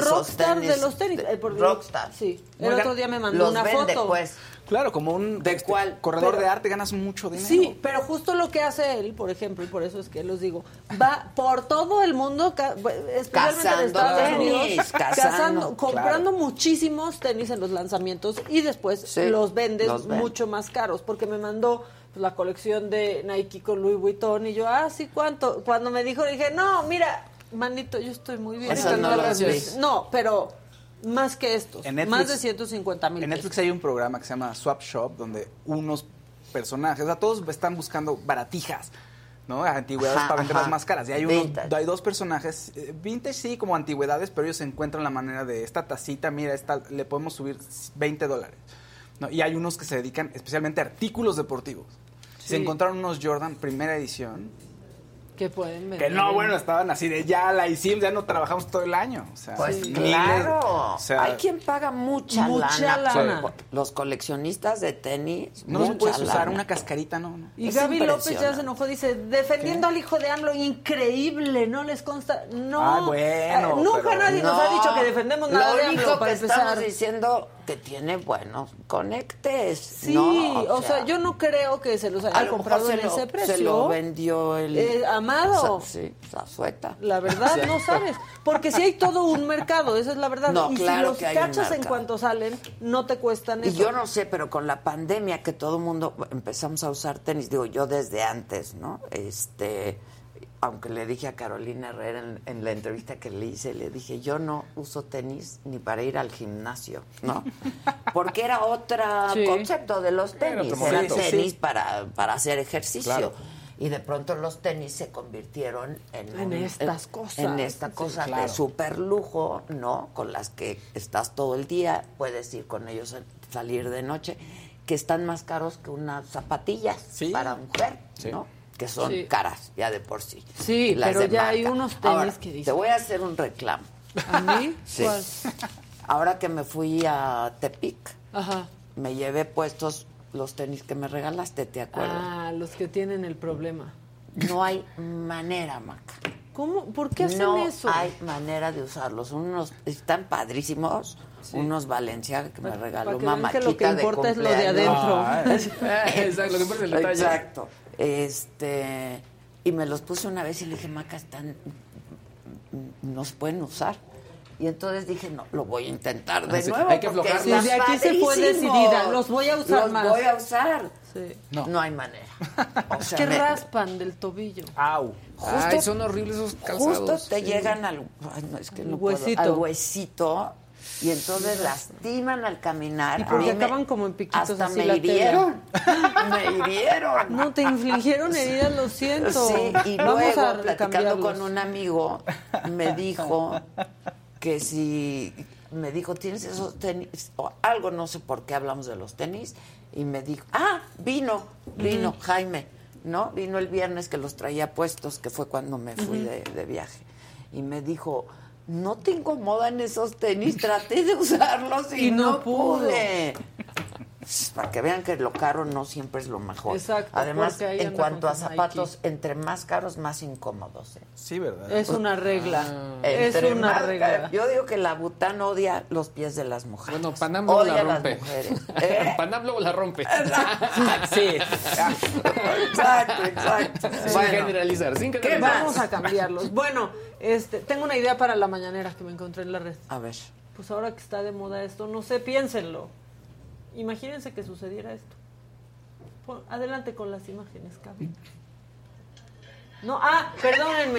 esos rockstar tenis. de los tenis. Rockstar. Sí. El otro día me mandó los una vende, foto. Pues. Claro, como un ¿De cuál? corredor Pero- de arte ganas mucho dinero. Sí, pero justo lo que hace él, por ejemplo, y por eso es que los digo, va por todo el mundo, especialmente Cazando en Estados tenis, Unidos, cazando, comprando muchísimos tenis en los lanzamientos y después Sí, los vendes los vende. mucho más caros, porque me mandó pues, la colección de Nike con Louis Vuitton y yo, sí, ¿cuánto? Cuando me dijo, dije, no, mira, manito, yo estoy muy bien. Eso no los vi. No, pero más que estos, En Netflix- más de 150,000 En Netflix hay un programa que se llama Swap Shop, donde unos personajes, o sea, todos están buscando baratijas, ¿no? Antigüedades Ajá, para venderlas ajá. más caras. Y hay, Vintage. hay dos personajes, vintage sí, como antigüedades, pero ellos encuentran la manera de esta tacita, mira, esta le podemos subir $20, ¿no? Y hay unos que se dedican especialmente a artículos deportivos. Se encontraron unos Jordan primera edición, que pueden vender. que no, bueno, estaban así de ya la hicimos, ya no trabajamos todo el año. O sea, Pues miles, claro, o sea, hay quien paga mucha lana. lana. Los coleccionistas de tenis, no mucha se puedes usar lana. una cascarita, no. Y Es Gaby López ya impresionante. se enojó, dice, defendiendo al hijo de AMLO, increíble, no les consta. No, Ah, bueno, nunca pero- nadie nos ha dicho que defendemos nada Lo de único AMLO, para que estamos empezar. diciendo que tiene buenos conectes. Sí, ¿no? o sea, yo no creo que se los a haya lo comprado mejor en ese precio. se lo vendió el Amado. Sí, Zazueta. La verdad, no sabes. Porque si hay todo un mercado, esa es la verdad. No, y claro si los que hay un cachas en mercado. cuanto salen, no te cuestan Y eso. yo no sé, pero con la pandemia que todo el mundo empezamos a usar tenis, digo yo desde antes, ¿no? Aunque le dije a Carolina Herrera en la entrevista que le hice, le dije, yo no uso tenis ni para ir al gimnasio, ¿no? Porque era otro Sí. concepto de los tenis, otro era momento. tenis Sí. para hacer ejercicio. Claro. Y de pronto los tenis se convirtieron En estas cosas. En esta cosa de súper lujo, ¿no? Con las que estás todo el día, puedes ir con ellos a salir de noche, que están más caros que unas zapatillas Sí. para mujer, Sí. ¿no? Que son Sí. caras ya de por sí. Sí, Las pero de ya marca. hay unos tenis Ahora, que dicen- te voy a hacer un reclamo. ¿A mí? Sí. ¿Cuál? Ahora que me fui a Tepic, Ajá. me llevé puestos los tenis que me regalaste, ¿te acuerdas? Ah, los que tienen el problema. No hay manera, Maca. ¿Cómo? ¿Por qué hacen No eso? hay manera de usarlos. Unos están padrísimos, unos Valenciaga que me regaló para que vean que Mamaquita lo que de importa es lo de cumpleaños. adentro. Exacto, lo que importa es el detalle. Exacto. Y me los puse una vez y le dije, Maca, no se pueden usar. Y entonces dije, no, lo voy a intentar de Sí, nuevo. hay que porque aflojarlos. están Desde aquí se fue padrísimos. decidida, los voy a usar Los más. voy a usar. Sí. No hay manera. O sea, Que me- raspan del tobillo. Au. Ay, son horribles esos calzados. Justo te Sí. llegan al, ay, no, es que Al no puedo, huesito. al huesito y entonces lastiman al caminar. Y A porque mí me- acaban como en piquitos hasta así me la hirieron. Me hirieron. No, te infligieron heridas, lo siento. Sí, y Vamos luego a platicando cambiarlos. con un amigo me dijo que si me dijo, ¿tienes esos tenis? O algo, no sé por qué hablamos de los tenis. Y me dijo, vino Jaime, ¿no? Vino el viernes que los traía puestos, que fue cuando me fui de viaje. Y me dijo, ¿no te incomodan esos tenis? Traté de usarlos y Y no no pudo. pude. Para que vean que lo caro no siempre es lo mejor. Exacto, Además, porque ahí en anda cuanto con a tus zapatos, entre más caros, más incómodos. Sí, ¿verdad? Es una regla. Es Entre una más regla. caro. Yo digo que la Bután odia los pies de las mujeres. Bueno, Panam luego odia la a las rompe. mujeres. Panam luego la rompe. Sí. Exacto. Sin Bueno, generalizar, sin ¿qué generalizar. Vamos a cambiarlos. Bueno, tengo una idea para la mañanera que me encontré en la red. a ver. Pues ahora que está de moda esto, no sé, piénsenlo. Imagínense que sucediera esto. Adelante con las imágenes, Gaby. No, perdónenme.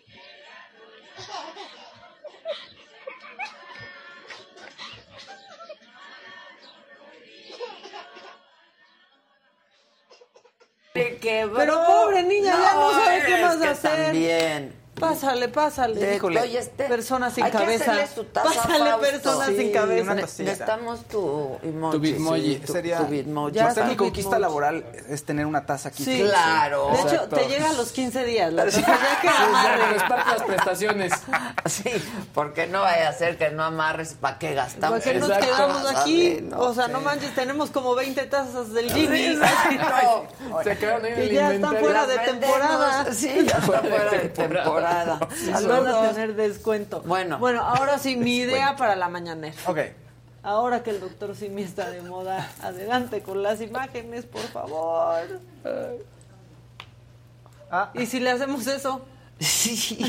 Pero pobre niña, ya no sabe qué es más que hacer. También. Pásale. Híjole. Oye, Persona sin hay que cabeza. hacerle su taza a Pásale, Fausto. persona Sí, sin cabeza. una tacita. Necesitamos tu emoji. Tu Bitmoji. sí, Sería tu Bitmoji. Ya Más está mi mi conquista Bitmoji. laboral es tener una taza aquí. Sí. Claro. De hecho, Exacto. te llega a los 15 días. La taza, ya que Exacto, amarre. es parte de las prestaciones. Sí, porque no vaya a ser que no amarres para qué gastamos. ¿Para qué nos Exacto. quedamos aquí? ¿Sabe? No o sea, sé. no manches, tenemos como 20 tazas del Jimmy. Exacto. Se quedaron ahí en Que el ya están inventario. fuera Las de vendemos. temporada. Sí, ya está fuera de temporada. privada. Van Saludos. a tener descuento. Bueno, ahora sí, mi idea para la mañanera. Ok. Ahora que el doctor Simi está de moda, adelante con las imágenes, por favor. ¿Y si le hacemos eso? Sí.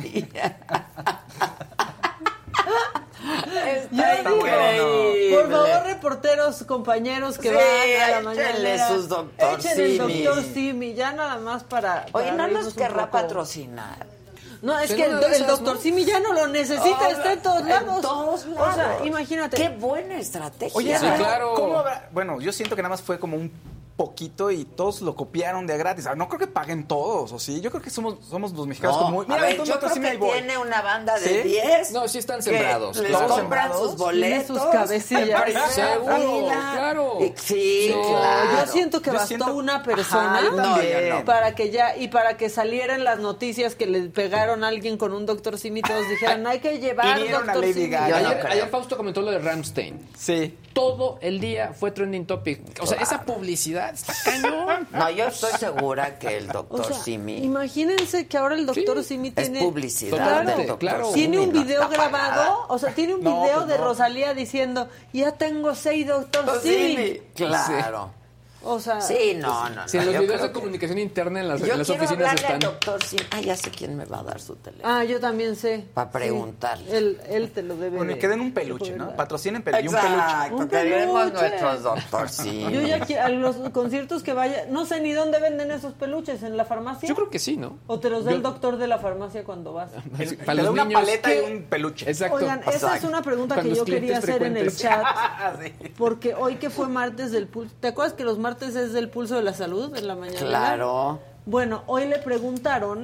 Ya Está digo, increíble. por favor, reporteros, compañeros que Sí, van a la échenle mañanera, sus Dr. echen el Simi. doctor Simi, ya nada más para Oye, no reírnos nos un querrá poco. patrocinar. No, es En que una de el esas, doctor ¿no? Simi ya no lo necesita, está en todos lados. En todos lados. O sea, imagínate. Qué buena estrategia. Oye, Sí, claro. ¿cómo habrá? Bueno, yo siento que nada más fue como un poquito y todos lo copiaron de a gratis. No creo que paguen todos, ¿o sí? Yo creo que somos los mexicanos como muy... a ver, entonces, yo creo sí me que voy. tiene una banda de ¿Sí? 10. No, sí están que sembrados. Les claro. compran sus boletos. Tiene sus cabecillas. Primera Seguro, fila. claro. Sí, No, claro. Yo siento que bastó una persona Ajá, yo también. No, yo no. para que salieran las noticias que le pegaron a alguien con un doctor Simi, todos dijeran, hay que llevar Hirieron a doctor Lady Simi. Gaga. Yo no Ayer, creo. ayer Fausto comentó lo de Rammstein. Sí. Todo el día fue trending topic. O sea, esa publicidad está cañón. No, yo estoy segura que el O doctor sea, Simi imagínense que ahora el doctor Sí, Simi es tiene... publicidad Totalmente, del doctor claro. Simi, Tiene un no video está grabado, pagada. o sea, tiene un No, video pues de no. Rosalía diciendo, ya tengo 6 doctor Doctor Simi. Simi, claro. O sea, Sí, no, no. Si en no, los yo videos creo de que- comunicación interna en las Yo quiero oficinas hablarle están. al doctor Simi. Ah, ya sé quién me va a dar su teléfono. Ah, yo también sé. Pa' Sí. preguntarle. Él te lo debe Bueno, y de- que den un de peluche, poder ¿no? dar. Patrocinen y un peluche. Exacto, Un que queremos peluche. nuestros doctor Simi. Yo ya a los conciertos que vaya, no sé ni dónde venden esos peluches, ¿en la farmacia? Yo creo que sí, ¿no? ¿O te los da Yo- el doctor de la farmacia cuando vas? Sí, Te para da los una niños. paleta ¿Qué? y un peluche. Exacto. Oigan, esa es una pregunta Para que los yo quería clientes hacer en el frecuentes. chat. Porque hoy que fue martes del pulso, ¿te acuerdas que los martes es del pulso de la salud en la mañana? Claro. Bueno, hoy le preguntaron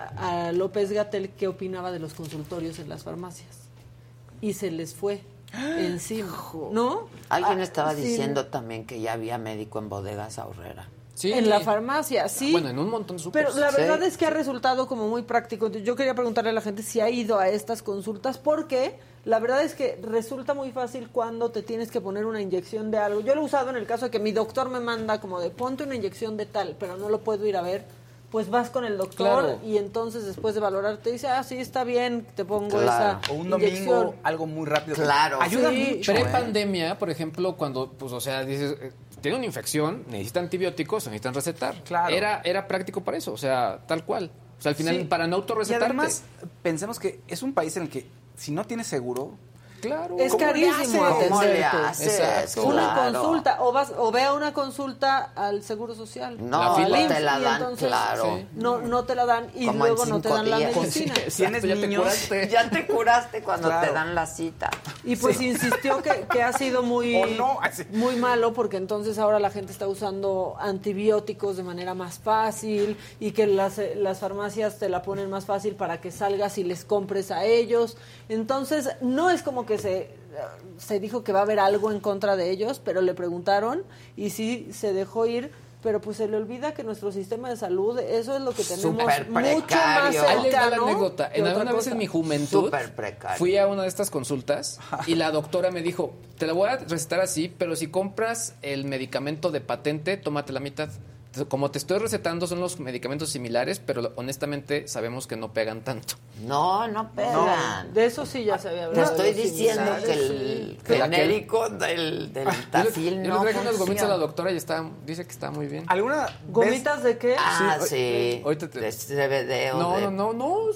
a López-Gatell qué opinaba de los consultorios en las farmacias. Y se les fue encima, ¿no? Alguien estaba sí. diciendo también que ya había médico en Bodegas Aurrera. Sí. En la farmacia, sí. Bueno, en un montón de supers. Pero la Sí. verdad es que ha resultado como muy práctico. Entonces, yo quería preguntarle a la gente si ha ido a estas consultas, porque la verdad es que resulta muy fácil cuando te tienes que poner una inyección de algo. Yo lo he usado en el caso de que mi doctor me manda como de ponte una inyección de tal, pero no lo puedo ir a ver. Pues vas con el doctor Claro. y entonces después de valorar te dice, ah, sí, está bien, te pongo Claro. esa O un domingo, inyección. algo muy rápido. Claro. Ayuda Sí. mucho. Pre-pandemia, por ejemplo, cuando, pues, o sea, dices, tiene una infección, necesita antibióticos, se necesitan recetar. Claro. Era práctico para eso, o sea, tal cual. O sea, al final, Sí. para no Y autorrecetarte. además, pensemos que es un país en el que si no tienes seguro, claro. Es ¿Cómo le carísimo haces? ¿Cómo le atenderte. haces? Exacto. Una Claro. consulta, o ve a una consulta al Seguro Social. No, La o fila. al no te IMSS, la y dan, entonces claro. Sí. no te la dan y Como luego en no te 5 dan la días. medicina. tienes ya te niños, curaste. Ya te curaste cuando Claro. te dan la cita. Y pues insistió que ha sido muy, O no, así. muy malo porque entonces ahora la gente está usando antibióticos de manera más fácil y que las farmacias te la ponen más fácil para que salgas y les compres a ellos. Entonces no es como que se dijo que va a haber algo en contra de ellos, pero le preguntaron y sí se dejó ir. Pero pues se le olvida que nuestro sistema de salud, eso es lo que tenemos Súper mucho más precario. Ahí les va la cercano anécdota. que En otra alguna vez cosa. en mi juventud Súper precario. fui a una de estas consultas y la doctora me dijo, te la voy a recetar así, pero si compras el medicamento de patente, tómate la mitad. Como te estoy recetando, son los medicamentos similares, pero honestamente sabemos que no pegan tanto. No, no pegan. De eso sí ya se había Te hablado. estoy de diciendo similares, que sí. el genérico del Tafil yo no le traje unas gomitas a la funciona. doctora y dice que está muy bien. ¿alguna vez- ¿Gomitas de qué? Ah, Sí, sí. ahorita te- De CBD o de... No,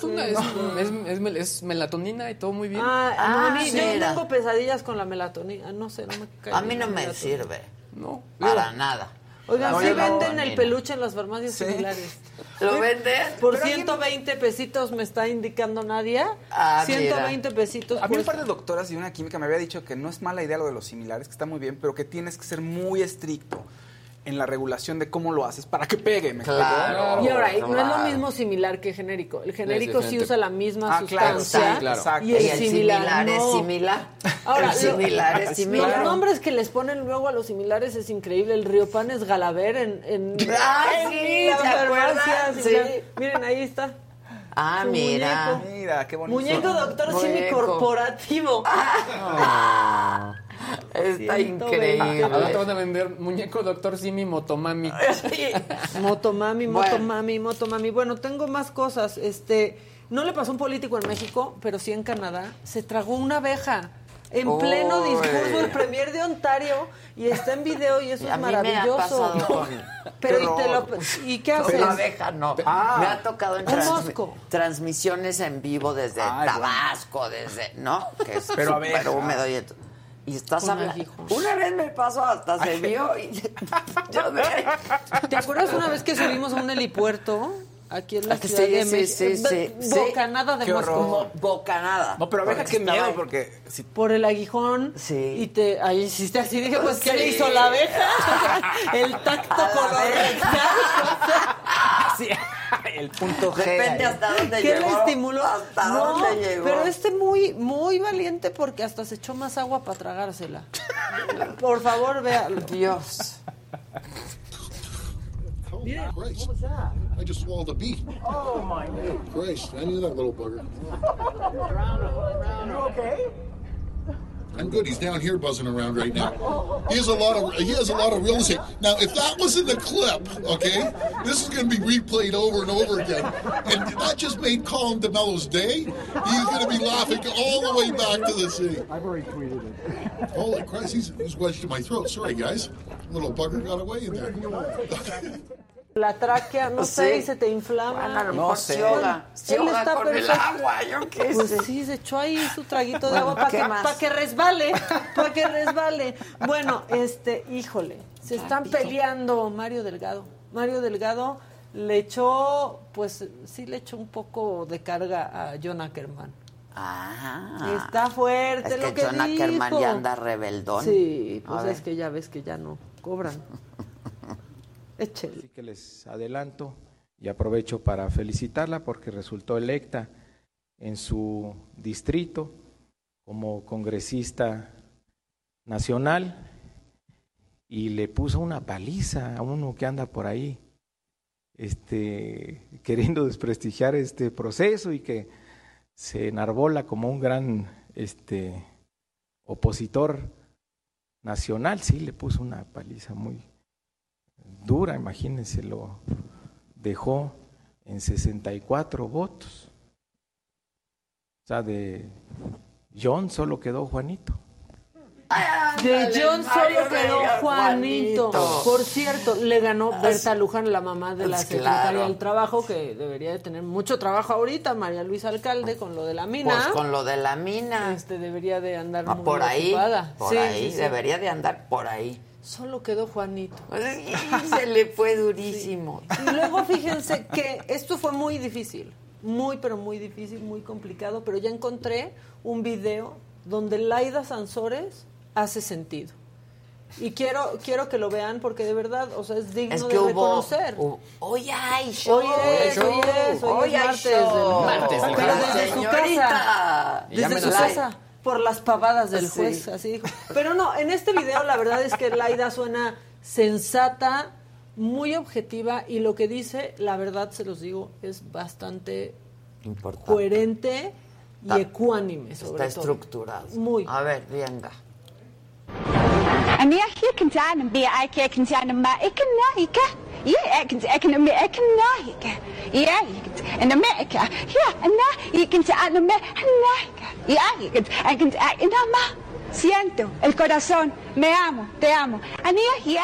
es melatonina y todo muy bien. No, a mí, yo mira. tengo pesadillas con la melatonina. No sé, no me cae A mí bien no la me melatonina. sirve. No, Para nada. Oigan, No, sí yo no, venden el Nina. peluche en las farmacias Sí. similares. ¿Lo venden? Por Pero 120 pesitos me está indicando Nadia. Ah, 120 pesitos. A mí un cuesta. par de doctoras y una química me había dicho que no es mala idea lo de los similares, que está muy bien, pero que tienes que ser muy estricto en la regulación de cómo lo haces para que pegue, ¿me explico? Claro. Y ahora, no es lo claro. mismo similar que genérico. El genérico sí diferente. usa la misma Ah, claro, sustancia. sí, claro. Exacto. Y el, Y el similar, similar no. es similar. Ahora, el similar es similar. Los nombres que les ponen luego a los similares es increíble. El Riopan es Galaver en Ah, sí, las ¿te acuerdas? farmacias. Sí. Miren, ahí está. Ah, Su mira. muñeco. Mira, qué bonito. Muñeco doctor Simi Muñeco. corporativo. Está 120. increíble. Ahora te van a vender muñeco Dr. Simi Motomami. Motomami. Bueno. Bueno, tengo más cosas. No le pasó a un político en México, pero sí en Canadá. Se tragó una abeja en pleno discurso del premier de Ontario y está en video y eso es maravilloso. Me ha pasado con... Pero ¿y qué haces? Pero abeja no. Me ha tocado en mosco. transmisiones en vivo desde Tabasco, desde... ¿No? Que es Pero súper abeja. húmedo y estás Con hablando. aguijón. Una vez me pasó, hasta se vio y ¿Te acuerdas una vez que subimos a un helipuerto? Aquí en la Sí, Ciudad de México. sí. Bocanada de Qué horror. mosco. Bocanada. No, pero abeja, Porque qué estaba miedo, ahí. porque... si- Por el aguijón. Sí. Y ahí hiciste así. Dije, pues, ¿qué le Sí. hizo la abeja? El tacto A la colorectal. Sí, el punto G. Depende ahí. hasta dónde ¿Qué llegó. le estimuló? ¿Hasta dónde llegó? Pero muy, muy valiente porque hasta se echó más agua para tragársela. Por favor, véalo. Dios. Oh, Christ. What was that? I just swallowed a bee. Oh, my Christ. I knew that little bugger. You okay? I'm good. He's down here buzzing around right now. He has a lot of real estate. Now, if that wasn't the clip, okay, this is going to be replayed over and over again. And that just made Colin DeMello's day. He's going to be laughing all the way back to the city. I've already tweeted it. Holy Christ, he's wedged in my throat. Sorry, guys. Little bugger got away in there. La tráquea, no sé, y se te inflama. Bueno, a lo No mejor sé. se ahoga. Se Él ahoga está con el perfecto. agua, yo qué Pues sé. sí, se echó ahí su traguito de agua para ¿qué más? que resbale, para que resbale. Bueno, híjole, se están peleando Mario Delgado. Mario Delgado le echó un poco de carga a John Ackerman. Ah. Está fuerte Es lo que que John Ackerman dijo. ya anda rebeldón. Sí, A pues ver. es que ya ves que ya no cobran. Échele. Así que les adelanto y aprovecho para felicitarla porque resultó electa en su distrito como congresista nacional y le puso una paliza a uno que anda por ahí queriendo desprestigiar este proceso y que se enarbola como un gran opositor nacional. Sí, le puso una paliza muy dura, imagínense, lo dejó en 64 votos. O sea, de John solo quedó Juanito. De John solo Mario quedó Delgado, Juanito. Por cierto, le ganó Berta Luján, la mamá de la Pues secretaria claro. del Trabajo, que debería de tener mucho trabajo ahorita, María Luisa Alcalde, con lo de la mina. Pues con lo de la mina. Debería de andar muy por ahí, ocupada. por Sí, ahí, sí, sí. debería de andar por ahí. Solo quedó Juanito. Y se le fue durísimo. Y luego fíjense que esto fue muy difícil, pero muy difícil, muy complicado, pero ya encontré un video donde Laida Sansores hace sentido. Y quiero que lo vean porque de verdad, o sea, es digno de reconocer. Hoy hay show. Hoy es Hoy hay martes show. Martes del pero juez. desde su Señorita. casa. Y ya Desde me su lo sé. casa. Por las pavadas del Sí. juez, así dijo. Pero no, en este video la verdad es que Laida suena sensata, muy objetiva, y lo que dice, la verdad se los digo, es bastante Importante. coherente y Está- ecuánime, sobre Está todo. estructurado. Muy. A ver, venga. أنا هي كنت أنا بيعك كنت أنا ما إكن نايك يا كنت أكن ما إكن نايك يا كنت أنا ما إك يا أنا كنت أنا ما نايك يا كنت أنا ما siento el corazón me amo te amo أنا هي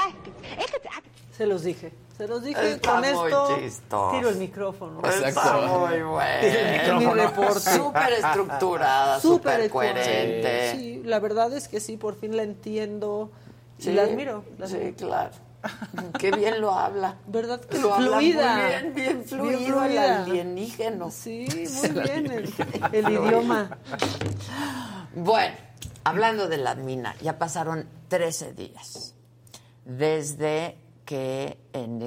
Se los dije. Está Con muy esto chistoso. tiro el micrófono. Está muy bueno. Mi reporte. Súper estructurada, súper ecuánime. coherente. Sí, la verdad es que sí, por fin la entiendo. Sí, Y la admiro. Sí, claro. Qué bien lo habla. ¿Verdad que Lo habla fluida? muy bien, bien fluido el fluida. alienígeno. Sí, muy bien el idioma. Bueno, hablando de la mina, ya pasaron 13 días desde que en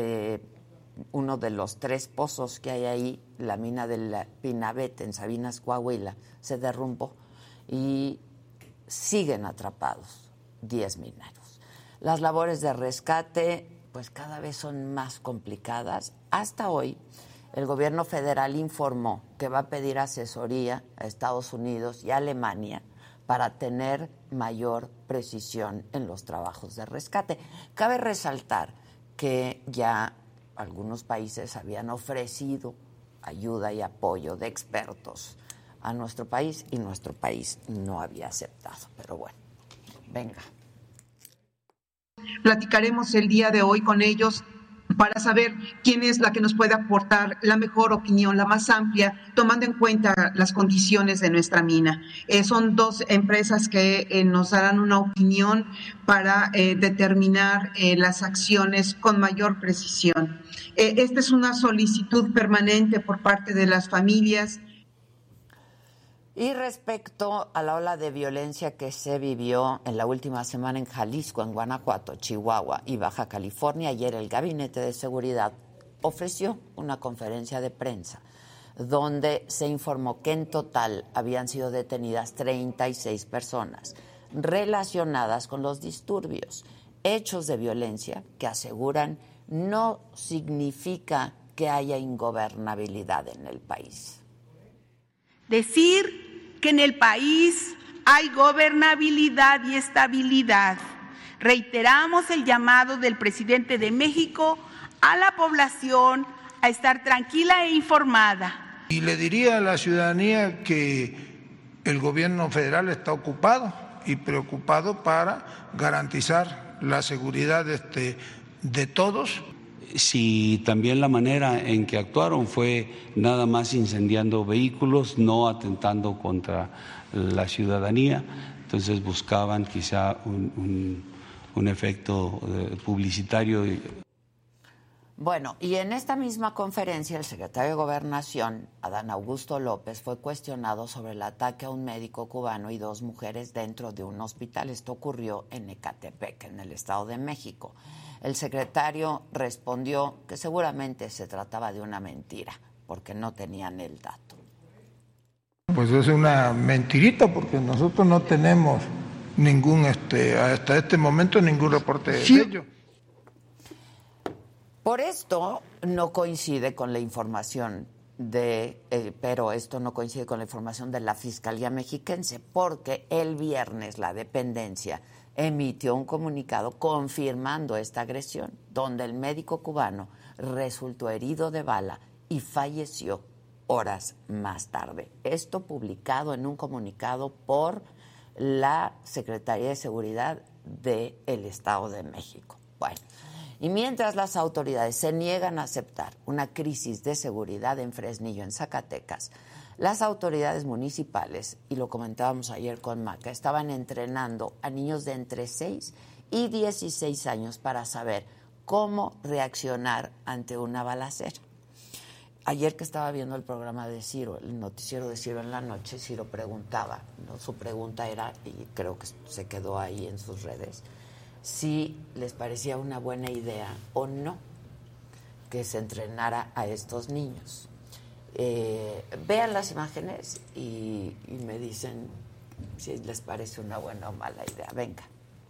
uno de los 3 pozos que hay ahí, la mina de la Pinabete en Sabinas, Coahuila, se derrumbó y siguen atrapados 10 mineros. Las labores de rescate pues cada vez son más complicadas. Hasta hoy el gobierno federal informó que va a pedir asesoría a Estados Unidos y a Alemania para tener mayor precisión en los trabajos de rescate. Cabe resaltar que ya algunos países habían ofrecido ayuda y apoyo de expertos a nuestro país y nuestro país no había aceptado. Pero bueno, venga. Platicaremos el día de hoy con ellos para saber quién es la que nos puede aportar la mejor opinión, la más amplia, tomando en cuenta las condiciones de nuestra mina. Son dos empresas que nos darán una opinión para determinar las acciones con mayor precisión. Esta es una solicitud permanente por parte de las familias. Y respecto a la ola de violencia que se vivió en la última semana en Jalisco, en Guanajuato, Chihuahua y Baja California, ayer el Gabinete de Seguridad ofreció una conferencia de prensa donde se informó que en total habían sido detenidas 36 personas relacionadas con los disturbios, hechos de violencia que aseguran no significa que haya ingobernabilidad en el país. Decir que en el país hay gobernabilidad y estabilidad. Reiteramos el llamado del presidente de México a la población a estar tranquila e informada. Y le diría a la ciudadanía que el gobierno federal está ocupado y preocupado para garantizar la seguridad de todos. Si también la manera en que actuaron fue nada más incendiando vehículos, no atentando contra la ciudadanía, entonces buscaban quizá un efecto publicitario. Bueno, y en esta misma conferencia el secretario de Gobernación, Adán Augusto López, fue cuestionado sobre el ataque a un médico cubano y 2 mujeres dentro de un hospital. Esto ocurrió en Ecatepec, en el Estado de México. El secretario respondió que seguramente se trataba de una mentira, porque no tenían el dato. Pues es una mentirita, porque nosotros no tenemos ningún, hasta este momento, ningún reporte de ello. Por esto no coincide con la información pero esto no coincide con la información de la Fiscalía Mexiquense, porque el viernes la dependencia emitió un comunicado confirmando esta agresión, donde el médico cubano resultó herido de bala y falleció horas más tarde. Esto publicado en un comunicado por la Secretaría de Seguridad del Estado de México. Bueno, y mientras las autoridades se niegan a aceptar una crisis de seguridad en Fresnillo, en Zacatecas, las autoridades municipales, y lo comentábamos ayer con Maca, estaban entrenando a niños de entre 6 y 16 años para saber cómo reaccionar ante una balacera. Ayer que estaba viendo el programa de Ciro, el noticiero de Ciro en la noche, Ciro preguntaba, ¿no? Su pregunta era, y creo que se quedó ahí en sus redes, si les parecía una buena idea o no que se entrenara a estos niños. Vean las imágenes y me dicen si les parece una buena o mala idea. Venga.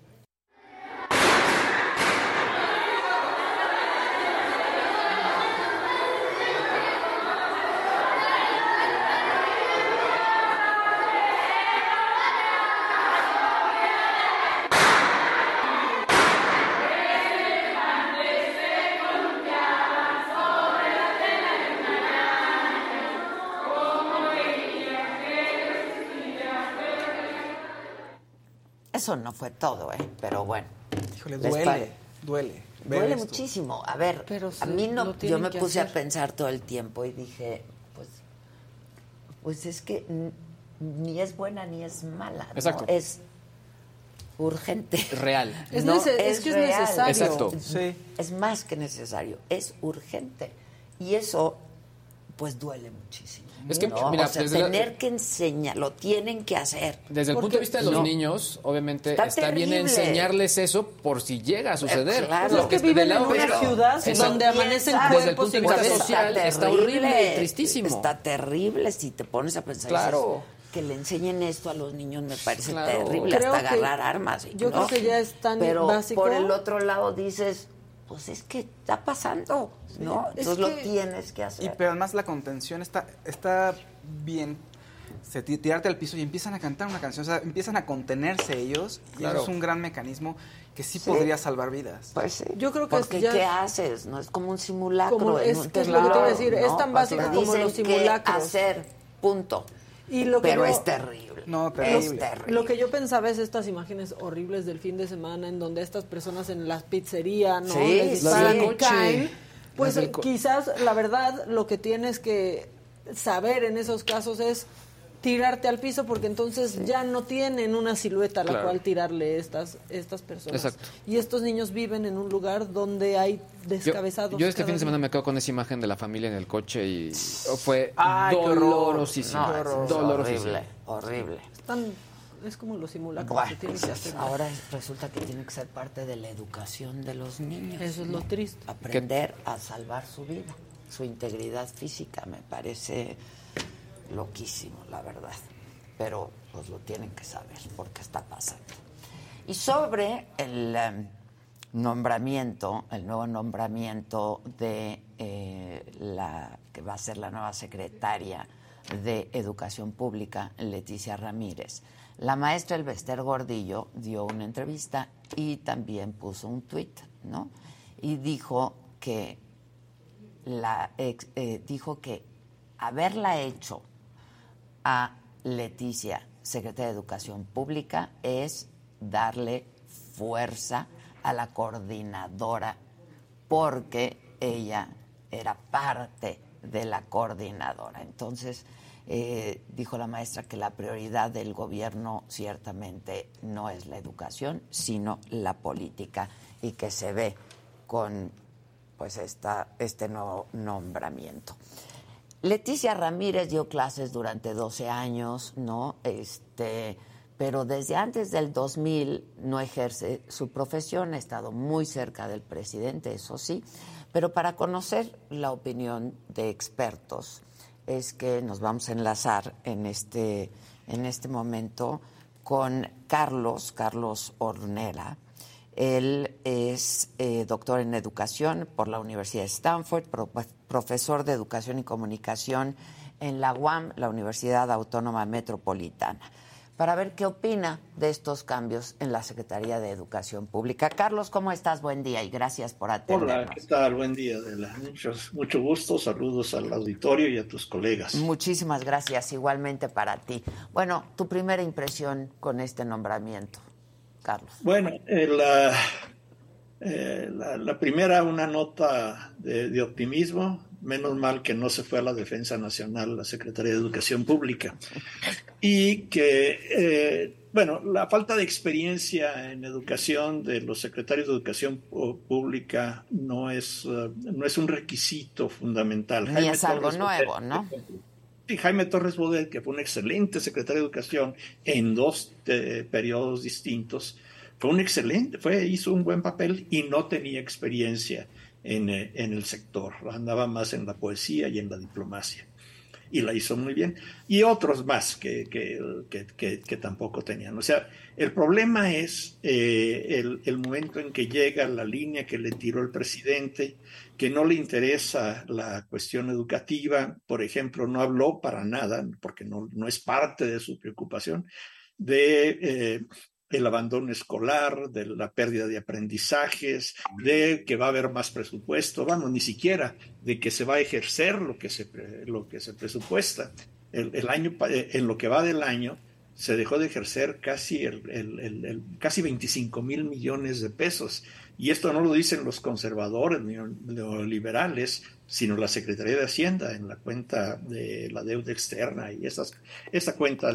Eso no fue todo, pero bueno. Híjole, duele esto. Muchísimo. A ver, pero a mí no, yo me puse a pensar todo el tiempo y dije, pues es que ni es buena ni es mala. Exacto. ¿No? Es urgente. Real. Es que es necesario. Exacto. Sí. Es más que necesario. Es urgente. Y eso, pues duele muchísimo. Es que, ¿no? mira, o sea, tener que enseñar, lo tienen que hacer. Desde el punto de vista de los niños, obviamente está bien enseñarles eso por si llega a suceder. Claro. Los que viven en una ciudad donde amanecen cuerpos y cabezas. Social, está horrible, tristísimo. Está terrible si te pones a pensar. Claro. Que le enseñen esto a los niños me parece terrible, creo hasta agarrar armas. Yo creo que ya es tan Pero básico. Por el otro lado dices, pues es que está pasando, ¿no? Entonces lo tienes que hacer. Pero además la contención está bien tirarte al piso y empiezan a cantar una canción, o sea, empiezan a contenerse ellos, y eso es un gran mecanismo que sí podría salvar vidas. Pues sí. Yo creo que porque ya... ¿qué haces? No es como un simulacro. Es que es lo que te iba a decir, es tan básico como los simulacros. Qué hacer, punto. Y lo que pero es terrible. No, terrible. Es terrible. Lo que yo pensaba es estas imágenes horribles del fin de semana en donde estas personas en las pizzerías, ¿no? Les disparan y caen. Pues quizás, la verdad, lo que tienes que saber en esos casos es tirarte al piso, porque entonces ya no tienen una silueta a la cual tirarle estas personas. Exacto. Y estos niños viven en un lugar donde hay descabezados. Yo este fin de semana me quedo con esa imagen de la familia en el coche y fue dolorosísimo. Horrible. Es como los simulacros que tienen que hacer. Ahora resulta que tiene que ser parte de la educación de los niños. Eso es lo triste. Aprender a salvar su vida, su integridad física, me parece loquísimo, la verdad. Pero pues lo tienen que saber porque está pasando. Y sobre el nombramiento, el nuevo nombramiento de la que va a ser la nueva secretaria de Educación Pública, Leticia Ramírez. La maestra Elbester Gordillo dio una entrevista y también puso un tuit, ¿no? Y dijo que haberla hecho a Leticia secretaria de Educación Pública es darle fuerza a la coordinadora, porque ella era parte de la coordinadora. Entonces, dijo la maestra que la prioridad del gobierno ciertamente no es la educación, sino la política, y que se ve con pues este nuevo nombramiento. Leticia Ramírez dio clases durante 12 años, ¿no? Pero desde antes del 2000 no ejerce su profesión, ha estado muy cerca del presidente, eso sí. Pero para conocer la opinión de expertos es que nos vamos a enlazar en este momento con Carlos Ornella. Él es doctor en educación por la Universidad de Stanford, profesor de educación y comunicación en la UAM, la Universidad Autónoma Metropolitana, para ver qué opina de estos cambios en la Secretaría de Educación Pública. Carlos, ¿cómo estás? Buen día y gracias por atendernos. Hola, ¿qué tal? Buen día, Adela. Mucho gusto, saludos al auditorio y a tus colegas. Muchísimas gracias, igualmente para ti. Bueno, tu primera impresión con este nombramiento, Carlos. Bueno, la primera, una nota de optimismo. Menos mal que no se fue a la Defensa Nacional la Secretaría de Educación Pública. Y que, la falta de experiencia en educación de los secretarios de Educación Pública no es un requisito fundamental. Ni es algo nuevo, ¿no? Y Jaime Torres Bodet, que fue un excelente secretario de Educación en 2 periodos distintos, hizo un buen papel y no tenía experiencia en el sector, andaba más en la poesía y en la diplomacia, y la hizo muy bien, y otros más que tampoco tenían. O sea, el problema es el momento en que llega la línea que le tiró el presidente, que no le interesa la cuestión educativa. Por ejemplo, no habló para nada, porque no es parte de su preocupación, de el abandono escolar, de la pérdida de aprendizajes, de que va a haber más presupuesto, ni siquiera de que se va a ejercer lo que se presupuesta. En lo que va del año se dejó de ejercer casi casi 25,000 millones de pesos. Y esto no lo dicen los conservadores ni los liberales, sino la Secretaría de Hacienda en la cuenta de la deuda externa y esa cuenta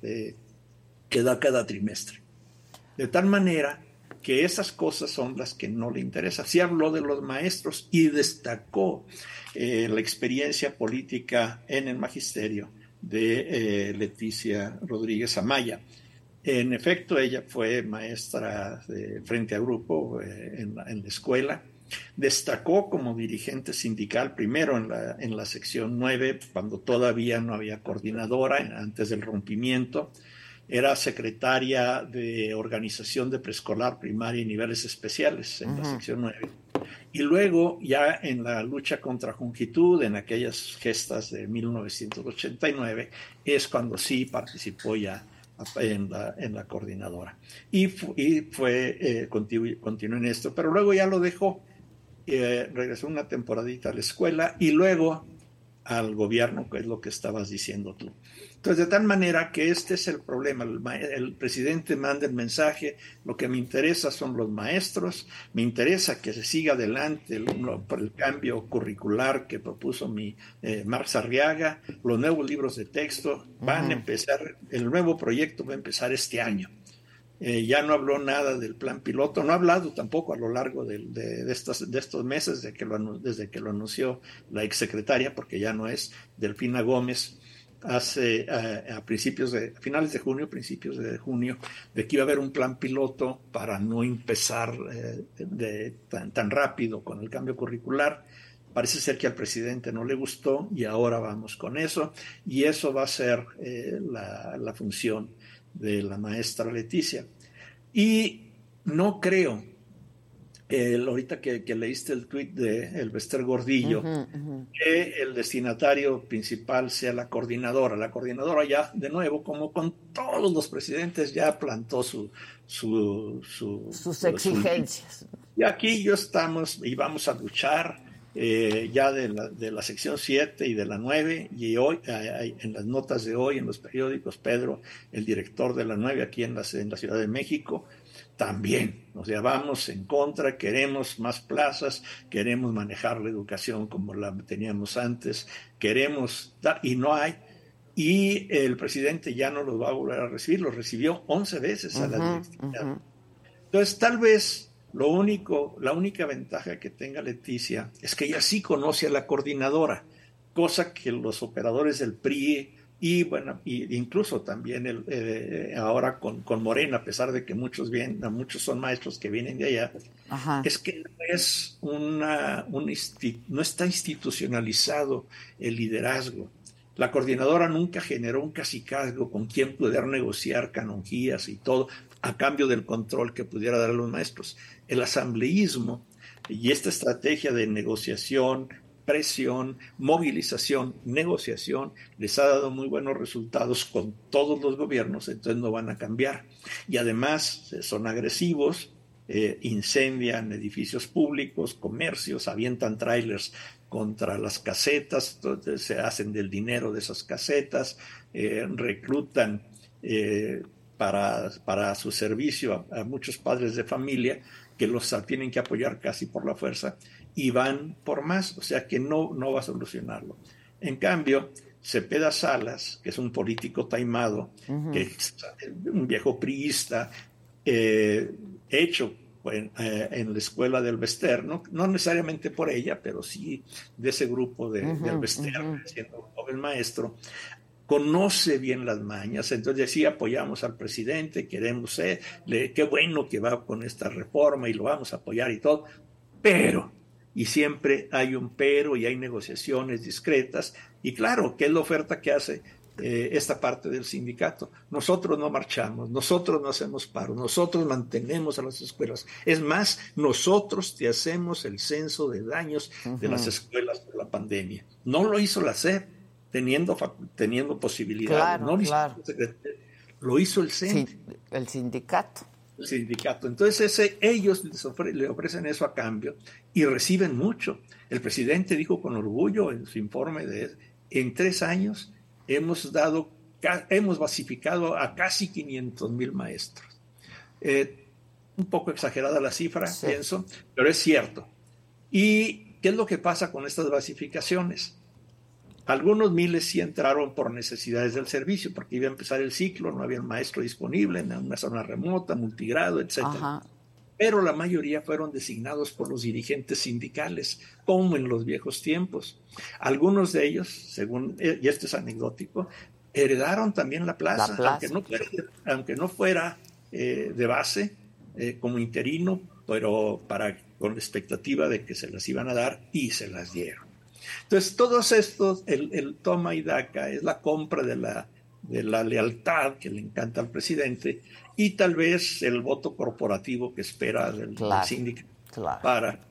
que da cada trimestre. De tal manera que esas cosas son las que no le interesan. Sí habló de los maestros y destacó la experiencia política en el magisterio de Leticia Rodríguez Amaya. En efecto, ella fue maestra de frente a grupo en la escuela. Destacó como dirigente sindical primero en la sección 9, cuando todavía no había coordinadora, antes del rompimiento. Era secretaria de organización de preescolar, primaria y niveles especiales en la sección 9. Y luego, ya en la lucha contra Juntitud, en aquellas gestas de 1989, es cuando sí participó ya en la coordinadora. Y continuó en esto, pero luego ya lo dejó, regresó una temporadita a la escuela y luego al gobierno, que es lo que estabas diciendo tú. Entonces, de tal manera que este es el problema. El presidente manda el mensaje, lo que me interesa son los maestros, me interesa que se siga adelante por el cambio curricular que propuso Marx Arriaga, los nuevos libros de texto van a empezar, el nuevo proyecto va a empezar este año. Ya no habló nada del plan piloto, no ha hablado tampoco a lo largo de estos meses desde que lo anunció la exsecretaria, porque ya no es Delfina Gómez, hace a finales de junio, principios de junio, de que iba a haber un plan piloto para no empezar tan rápido con el cambio curricular. Parece ser que al presidente no le gustó y ahora vamos con eso, y eso va a ser la función de la maestra Leticia. Y no creo, ahorita que leíste el tuit de Elbester Gordillo, que el destinatario principal sea la coordinadora. La coordinadora ya, de nuevo, como con todos los presidentes, ya plantó sus exigencias. Y aquí estamos y vamos a luchar. Ya de la sección 7 y de la 9, y hoy en las notas de hoy en los periódicos, Pedro, el director de la 9 aquí en la Ciudad de México, también, o sea, vamos en contra, queremos más plazas, queremos manejar la educación como la teníamos antes, queremos dar, y no hay, y el presidente ya no los va a volver a recibir, los recibió 11 veces a la directiva. Entonces, tal vez la única ventaja que tenga Leticia es que ella sí conoce a la coordinadora, cosa que los operadores del PRI y incluso también ahora con Morena, a pesar de que muchos son maestros que vienen de allá, es que no está institucionalizado el liderazgo. La coordinadora nunca generó un cacicazgo con quien poder negociar canonjías y todo a cambio del control que pudiera dar a los maestros. El asambleísmo y esta estrategia de negociación, presión, movilización, negociación, les ha dado muy buenos resultados con todos los gobiernos, entonces no van a cambiar. Y además son agresivos, incendian edificios públicos, comercios, avientan trailers contra las casetas, entonces se hacen del dinero de esas casetas, reclutan para su servicio a muchos padres de familia que los tienen que apoyar casi por la fuerza y van por más, o sea que no va a solucionarlo. En cambio, Cepeda Salas, que es un político taimado, que es un viejo priista, hecho en la escuela del Elbester, no necesariamente por ella, pero sí de ese grupo del Elbester, siendo un joven maestro, conoce bien las mañas, entonces sí apoyamos al presidente, queremos qué bueno que va con esta reforma y lo vamos a apoyar y todo, pero, y siempre hay un pero y hay negociaciones discretas, y claro, ¿qué es la oferta que hace esta parte del sindicato? Nosotros no marchamos, nosotros no hacemos paro, nosotros mantenemos a las escuelas, es más, nosotros te hacemos el censo de daños de las escuelas por la pandemia. No lo hizo la SEP, teniendo posibilidades. Lo hizo el CENTE. El sindicato. El sindicato. Entonces ellos le ofrecen eso a cambio y reciben mucho. El presidente dijo con orgullo en su informe en 3 años hemos basificado a casi 500,000 maestros. Un poco exagerada la cifra, pienso, pero es cierto. ¿Y qué es lo que pasa con estas basificaciones? Algunos miles sí entraron por necesidades del servicio, porque iba a empezar el ciclo, no había un maestro disponible en una zona remota, multigrado, etc. Pero la mayoría fueron designados por los dirigentes sindicales, como en los viejos tiempos. Algunos de ellos, y esto es anecdótico, heredaron también la plaza. Aunque no fuera de base, como interino, pero con la expectativa de que se las iban a dar, y se las dieron. Entonces, todos estos, el toma y daca, es la compra de la lealtad que le encanta al presidente y tal vez el voto corporativo que espera del sindicato para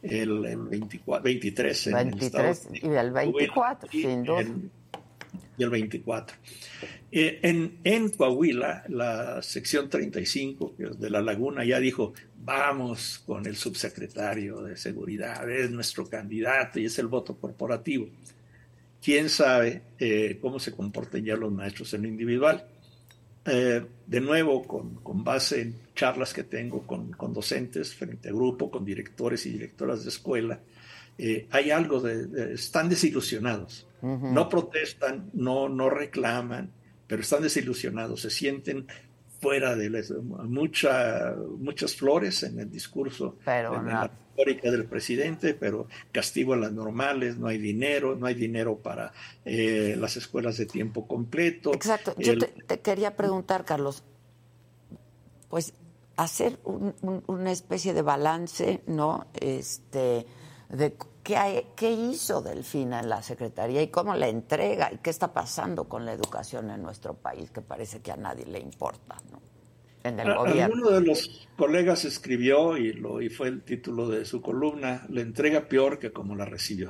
el 23 en 23 y el 24, sin duda. Y el 24. En Coahuila, la sección 35 de La Laguna ya dijo, vamos con el subsecretario de Seguridad, es nuestro candidato y es el voto corporativo. ¿Quién sabe cómo se comporten ya los maestros en lo individual? De nuevo, con base en charlas que tengo con docentes frente a grupo, con directores y directoras de escuela, hay algo están desilusionados. Uh-huh. No protestan, no reclaman, pero están desilusionados, se sienten fuera de muchas flores en el discurso, en la retórica del presidente, pero castigo a las normales, no hay dinero para las escuelas de tiempo completo. Exacto. Yo te quería preguntar, Carlos, pues hacer una especie de balance, ¿no? De qué hizo Delfina en la Secretaría y cómo la entrega y qué está pasando con la educación en nuestro país, que parece que a nadie le importa, ¿no? En el gobierno. Alguno de los colegas escribió, y fue el título de su columna, la entrega peor que como la recibió.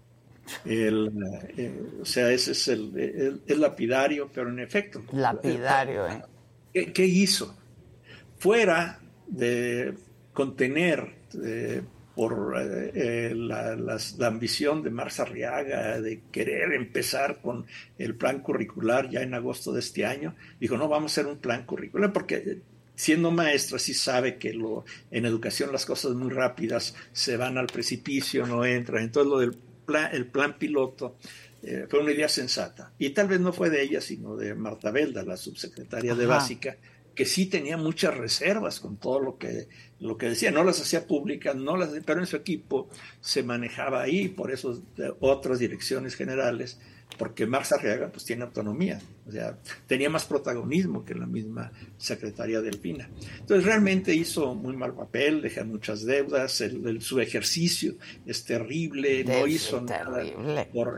O sea, ese es lapidario, pero en efecto. Lapidario, ¿Qué hizo? Fuera de contener por la ambición de Marx Arriaga de querer empezar con el plan curricular ya en agosto de este año, dijo, no, vamos a hacer un plan curricular, porque siendo maestra sí sabe que en educación las cosas muy rápidas se van al precipicio, no entran. Entonces lo del el plan piloto fue una idea sensata. Y tal vez no fue de ella, sino de Marta Belda, la subsecretaria de Básica, que sí tenía muchas reservas con todo lo que decía. No las hacía públicas, pero en su equipo se manejaba ahí, por eso otras direcciones generales, porque Marx Arriaga pues tiene autonomía, o sea, tenía más protagonismo que la misma secretaria Delfina. Entonces realmente hizo muy mal papel, deja muchas deudas, su ejercicio es terrible, no hizo nada por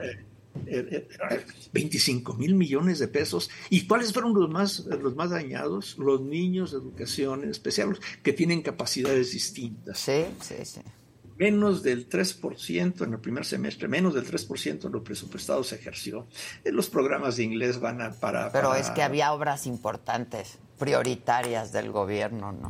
25,000 millones de pesos. ¿Y cuáles fueron los más dañados? Los niños de educación especial, que tienen capacidades distintas. Sí. Menos del 3% en el primer semestre, menos del 3% de lo presupuestado se ejerció. Los programas de inglés van para... Pero es que había obras importantes, prioritarias del gobierno, ¿no?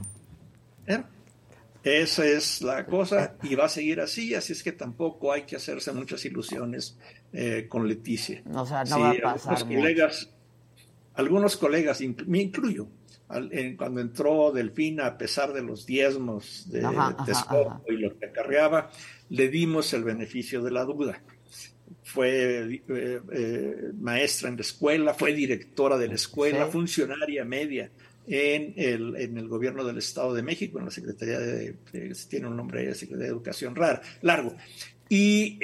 Esa es la cosa y va a seguir así es que tampoco hay que hacerse muchas ilusiones con Leticia. O sea, no va a pasar algunos colegas, me incluyo, cuando entró Delfina, a pesar de los diezmos de Texcoco y lo que acarreaba, le dimos el beneficio de la duda. Fue maestra en la escuela, fue directora de la escuela, funcionaria media en el gobierno del Estado de México, en la Secretaría tiene un nombre de Secretaría de Educación largo. Y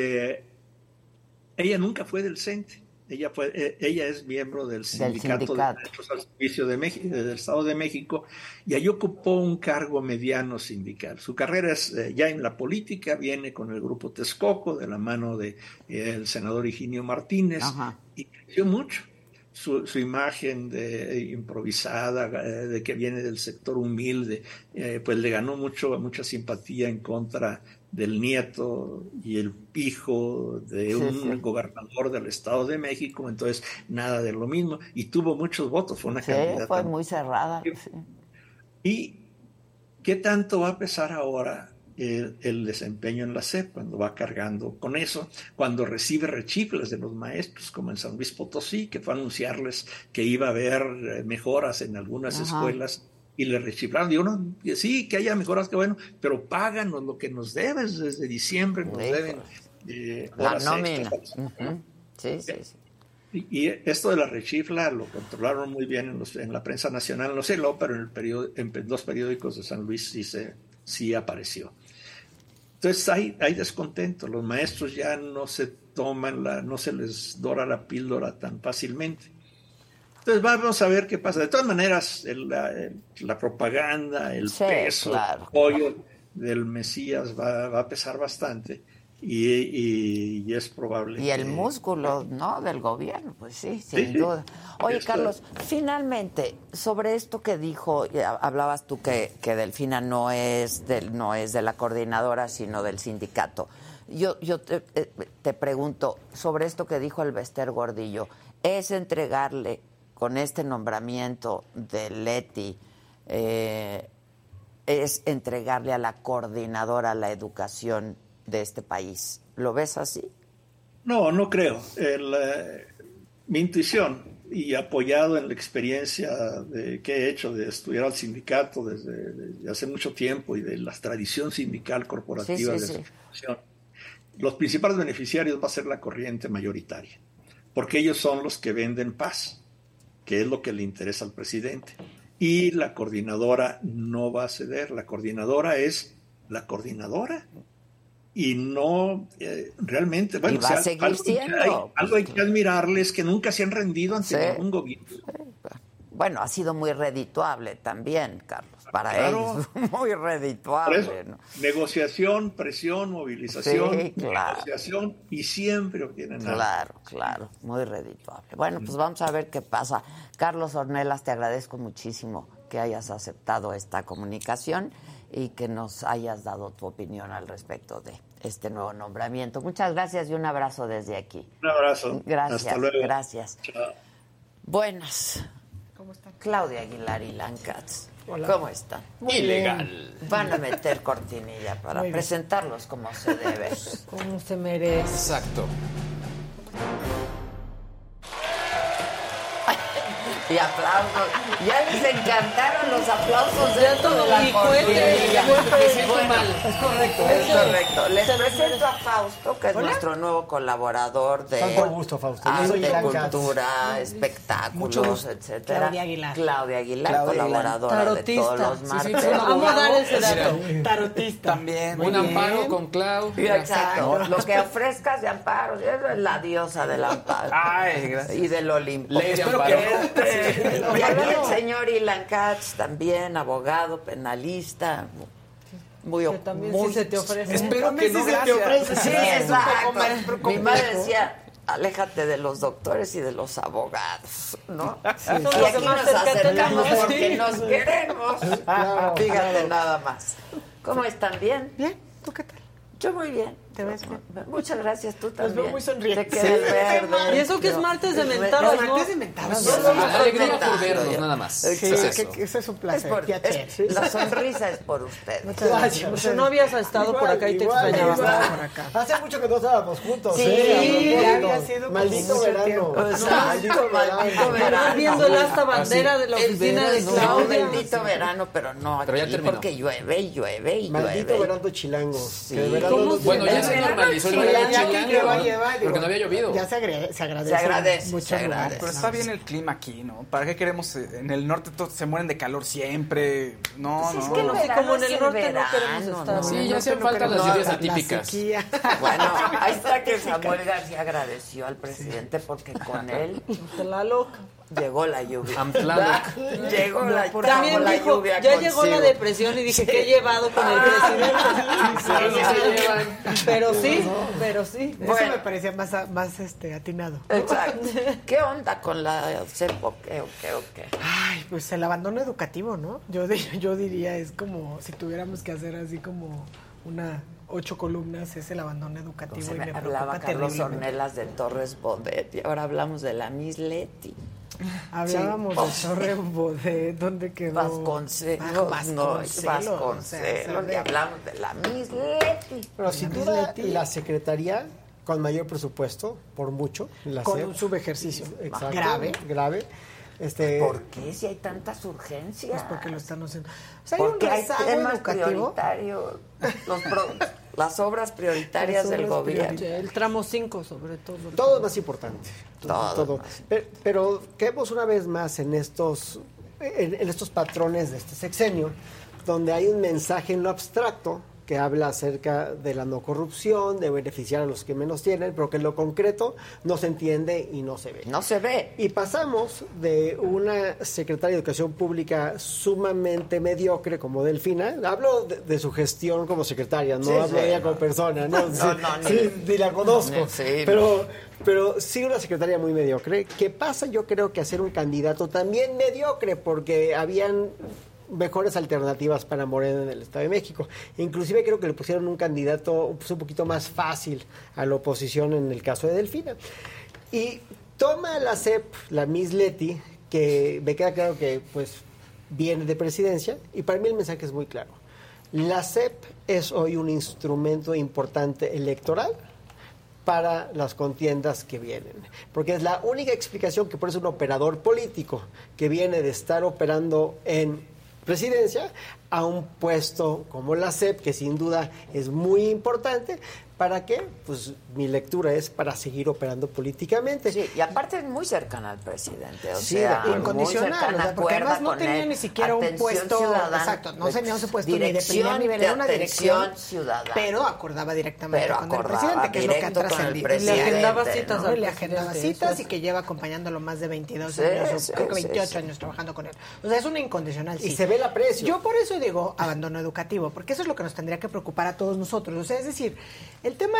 ella nunca fue del CENTE. Ella es miembro del sindicato de Maestros al Servicio del Estado de México, y ahí ocupó un cargo mediano sindical. Su carrera es ya en la política, viene con el grupo Texcoco, de la mano del senador Higinio Martínez, y creció mucho. Su imagen improvisada, de que viene del sector humilde, pues le ganó mucha simpatía en contra del nieto y el hijo de un gobernador del Estado de México. Entonces nada de lo mismo, y tuvo muchos votos, fue una candidata. Fue muy cerrada. ¿Y qué tanto va a pesar ahora el desempeño en la SEP cuando va cargando con eso, cuando recibe rechifles de los maestros, como en San Luis Potosí, que fue a anunciarles que iba a haber mejoras en algunas escuelas, y le rechiflaron? Digo, no, sí, que haya mejoras, que bueno, pero páganos lo que nos debes desde diciembre, nos deben la nómina. Sí. Y esto de la rechifla lo controlaron muy bien en la prensa nacional, no sé, pero en dos periódicos de San Luis sí apareció. Entonces hay descontento, los maestros ya no se no se les dora la píldora tan fácilmente. Entonces vamos a ver qué pasa. De todas maneras, la propaganda, el peso, el apoyo del Mesías va a pesar bastante, y es probable. Y el músculo, ¿no?, del gobierno, pues sí, sin duda. Oye, Carlos, finalmente, sobre esto que dijo, hablabas tú que Delfina no es de la coordinadora, sino del sindicato. Yo te pregunto, sobre esto que dijo el Bester Gordillo, ¿es entregarle con este nombramiento de Leti, es entregarle a la coordinadora la educación de este país? ¿Lo ves así? No, no creo. Mi intuición, y apoyado en la experiencia que he hecho de estudiar al sindicato desde hace mucho tiempo y de la tradición sindical corporativa de esa institución, los principales beneficiarios va a ser la corriente mayoritaria, porque ellos son los que venden paz, que es lo que le interesa al presidente. Y la coordinadora no va a ceder. La coordinadora es la coordinadora. Y no realmente, bueno, y va a seguir siendo. Algo hay que admirarles, que nunca se han rendido ante ningún gobierno. Bueno, ha sido muy redituable también, Carlos, para ellos, muy redituable, ¿no? Negociación, presión, movilización, claro. negociación, y siempre obtienen algo. Claro, muy redituable. Bueno, pues vamos a ver qué pasa. Carlos Ornelas, te agradezco muchísimo que hayas aceptado esta comunicación y que nos hayas dado tu opinión al respecto de este nuevo nombramiento. Muchas gracias y un abrazo desde aquí. Un abrazo. Gracias. Hasta luego. Gracias. Chao. Buenas. ¿Cómo están? Claudia Aguilar y Ilan Katz. Hola. ¿Cómo están? Ilegal. Van a meter cortinilla para presentarlos como se debe. Como se merece. Exacto. Y aplausos. Ya les encantaron los aplausos Ya dentro todo de la mi cortinilla. Bueno, es correcto. Les presento a Fausto, que es nuestro nuevo colaborador de Tanto gusto, Fausto. arte, cultura, espectáculos, etcétera. Claudia Aguilar, colaboradora de todos los martes. Vamos a dar ese dato. Tarotista. También. Un amparo con Clau. Exacto. Lo que ofrezcas de amparo, es la diosa del amparo. Ay, gracias. Y del Olimpo. Espero que y aquí el señor Ilan Katz, también abogado, penalista, muy que también sí se te ofrece. Espero que no, gracias. Sí, exacto. Mi madre decía, aléjate de los doctores y de los abogados, ¿no? Sí. Y aquí nos acercamos porque nos queremos. Fíjate nada más. ¿Cómo están? ¿Bien? Bien, ¿tú qué tal? Yo muy bien. ¿Te ves bien? Muchas gracias, tú también. Los veo muy sonrientes. Te quedas verde. Y eso que es martes de mentadas, ¿no? Martes de mentadas. Alegría por vernos, nada más. Sí, ese es un placer. La sonrisa es por usted. Muchas gracias. Porque no habías estado por acá y te extrañaba. Por acá. Hace mucho que no estábamos juntos. Sí, ya había sido maldito verano. Maldito verano. Estás viendo el asta bandera de la oficina de Claudia. Bendito verano, pero no Pero ya aquí, terminó. porque llueve y llueve y Maldito llueve. verano chilango. Bueno, ya se normalizó el verano chilango, porque no había llovido. Ya se agradece. Se agradece. Muchas gracias. Pero está bien el clima aquí, ¿no? ¿Para qué queremos? En el norte todos se mueren de calor siempre. No, Pues no. es que No, como en el norte no queremos estar. Sí, ya hacían falta las lluvias atípicas. Bueno, ahí está que Samuel García agradeció al presidente porque con él La loca. llegó la lluvia. Amplado. Llegó la También la dijo, lluvia ya llegó consigo. la depresión y dije, ¿qué he llevado con el presidente? Pero sí. Eso me parecía más atinado. Exacto. ¿Qué onda con la CEPO? ¿Qué? Ay, pues el abandono educativo, ¿no? Yo diría, es como si tuviéramos que hacer así como 8 columnas, es el abandono educativo. Se y me me hablaba preocupa Carlos terriblemente. Ornelas de Torres Bodet y ahora hablamos de la Miss Leti. Hablábamos de Torres Bodet, ¿dónde quedó? Vasconcelos. Y hablamos de la Miss Leti. Pero sin duda la Secretaría con mayor presupuesto, por mucho, la con SEP. un subejercicio Exacto, grave. ¿Por qué si hay tantas urgencias? Pues porque lo están haciendo. O sea, hay un Porque hay rezago temas educativo. prioritarios, las obras prioritarias del gobierno. El tramo 5 sobre todo. Todo es más importante. Todo. Pero caemos una vez más en estos patrones de este sexenio, donde hay un mensaje en lo abstracto, que habla acerca de la no corrupción, de beneficiar a los que menos tienen, pero que en lo concreto no se entiende y no se ve. No se ve. Y pasamos de una secretaria de Educación Pública sumamente mediocre como Delfina, hablo de su gestión como secretaria, no hablo de ella como persona, no, ni la conozco, pero sí una secretaria muy mediocre, que pasa yo creo que a ser un candidato también mediocre, porque habían mejores alternativas para Morena en el Estado de México. Inclusive creo que le pusieron un candidato pues, un poquito más fácil a la oposición en el caso de Delfina. Y toma la CEP, la Miss Leti, que me queda claro que pues viene de presidencia, y para mí el mensaje es muy claro. La CEP es hoy un instrumento importante electoral para las contiendas que vienen, porque es la única explicación que por eso un operador político que viene de estar operando en presidencia a un puesto como la CEP, que sin duda es muy importante. ¿Para qué? Pues mi lectura es para seguir operando políticamente. Sí, y aparte es muy cercana al presidente, o sí, sea, incondicional, o sea, porque además no tenía ni siquiera un puesto, exacto, no tenía ese puesto ni de primer nivel, era una dirección ciudadana, pero acordaba directamente con el presidente, que es lo que ha trascendido. Le agendaba citas, ¿no? Le agendaba citas y que lleva acompañándolo más de 22 años, creo que 28 años trabajando con él. O sea, es una incondicional. Y se ve el aprecio. Yo por eso digo abandono educativo, porque eso es lo que nos tendría que preocupar a todos nosotros. O sea, es decir, el tema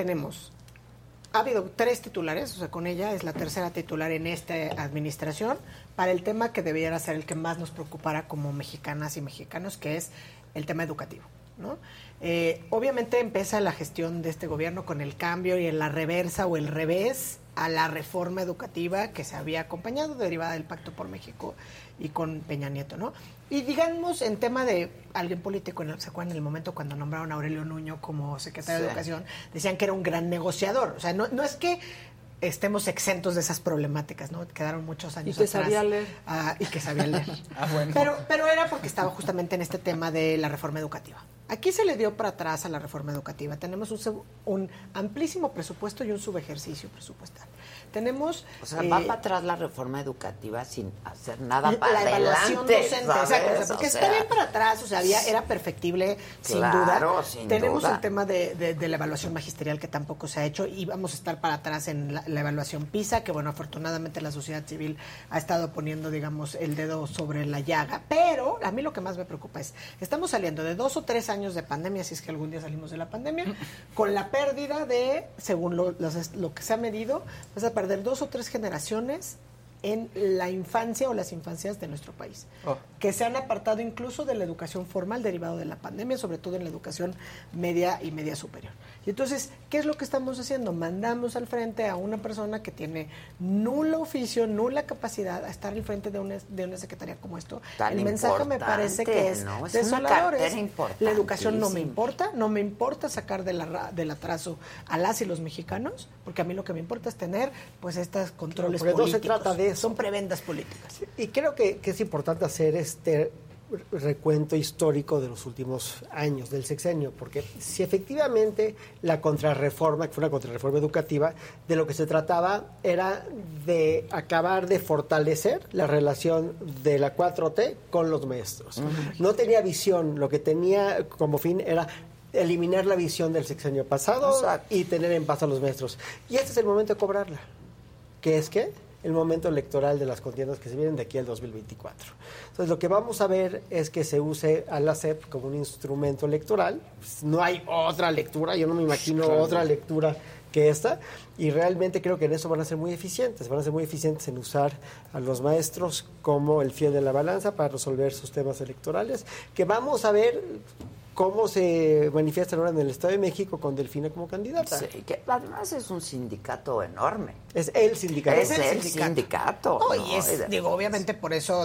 ha habido 3 titulares, o sea, con ella es la tercera titular en esta administración, para el tema que debiera ser el que más nos preocupara como mexicanas y mexicanos, que es el tema educativo, ¿no? Obviamente empieza la gestión de este gobierno con el cambio y en la reversa o el revés a la reforma educativa que se había acompañado, derivada del Pacto por México y con Peña Nieto, ¿no? Y digamos, en tema de alguien político, ¿se acuerdan en el momento cuando nombraron a Aurelio Nuño como secretario de Educación? Decían que era un gran negociador. O sea, no es que estemos exentos de esas problemáticas, ¿no? Quedaron muchos años atrás. Sabía leer. Y que sabía leer. Bueno. Pero era porque estaba justamente en este tema de la reforma educativa. Aquí se le dio para atrás a la reforma educativa. Tenemos un amplísimo presupuesto y un subejercicio presupuestal. Tenemos... O sea, va para atrás la reforma educativa sin hacer nada para la adelante. La evaluación docente, ¿sabes? exacto. O sea, porque está bien para atrás, o sea, era perfectible, sin duda. Tenemos el tema de la evaluación magisterial que tampoco se ha hecho y vamos a estar para atrás en la evaluación PISA, que bueno, afortunadamente la sociedad civil ha estado poniendo, digamos, el dedo sobre la llaga. Pero a mí lo que más me preocupa es, estamos saliendo de 2 o 3 años de pandemia, si es que algún día salimos de la pandemia, con la pérdida de, según lo que se ha medido, vas a perder 2 o 3 generaciones en la infancia o las infancias de nuestro país, que se han apartado incluso de la educación formal derivado de la pandemia, sobre todo en la educación media y media superior. Y entonces, ¿qué es lo que estamos haciendo? Mandamos al frente a una persona que tiene nulo oficio, nula capacidad a estar al frente de una secretaría como esto. El mensaje me parece que es desolador. La educación no me importa sacar del atraso a las y los mexicanos, porque a mí lo que me importa es tener pues estos controles políticos. No se trata de son prebendas políticas. Y creo que es importante hacer este recuento histórico de los últimos años del sexenio, porque si efectivamente la contrarreforma, que fue una contrarreforma educativa, de lo que se trataba era de acabar de fortalecer la relación de la 4T con los maestros. No tenía visión, lo que tenía como fin era eliminar la visión del sexenio pasado y tener en paz a los maestros. Y este es el momento de cobrarla. ¿Qué es qué? El momento electoral de las contiendas que se vienen de aquí al 2024. Entonces, lo que vamos a ver es que se use a la CEP como un instrumento electoral. Pues, no hay otra lectura, yo no me imagino otra lectura que esta, y realmente creo que en eso van a ser muy eficientes en usar a los maestros como el fiel de la balanza para resolver sus temas electorales, que vamos a ver cómo se manifiestan ahora en el Estado de México con Delfina como candidata. Sí, que además es un sindicato enorme. Es el sindicato. Es el sindicato. No, y es, digo, obviamente por eso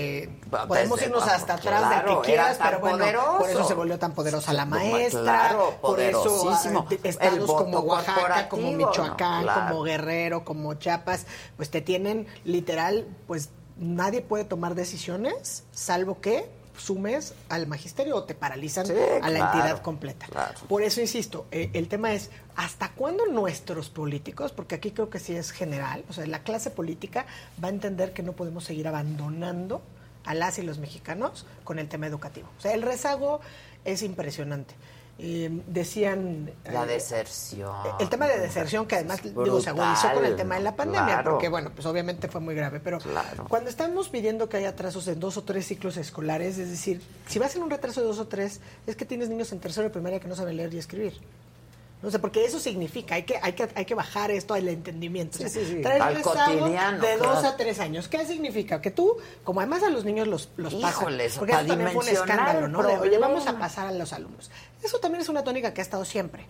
podemos irnos hasta atrás de que quieras, pero bueno, por eso se volvió tan poderosa la maestra, claro, por eso estados como Oaxaca, como Michoacán, claro, como Guerrero, como Chiapas, pues te tienen literal, pues nadie puede tomar decisiones, salvo que sumes al magisterio o te paralizan a la entidad completa. Claro. Por eso insisto, el tema es ¿hasta cuándo nuestros políticos, porque aquí creo que sí es general, o sea, la clase política va a entender que no podemos seguir abandonando a las y los mexicanos con el tema educativo? O sea, el rezago es impresionante. decían... La deserción. El tema de deserción, que además brutal, se agudizó con el tema de la pandemia, claro. porque bueno, pues obviamente fue muy grave, pero cuando estamos pidiendo que haya atrasos en 2 o 3 ciclos escolares, es decir, si vas en un retraso de 2 o 3, es que tienes niños en tercero de primaria que no saben leer y escribir. No sé, porque eso significa, hay que bajar esto al entendimiento. Sí, o sea, sí. traes Al rezagos cotidiano, de 2 claro. a 3 años. ¿Qué significa? Que tú, como además a los niños los Híjoles, pasas, porque para eso también fue un dimensionar escándalo, el ¿no? De, oye, problema. vamos a pasar a los alumnos. Eso también es una tónica que ha estado siempre.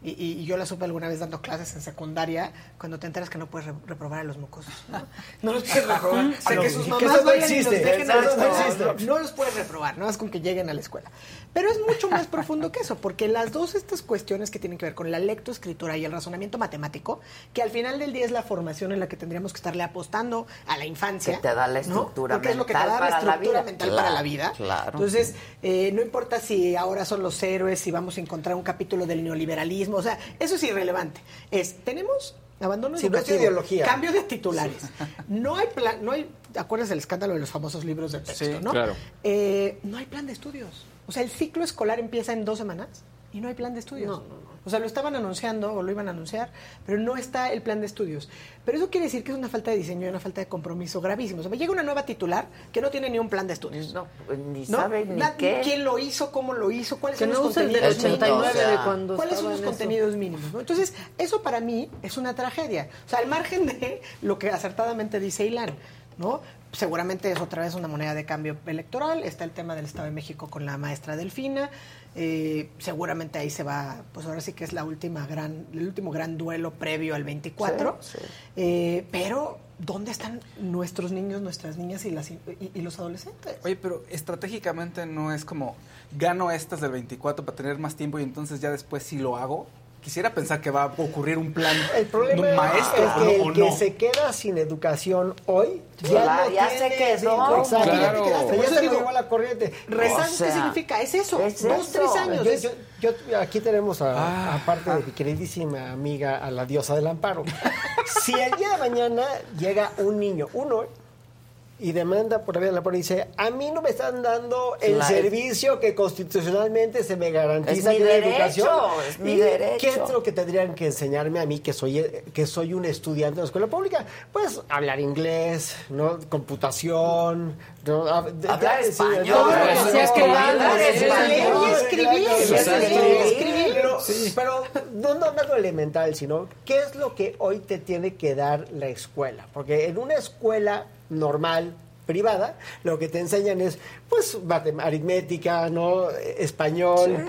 Y yo la supe alguna vez dando clases en secundaria, cuando te enteras que no puedes reprobar a los mocosos, ¿no? No los puedes reprobar. O sea, que sus mamás vayan y los dejen a la escuela. No los puedes reprobar, no es con que lleguen a la escuela. Pero es mucho más profundo que eso, porque las dos estas cuestiones que tienen que ver con la lectoescritura y el razonamiento matemático, que al final del día es la formación en la que tendríamos que estarle apostando a la infancia. Que te da la estructura ¿no? Porque mental es lo que te da la estructura mental para la vida. Claro. Entonces, no importa si ahora son los héroes, si vamos a encontrar un capítulo del neoliberalismo, o sea, eso es irrelevante. Tenemos abandono educativo, ideología. Cambio de titulares. No hay plan, ¿acuerdas del escándalo de los famosos libros de texto, sí, no? Claro. No hay plan de estudios. O sea, el ciclo escolar empieza en 2 semanas y no hay plan de estudios. No. O sea, lo estaban anunciando o lo iban a anunciar, pero no está el plan de estudios. Pero eso quiere decir que es una falta de diseño y una falta de compromiso gravísimo. O sea, me llega una nueva titular que no tiene ni un plan de estudios. No, ni sabe ni qué. ¿Quién lo hizo? ¿Cómo lo hizo? ¿Cuáles que son no los contenidos del 89 mínimos? de cuando ¿Cuáles son los estaba en contenidos mínimos? ¿No? Entonces, eso para mí es una tragedia. O sea, al margen de lo que acertadamente dice Ilan, ¿no? Seguramente es otra vez una moneda de cambio electoral. Está el tema del Estado de México con la maestra Delfina. Seguramente ahí se va, pues ahora sí que es el último gran duelo previo al 24. Sí. Pero, ¿dónde están nuestros niños, nuestras niñas y los adolescentes? Oye, pero estratégicamente no es como, gano estas del 24 para tener más tiempo y entonces ya después sí lo hago. Quisiera pensar que va a ocurrir un plan el problema de un maestro es que o el que no. se queda sin educación hoy ya se quedó. Exacto. Claro. Ya se llevó la corriente. Rezante, ¿qué significa? Es eso. 2, 3 años. Yo aquí tenemos aparte de mi queridísima amiga, a la diosa del amparo. Si el día de mañana llega un niño, y demanda por la vía del amparo y dice, a mí no me están dando el servicio que constitucionalmente se me garantiza es mi de derecho, educación. Es mi derecho. ¿Qué es lo que tendrían que enseñarme a mí, que soy un estudiante de la escuela pública? Pues hablar inglés, ¿no? Computación, ¿no? Hablar español. Escribir. Pero no lo elemental, sino qué es lo que hoy te tiene que dar la escuela. Porque en una escuela normal, privada, lo que te enseñan es, pues, aritmética, ¿no? Español,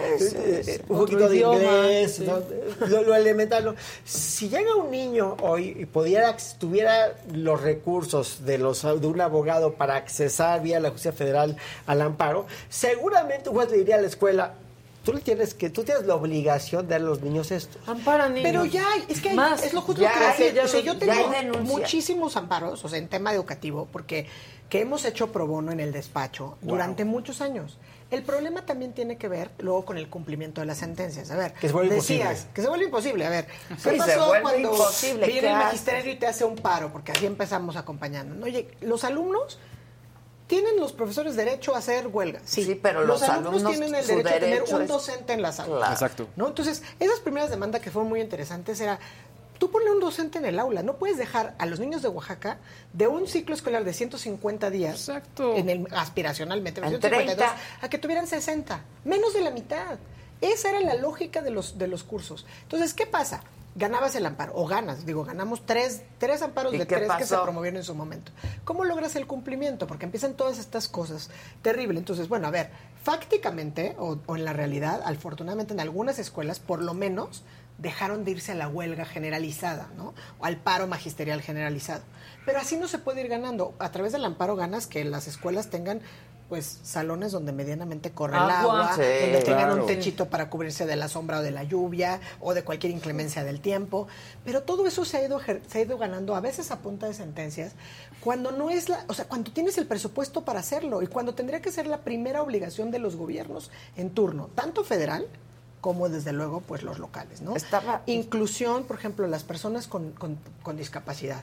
un poquito de inglés, ¿no? Lo elemental, ¿no? Si llega un niño hoy y tuviera los recursos de un abogado para accesar vía la justicia federal al amparo, seguramente un juez le diría a la escuela, tú tienes la obligación de dar a los niños esto. Ampara niños. Pero ya hay, es que más, es lo justo que decía. O sea, yo tengo denuncia. muchísimos amparos, o sea, en tema educativo, porque que hemos hecho pro bono en el despacho durante muchos años. El problema también tiene que ver luego con el cumplimiento de las sentencias. A ver, que se vuelve imposible. Que se vuelve imposible. A ver, ¿qué pasó cuando viene el magisterio y te hace un paro? Porque así empezamos acompañando. Oye, los alumnos ¿tienen los profesores derecho a hacer huelga? Sí, pero los alumnos tienen el derecho a tener un docente en las aulas. Claro. Exacto. ¿No? Entonces, esas primeras demandas que fueron muy interesantes era, tú ponle un docente en el aula, no puedes dejar a los niños de Oaxaca de un ciclo escolar de 150 días, aspiracionalmente, 152, a que tuvieran 60, menos de la mitad. Esa era la lógica de los cursos. Entonces, ¿qué pasa? Ganabas el amparo, o ganamos tres amparos de 3 que se promovieron en su momento. ¿Cómo logras el cumplimiento? Porque empiezan todas estas cosas terribles. Entonces, bueno, a ver, fácticamente, o en la realidad, afortunadamente en algunas escuelas, por lo menos, dejaron de irse a la huelga generalizada, ¿no? O al paro magisterial generalizado. Pero así no se puede ir ganando. A través del amparo ganas que las escuelas tengan pues salones donde medianamente corre el agua, donde tengan un techito para cubrirse de la sombra o de la lluvia o de cualquier inclemencia del tiempo. Pero todo eso se ha ido ganando, a veces a punta de sentencias, cuando no es cuando tienes el presupuesto para hacerlo y cuando tendría que ser la primera obligación de los gobiernos en turno, tanto federal como desde luego pues los locales, ¿no? Inclusión, por ejemplo, las personas con discapacidad.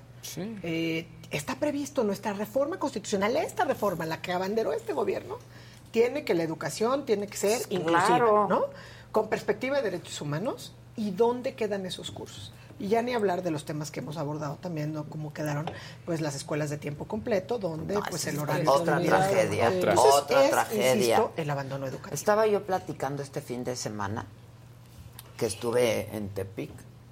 Sí. Está previsto nuestra reforma constitucional, esta reforma, la que abanderó este gobierno, tiene que la educación tiene que ser inclusiva, ¿no? con perspectiva de derechos humanos, ¿y dónde quedan esos cursos? Y ya ni hablar de los temas que hemos abordado también, ¿no? Cómo quedaron pues las escuelas de tiempo completo, donde pues el horario... Otra tragedia, tragedia. Insisto, el abandono educativo. Estaba yo platicando este fin de semana que estuve en Tepic.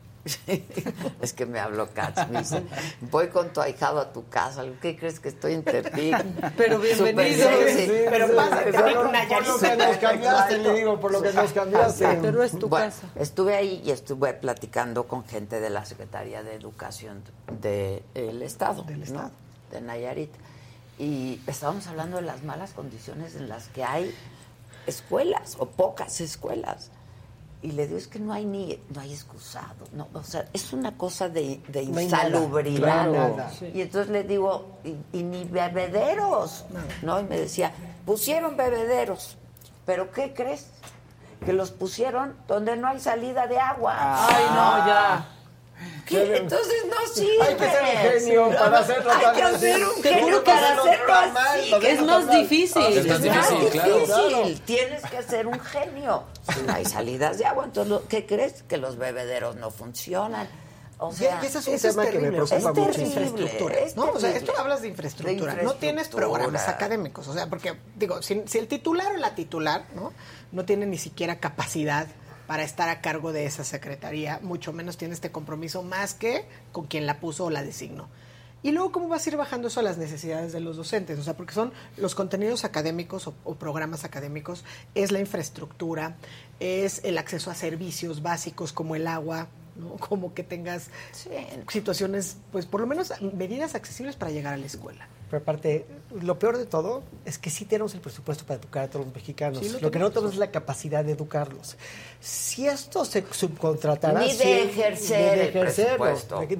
Es que me habló Katz, me dice, voy con tu ahijado a tu casa. ¿Qué crees que estoy en Tepic? Pero bienvenido. Pero pasa, por lo que nos cambiaste, le digo, por lo que nos cambiaste. Pero es tu casa. Estuve ahí y estuve platicando con gente de la Secretaría de Educación del Estado, ¿no? De Nayarit. Y estábamos hablando de las malas condiciones en las que hay escuelas o pocas escuelas. Y le digo, es que no hay excusado, no, o sea, es una cosa de insalubridad. Nada. Y entonces le digo, y ni bebederos, ¿no? Y me decía, pusieron bebederos, pero ¿qué crees? Que los pusieron donde no hay salida de agua. Ay, no, ya. ¿Qué? Entonces no sirve. Hay que ser un genio para hacerlo. Hay que ser un genio para hacerlo así. Es más difícil. Es más difícil, claro. Tienes que ser un genio. Si no hay salidas de agua, entonces, ¿qué crees? Que los bebederos no funcionan. O sea, y ese es un tema que me preocupa mucho. Infraestructura, ¿no? O sea, esto hablas de infraestructura. No tienes programas académicos. O sea, porque, digo, si el titular o la titular, no tiene ni siquiera capacidad para estar a cargo de esa secretaría, mucho menos tiene este compromiso más que con quien la puso o la designó. Y luego, ¿cómo vas a ir bajando eso a las necesidades de los docentes? O sea, porque son los contenidos académicos o programas académicos, es la infraestructura, es el acceso a servicios básicos como el agua, ¿no? Como que tengas situaciones, pues por lo menos medidas accesibles para llegar a la escuela. Pero aparte, lo peor de todo es que sí tenemos el presupuesto para educar a todos los mexicanos. Sí, lo que no tenemos es la capacidad de educarlos. Si esto se subcontratara... Ni de ejercerlo.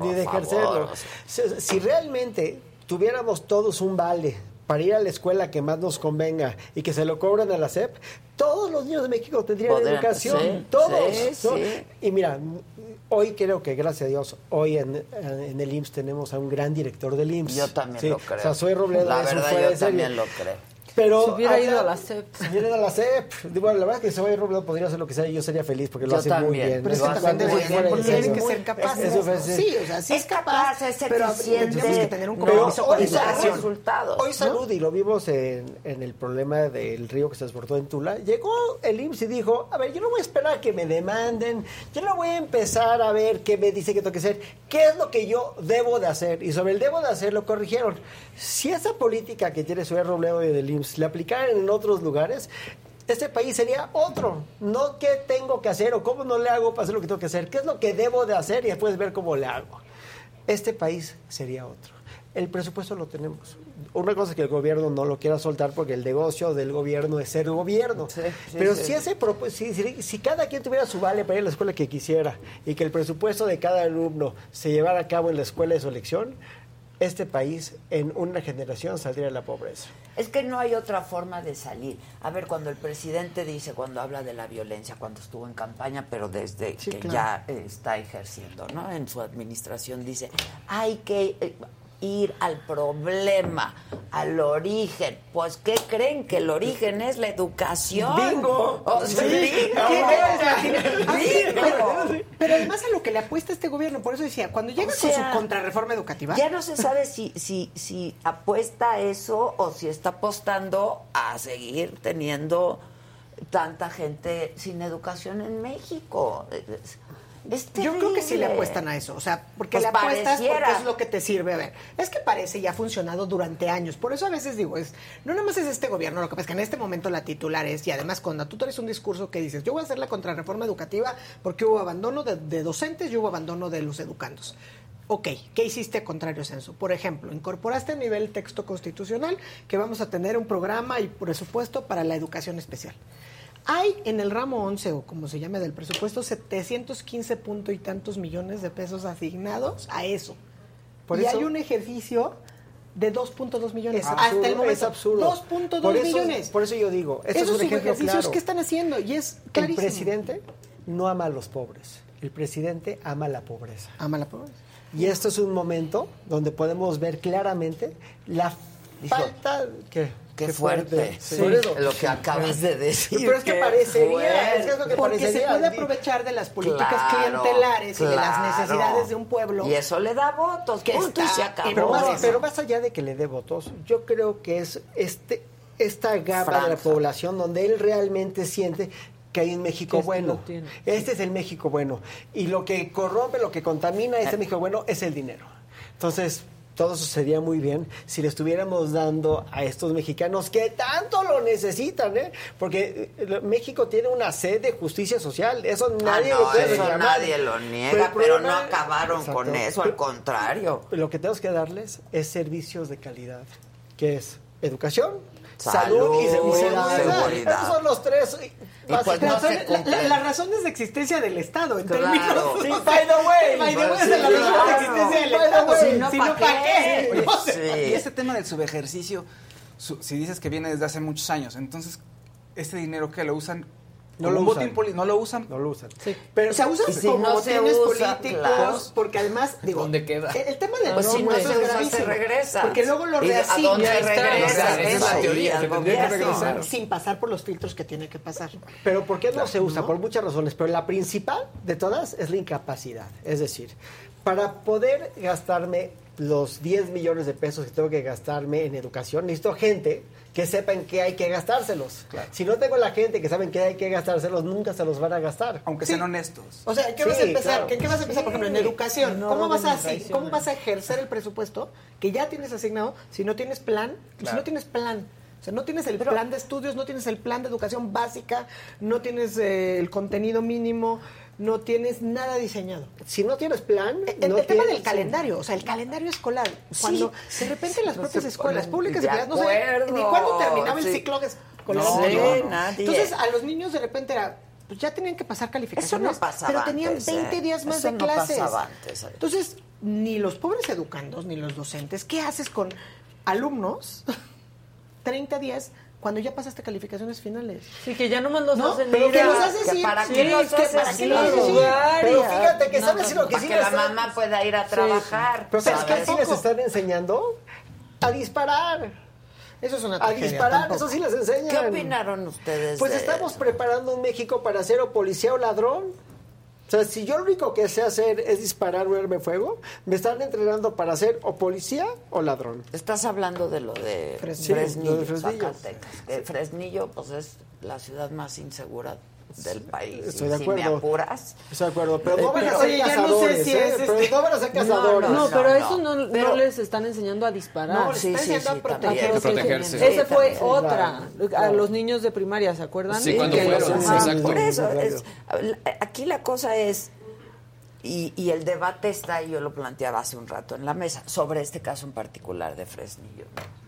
Si realmente tuviéramos todos un vale para ir a la escuela que más nos convenga y que se lo cobran a la SEP, todos los niños de México tendrían educación. Sí, todos. sí. Y mira, hoy creo que, gracias a Dios, hoy en el IMSS tenemos a un gran director del IMSS. Yo también lo creo. O sea, Zoe Robledo la es un verdad, fuera yo de serie. también lo creo. Pero si hubiera ido a la SEP. Si hubiera ido a la SEP. Bueno, la verdad es que Zoe Robledo podría hacer lo que sea y yo sería feliz porque lo hace muy bien. Pero es que también tiene que ser capaz. Sí, o sea, sí es capaz, es pero eficiente. tenemos que tener un compromiso con educación. Resultados. Hoy salud, y lo vimos en el problema del río que se desbordó en Tula, llegó el IMSS y dijo, a ver, yo no voy a esperar a que me demanden, yo no voy a empezar a ver qué me dice que tengo que hacer, qué es lo que yo debo de hacer, y sobre el debo de hacer lo corrigieron. Si esa política que tiene Zoe Robledo y del IMSS le aplicaran en otros lugares, este país sería otro. No qué tengo que hacer o cómo no le hago para hacer lo que tengo que hacer, qué es lo que debo de hacer y después ver cómo le hago. Este país sería otro. El presupuesto lo tenemos. Una cosa es que el gobierno no lo quiera soltar porque el negocio del gobierno es ser gobierno. Pero si cada quien tuviera su vale para ir a la escuela que quisiera y que el presupuesto de cada alumno se llevara a cabo en la escuela de su elección, este país en una generación saldría de la pobreza. Es que no hay otra forma de salir. A ver, cuando el presidente dice, cuando habla de la violencia, cuando estuvo en campaña, pero desde que ya está ejerciendo, ¿no? En su administración dice, hay que ir al problema, al origen. Pues, ¿qué creen? Que el origen es la educación. ¡Bingo! Pero además a lo que le apuesta este gobierno, por eso decía, cuando llega con su contrarreforma educativa... Ya no se sabe si apuesta a eso o si está apostando a seguir teniendo tanta gente sin educación en México. Yo creo que sí le apuestan a eso, o sea, porque le apuestas porque es lo que te sirve. A ver, es que parece y ha funcionado durante años. Por eso a veces digo, no nada más es este gobierno, lo que pasa es que en este momento la titular es, y además cuando tú traes un discurso que dices, yo voy a hacer la contrarreforma educativa porque hubo abandono de docentes y hubo abandono de los educandos. Ok, ¿qué hiciste contrario a censo? Por ejemplo, incorporaste a nivel texto constitucional que vamos a tener un programa y presupuesto para la educación especial. Hay en el ramo 11, o como se llame del presupuesto, 715 punto y tantos millones de pesos asignados a eso. Hay un ejercicio de 2.2 millones. Hasta el momento. Es absurdo. 2.2 millones. Por eso yo digo, esos son ejercicios que están haciendo y es clarísimo. El presidente no ama a los pobres. El presidente ama la pobreza. Ama la pobreza. Y esto es un momento donde podemos ver claramente la falta... Qué fuerte. Sí. Por eso, lo que acabas de decir. Pero es que parecería, es lo que porque parecería. se puede aprovechar de las políticas clientelares y de las necesidades de un pueblo. Y eso le da votos, que esto se acabó. Pero más allá de que le dé votos, yo creo que es esta gama de la población donde él realmente siente que hay un México bueno. Este es el México bueno. Y lo que corrompe, lo que contamina ese México bueno es el dinero. Entonces, todo eso sería muy bien si le estuviéramos dando a estos mexicanos que tanto lo necesitan, ¿eh? Porque México tiene una sed de justicia social. Eso nadie lo puede reclamar. Nadie lo niega, pero no acabaron con eso, al contrario. Lo que tenemos que darles es servicios de calidad, que es educación, salud y seguridad. Esos son los tres. Pues no las razones de existencia del Estado, en términos... Sí, by the way. Es la razón de existencia del Estado. Si no, ¿para qué? Y este tema del subejercicio, si dices que viene desde hace muchos años, entonces, este dinero que lo usan... No lo usan. Sí. Pero se usa como botines políticos, porque además, digo, ¿dónde queda? El tema de pues los muertos es gravísimo. Se regresa. Porque luego lo reasignan. ¿A dónde regresa? Es la teoría, que tendría que regresar. Sin pasar por los filtros que tiene que pasar. Pero ¿por qué no se usa? Por muchas razones. Pero la principal de todas es la incapacidad. Es decir, para poder gastarme los 10 millones de pesos que tengo que gastarme en educación, necesito gente que sepan que hay que gastárselos. Claro. Si no tengo la gente que saben que hay que gastárselos, nunca se los van a gastar. Aunque sean honestos. O sea, ¿qué vas a empezar? Claro. ¿Qué vas a empezar, por ejemplo, en educación? ¿Cómo vas a ejercer el presupuesto que ya tienes asignado si no tienes plan? Claro. Si no tienes plan. O sea, no tienes el plan de estudios, no tienes el plan de educación básica, no tienes el contenido mínimo, no tienes nada diseñado. Si no tienes plan... El tema del calendario, o sea, el calendario escolar. Cuando de repente las propias escuelas públicas y privadas no saben ni cuándo terminaba el ciclo escolar anterior. Entonces, a los niños de repente era... Pues ya tenían que pasar calificaciones, eso no pasaba pero tenían antes, 20 días más eso de clases. No pasaba antes, Entonces, ni los pobres educandos, ni los docentes, ¿qué haces con alumnos 30 días cuando ya pasaste calificaciones finales? Sí, que ya nomás los hacen pero ir que los haces ir. ¿Para qué los haces ir? Pero fíjate que sabes lo que sí para que la mamá pueda ir a trabajar. Pero ¿sabes qué sí les están enseñando? A disparar. Eso es una tragedia. A disparar, eso sí les enseñan. ¿Qué opinaron ustedes? Pues estamos preparando un México para ser o policía o ladrón. O sea, si yo lo único que sé hacer es disparar o darme fuego, me están entrenando para ser o policía o ladrón. Estás hablando de lo de Fresnillo, Zacatecas. Fresnillo, pues es la ciudad más insegura del país. Estoy de si acuerdo. me apuras. Estoy de acuerdo, pero no van a ser cazadores, pero no van a ser cazadores. No, pero eso no les están enseñando a disparar. No, les están enseñando a protegerse. Esa fue otra. A los niños de primaria, ¿se acuerdan? Sí, cuando fueron. Exacto. Por eso, aquí la cosa es, y el debate está, y yo lo planteaba hace un rato en la mesa, sobre este caso en particular de Fresnillo, ¿no?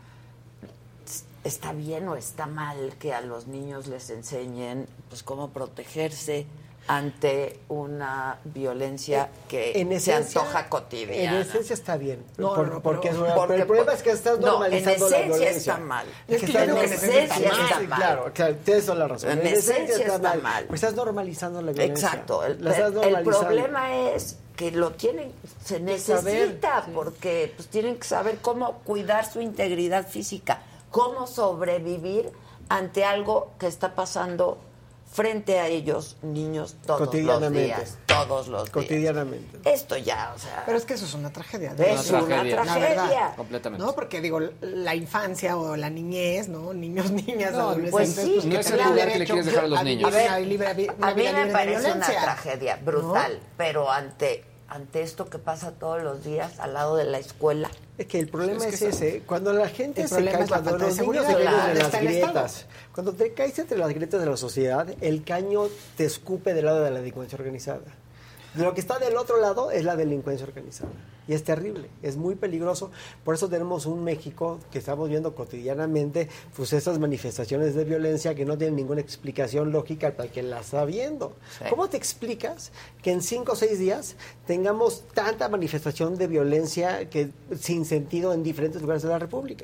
¿Está bien o está mal que a los niños les enseñen pues cómo protegerse ante una violencia que se antoja cotidiana? En esencia está bien. Pero el problema es que estás normalizando la violencia. En esencia está mal. Es que en esencia está mal. Claro, tienes toda la razón. En esencia está mal. Pues estás normalizando la violencia. Exacto. El problema es que se necesita, porque pues tienen que saber cómo cuidar su integridad física, cómo sobrevivir ante algo que está pasando frente a ellos, niños, todos los días. Cotidianamente. Esto ya, o sea... Pero es que eso es una tragedia. Es una tragedia. Completamente. No, porque digo, la infancia o la niñez, ¿no? Niños, niñas, adolescentes... Pues sí, no es el lugar que le quieres dejar a los niños. A mí me parece una tragedia brutal, ¿no? Pero ante esto que pasa todos los días al lado de la escuela... Es que el problema es ese, cuando la gente se cae, cuando los niños se caen entre las grietas, cuando te caes entre las grietas de la sociedad, el caño te escupe del lado de la delincuencia organizada. De lo que está del otro lado es la delincuencia organizada. Y es terrible, es muy peligroso. Por eso tenemos un México que estamos viendo cotidianamente, pues esas manifestaciones de violencia que no tienen ninguna explicación lógica para quien la está viendo. Sí. ¿Cómo te explicas que en 5 o 6 días tengamos tanta manifestación de violencia sin sentido en diferentes lugares de la República?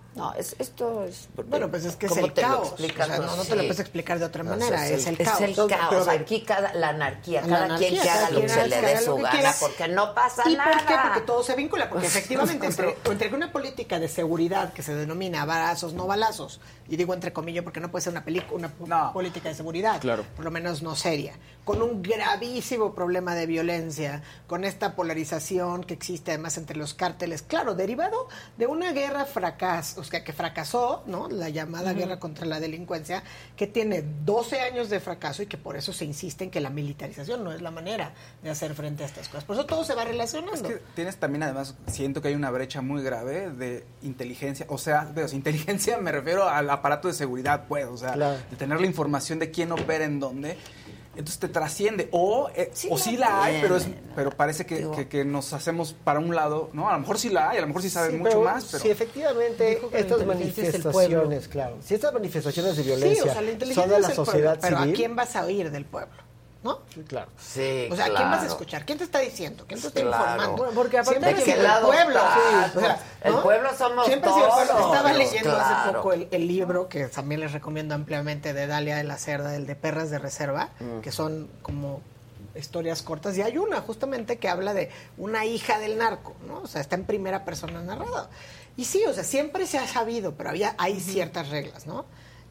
No, esto es... Bueno, pues es que es ¿cómo el te caos. lo explicas? O sea, no te lo puedes explicar de otra manera, es el Es caos. el caos. Pero, Aquí la anarquía, cada quien que haga lo que se le dé su gana, porque no pasa ¿Y nada. por qué? Porque todo se vincula, porque efectivamente entre una política de seguridad que se denomina balazos, no balazos, y digo entre comillas porque no puede ser una política de seguridad, por lo menos no seria, con un gravísimo problema de violencia, con esta polarización que existe además entre los cárteles, claro, derivado de una guerra que fracasó, ¿no? La llamada guerra contra la delincuencia, que tiene 12 años de fracaso y que por eso se insiste en que la militarización no es la manera de hacer frente a estas cosas. Por eso todo se va relacionando. Es que tienes también, además, siento que hay una brecha muy grave de inteligencia. O sea, inteligencia me refiero al aparato de seguridad, pues, o sea, de tener la información de quién opera en dónde. Entonces te trasciende. O sí la hay, pero parece que nos hacemos para un lado, ¿no? A lo mejor sí la hay, a lo mejor sí saben mucho más, pero... Si efectivamente estas manifestaciones, si estas manifestaciones de violencia son de la sociedad civil... Pero ¿a quién vas a oír del pueblo? ¿No? Sí, claro. Sí, o sea, ¿a quién vas a escuchar? ¿Quién te está diciendo? ¿Quién te está informando? Bueno, porque aparte ¿de qué lado pueblo? estás? O sea, el pueblo somos siempre todos. Estaba leyendo hace poco el libro que también les recomiendo ampliamente de Dalia de la Cerda, el de Perras de Reserva, que son como historias cortas, y hay una justamente que habla de una hija del narco, ¿no? O sea, está en primera persona narrada. Y sí, o sea, siempre se ha sabido, pero hay ciertas reglas, ¿no?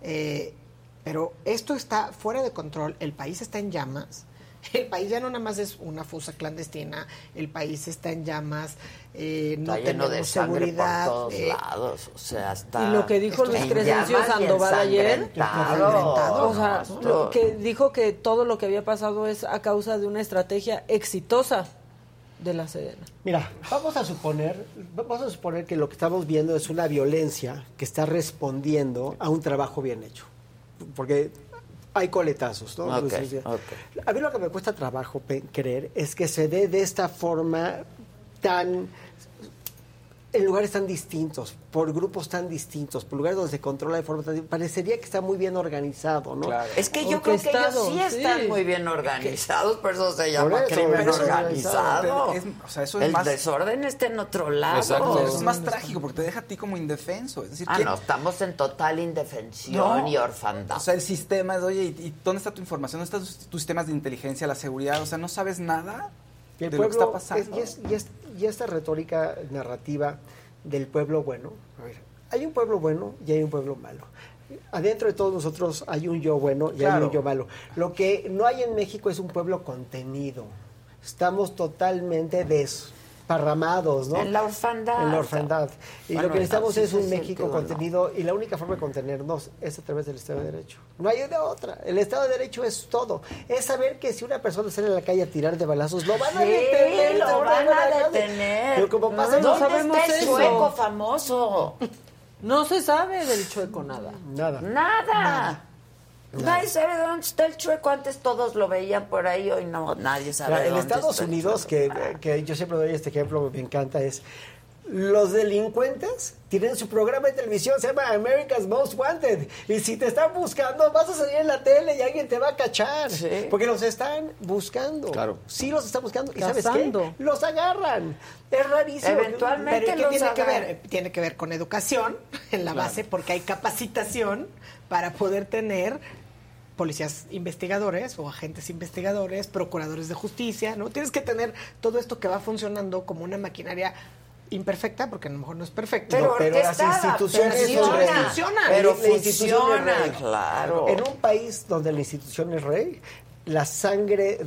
Pero esto está fuera de control, el país está en llamas, el país ya no nada más es una fosa clandestina, el país está en llamas, no tenemos de sangre seguridad. por todos lados, o sea, está... Y lo que dijo Luis Crescencio Sandoval ayer, o sea, que dijo que todo lo que había pasado es a causa de una estrategia exitosa de la Sedena. Mira, vamos a suponer que lo que estamos viendo es una violencia que está respondiendo a un trabajo bien hecho. Porque hay coletazos, ¿no? Okay. A mí lo que me cuesta trabajo creer es que se dé de esta forma en lugares tan distintos, por grupos tan distintos, por lugares donde se controla de forma tan distinta. Parecería que está muy bien organizado, ¿no? Claro. Es que yo creo que ellos sí están muy bien organizados, por eso se llama crimen organizado. El desorden está en otro lado. Exacto. Eso es más trágico porque te deja a ti como indefenso. Es decir, no, estamos en total indefensión y orfandad. O sea, el sistema es, oye, ¿y dónde está tu información? ¿Dónde están tus sistemas de inteligencia, la seguridad? O sea, no sabes nada de lo que está pasando. Y esta retórica narrativa del pueblo bueno, a ver, hay un pueblo bueno y hay un pueblo malo. Adentro de todos nosotros hay un yo bueno y hay un yo malo. Lo que no hay en México es un pueblo contenido. Estamos totalmente desparramados, ¿no? En la orfandad. En la orfandad. Y lo que necesitamos es un México contenido, y la única forma de contenernos es a través del Estado de Derecho. No hay de otra. El Estado de Derecho es todo. Es saber que si una persona sale a la calle a tirar de balazos, lo van a detener. Lo van a detener. Pero como pasa, ¿dónde está el Chueco famoso? No se sabe del Chueco nada. Nada. Nadie sabe dónde está el Chueco. Antes todos lo veían por ahí, hoy no, nadie sabe dónde está. En Estados Unidos, que yo siempre doy este ejemplo, me encanta, es los delincuentes tienen su programa de televisión, se llama America's Most Wanted, y si te están buscando vas a salir en la tele y alguien te va a cachar, porque los están buscando. Claro. Sí los están buscando. ¿Y sabes qué? Los agarran. Es rarísimo. Eventualmente pero ¿qué tiene que ver con educación en la base? Porque hay capacitación para poder tener policías investigadores o agentes investigadores, procuradores de justicia, ¿no? Tienes que tener todo esto que va funcionando como una maquinaria imperfecta, porque a lo mejor no es perfecta. Pero las instituciones funcionan. Pero funciona, claro. En un país donde la institución es rey, la sangre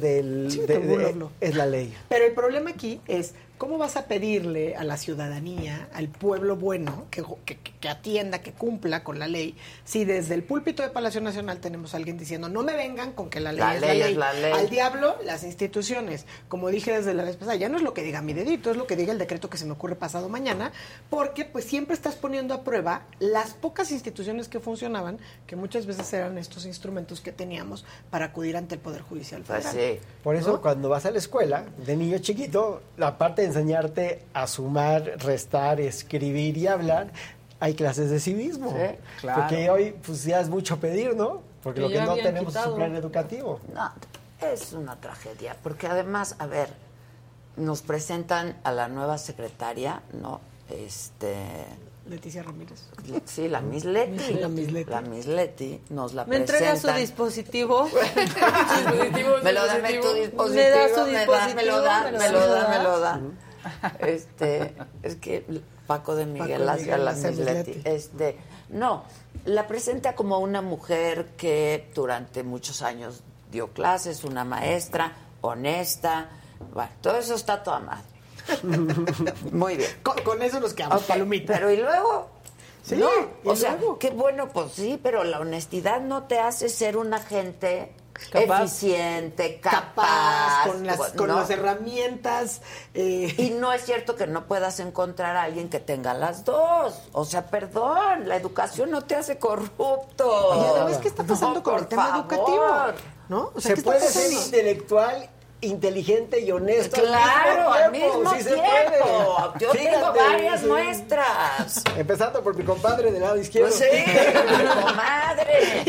es la ley. Pero el problema aquí es ¿cómo vas a pedirle a la ciudadanía, al pueblo bueno, que atienda, que cumpla con la ley, si desde el púlpito de Palacio Nacional tenemos a alguien diciendo, no me vengan con que la ley es la ley? Al diablo, las instituciones. Como dije desde la vez pasada, ya no es lo que diga mi dedito, es lo que diga el decreto que se me ocurre pasado mañana, porque pues siempre estás poniendo a prueba las pocas instituciones que funcionaban, que muchas veces eran estos instrumentos que teníamos para acudir ante el Poder Judicial Federal. Pues sí. Por eso, cuando vas a la escuela, de niño chiquito, la parte de enseñarte a sumar, restar, escribir y hablar, hay clases de civismo. Sí, claro. Porque hoy pues ya es mucho pedir, ¿no? Porque lo que no tenemos es un plan educativo. No, es una tragedia, porque además, a ver, nos presentan a la nueva secretaria, ¿no? Leticia Ramírez. Sí, la Miss Leti. La Miss Leti. La Miss Leti nos la ¿Me presentan. entrega su dispositivo? Me lo da tu dispositivo. Me da su dispositivo. Me lo da. Es que Paco de Miguel hacía la Miss Leti. No, la presenta como una mujer que durante muchos años dio clases, una maestra, honesta. Bueno, todo eso está toda madre. Muy bien. Con eso nos quedamos, palomita. Pero ¿y luego? Sí, no, o sea, qué bueno, pues sí, pero la honestidad no te hace ser una gente eficiente, capaz, con las herramientas. Y no es cierto que no puedas encontrar a alguien que tenga las dos. O sea, perdón, la educación no te hace corrupto. Y además, ¿qué está pasando con el tema educativo? ¿No? O sea, se puede ser intelectual, inteligente y honesto. Claro, al mismo sí tiempo. Yo tengo varias muestras. Empezando por mi compadre del lado izquierdo. Pues sí, mi comadre.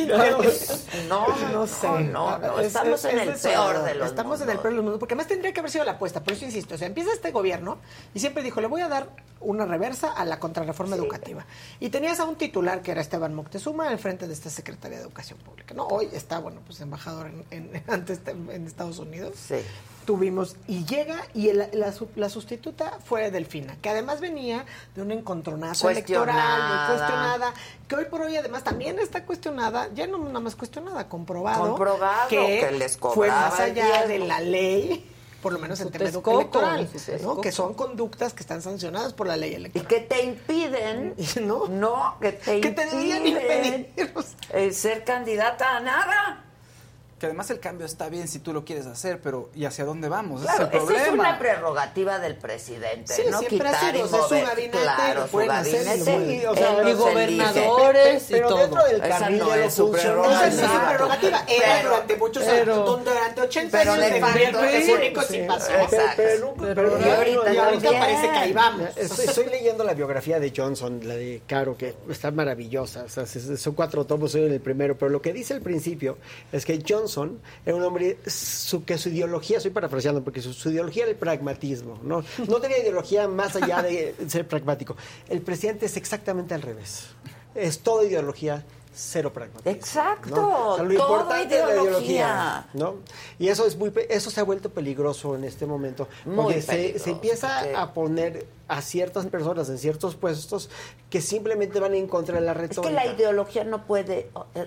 No sé. Estamos en el peor de los Estamos en el peor de los mundos. Porque además tendría que haber sido la apuesta. Por eso insisto. O sea, empieza este gobierno y siempre dijo, le voy a dar una reversa a la contrarreforma educativa. Y tenías a un titular que era Esteban Moctezuma al frente de esta Secretaría de Educación Pública. No, hoy está, pues embajador en Estados Unidos. Sí. Tuvimos, y llega, y la sustituta fue Delfina, que además venía de un encontronazo electoral, cuestionada, que hoy por hoy además también está cuestionada, ya no nada más cuestionada, comprobado que les cobraba fue más allá de la ley, por lo menos en tema electoral, ¿no? Que son conductas que están sancionadas por la ley electoral. Y que te impiden, que te deberían impedir ser candidata a nada. Que además el cambio está bien si tú lo quieres hacer, pero ¿y hacia dónde vamos? Claro, ese es el problema. Esa es una prerrogativa del presidente, sí, ¿no? Siempre ha sido, su gabinete, claro, su gabinete y gobernadores y pero todo. Dentro del carril no es su prerrogativa. Era durante muchos años, durante 80 años de gobierno es único sin pasó. Pero ahorita parece que ahí vamos. Estoy leyendo la biografía de Johnson, la de Caro, que está maravillosa. O sea, son 4 tomos, soy en el primero, pero lo que dice al principio es que Johnson era un hombre que su ideología, estoy parafraseando porque su ideología era el pragmatismo, no tenía ideología más allá de ser pragmático. El presidente es exactamente al revés, es toda ideología, cero pragmatismo. Exacto, ¿no? O sea, lo importante es la ideología, ¿no? Y eso se ha vuelto peligroso en este momento, porque se empieza a poner a ciertas personas en ciertos puestos que simplemente van en contra de la retórica. Es que la ideología no puede,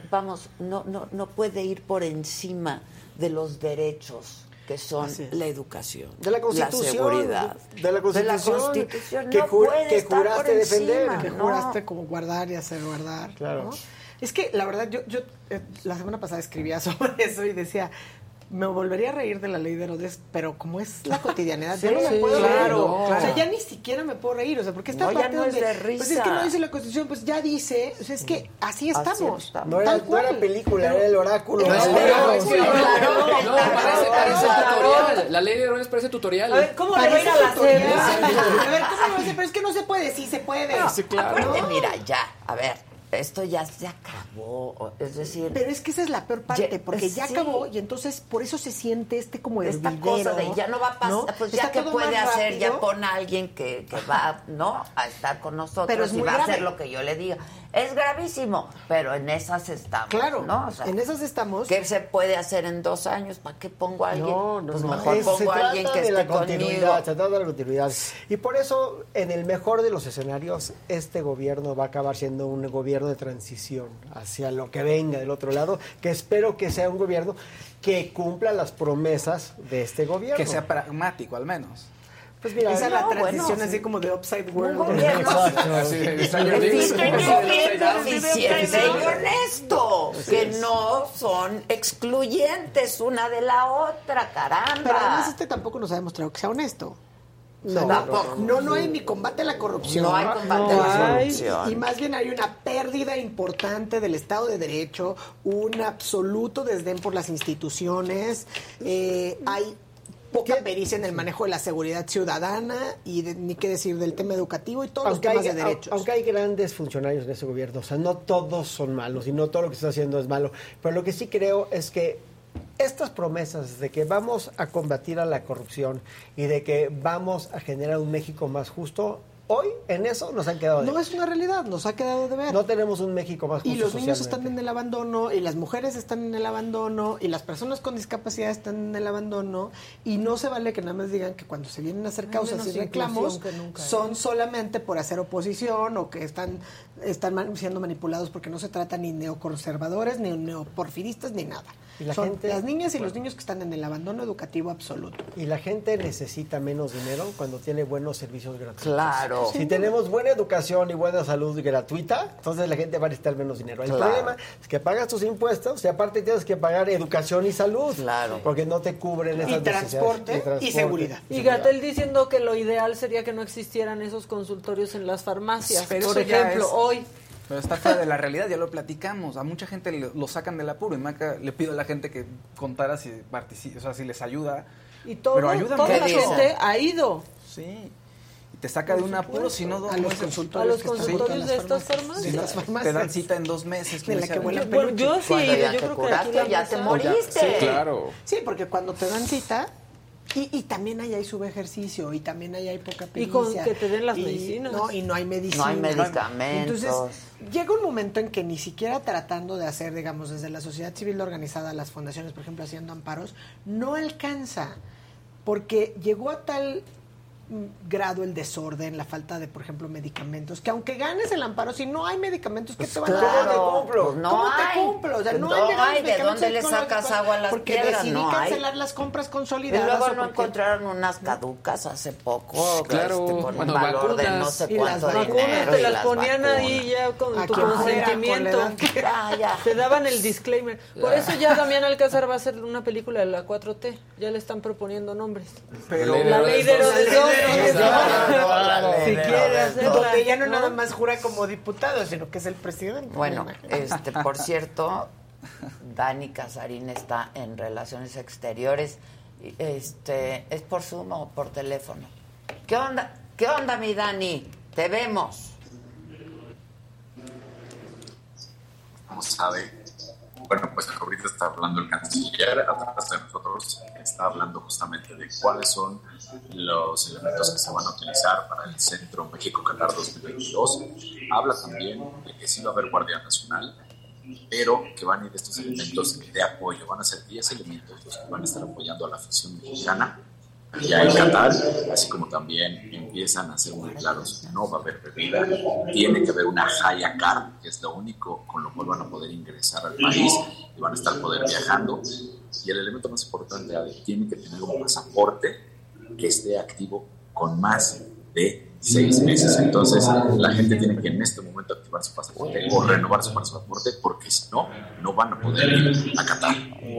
no puede ir por encima de los derechos que son la educación, de la Constitución, la seguridad, de la Constitución que juraste defender, que juraste como guardar y hacer guardar. Claro. ¿no? Es que la verdad yo la semana pasada escribía sobre eso y decía, me volvería a reír de la ley de Herodes, pero como es la cotidianidad, ya no me puedo reír. O sea, ya ni siquiera me puedo reír, o sea, porque esta parte no es de risa. Pues es que no dice la Constitución, pues ya dice, o sea, es que así estamos. No era película, era el oráculo. Parece tutorial. La ley de Herodes parece tutorial. A ver, ¿cómo le va a ir a la serie? A ver, ¿cómo lo dice? Pero es que no se puede, sí se puede. No, sí, claro. Aparte, mira, a ver, esto ya se acabó, es decir... Pero es que esa es la peor parte, porque ya acabó y entonces por eso se siente como esta hervidero, cosa de ya no va a pasar, ¿no? Pues ya que puede hacer, rápido. Ya pon a alguien que va, ¿no? A estar con nosotros pero es y va a hacer lo que yo le diga. Es gravísimo, pero en esas estamos, claro, ¿no? O sea, en esas estamos. ¿Qué se puede hacer en 2 años? ¿Para qué pongo a alguien? Pues mejor pongo a alguien que esté conmigo. Se trata de la continuidad. Y por eso, en el mejor de los escenarios, este gobierno va a acabar siendo un gobierno de transición hacia lo que venga del otro lado, que espero que sea un gobierno que cumpla las promesas de este gobierno. Que sea pragmático, al menos. Pues mira, esa es la transición así como de Upside World. Eficiente y honesto, que no son excluyentes una de la otra, caramba. Pero además tampoco nos ha demostrado que sea honesto. No hay ni combate a la corrupción. No hay combate a la corrupción. Y más bien hay una pérdida importante del Estado de Derecho, un absoluto desdén por las instituciones. Hay poca pericia en el manejo de la seguridad ciudadana y ni qué decir del tema educativo y todos los temas de derechos. Aunque hay grandes funcionarios en ese gobierno, o sea, no todos son malos y no todo lo que se está haciendo es malo, pero lo que sí creo es que estas promesas de que vamos a combatir a la corrupción y de que vamos a generar un México más justo hoy en eso nos han quedado de ver. No es una realidad, nos ha quedado de ver. No tenemos un México más justo Y los niños socialmente. están en el abandono, y las mujeres están en el abandono, y las personas con discapacidad están en el abandono, y no se vale que nada más digan que cuando se vienen a hacer causas y reclamos son solamente por hacer oposición o que están siendo manipulados porque no se trata ni neoconservadores, ni neoporfiristas, ni nada. Y la Son gente- las niñas y los niños que están en el abandono educativo absoluto. Y la gente necesita menos dinero cuando tiene buenos servicios gratuitos. Claro. Si tenemos buena educación y buena salud gratuita, entonces la gente va a necesitar menos dinero. El Claro. problema es que pagas tus impuestos y aparte tienes que pagar educación y salud. Claro. Porque no te cubren esas transporte necesidades. y seguridad. Y Gatell diciendo que lo ideal sería que no existieran esos consultorios en las farmacias. Pero Por eso ya ejemplo, es- hoy. Pero está fuera de la realidad, ya lo platicamos. A mucha gente lo sacan del apuro. Y Maca, le pido a la gente que contara si participa, o sea, si les ayuda. Y todo, Pero ayúdame. toda la ¿Qué dice? gente ha ido. Sí. Y te saca de un apuro, si no... A los consultorios que están consultorios en de las estas farmacias. Sí, En las farmacias. te dan cita en 2 meses. De la que vuelan Bueno, peluche. yo sí he Cuando ido, ya yo te creo que aquí curaste, la ya te mesa- moriste. Sí, claro. Sí, porque cuando te dan cita, y también ahí hay subejercicio, y también ahí hay poca Y con pericia. que te den las y- medicinas. No, y no hay medicina. No hay medicamentos. Entonces, llega un momento en que ni siquiera tratando de hacer, digamos, desde la sociedad civil organizada, las fundaciones, por ejemplo, haciendo amparos, no alcanza. Porque llegó a tal grado el desorden, la falta de, por ejemplo, medicamentos, que aunque ganes el amparo, si no hay medicamentos, ¿qué te van a dar? claro, ¿Cómo te cumplo? pues no ¿Cómo hay. te cumplo? O sea, no, No han llegado hay, los ¿de medicamentos dónde le sacas ecológicos agua a las porque piedras? decidí No hay. cancelar las compras Y consolidadas. luego o no porque- encontraron unas caducas hace poco. Claro, con bueno, un valor de vacunas. no sé Y las cuánto vacunas dinero. te y las ponían vacunas. ahí ya con ¿A tu quién fuera, consentimiento. con la edad? Ya. Te daban el disclaimer. Por eso ya Damián Alcázar va a hacer una película de la 4T. Ya le están proponiendo nombres. Pero La ley de Herodes. Si quiere hacerla, donde ya no ¿no? nada más jura como diputado, sino que es el presidente. Bueno, por cierto, Dani Casarín está en Relaciones Exteriores. ¿Es por Zoom o por teléfono? ¿Qué onda? ¿Qué onda, mi Dani? Te vemos. Como sabe, bueno, pues ahorita está hablando el canciller, atrás de nosotros está hablando justamente de cuáles son los elementos que se van a utilizar para el Centro México-Qatar 2022. Habla también de que sí va a haber Guardia Nacional, pero que van a ir estos elementos de apoyo. Van a ser 10 elementos los que van a estar apoyando a la afición mexicana allá en Qatar, así como también empiezan a ser muy claros, no va a haber bebida, tiene que haber una Haya Card, que es lo único con lo cual van a poder ingresar al país y van a estar poder viajando. Y el elemento más importante, tiene que tener un pasaporte que esté activo con más de 6 meses. Entonces, la gente tiene que en este momento activar su pasaporte o renovar su pasaporte, porque si no, no van a poder ir a Qatar.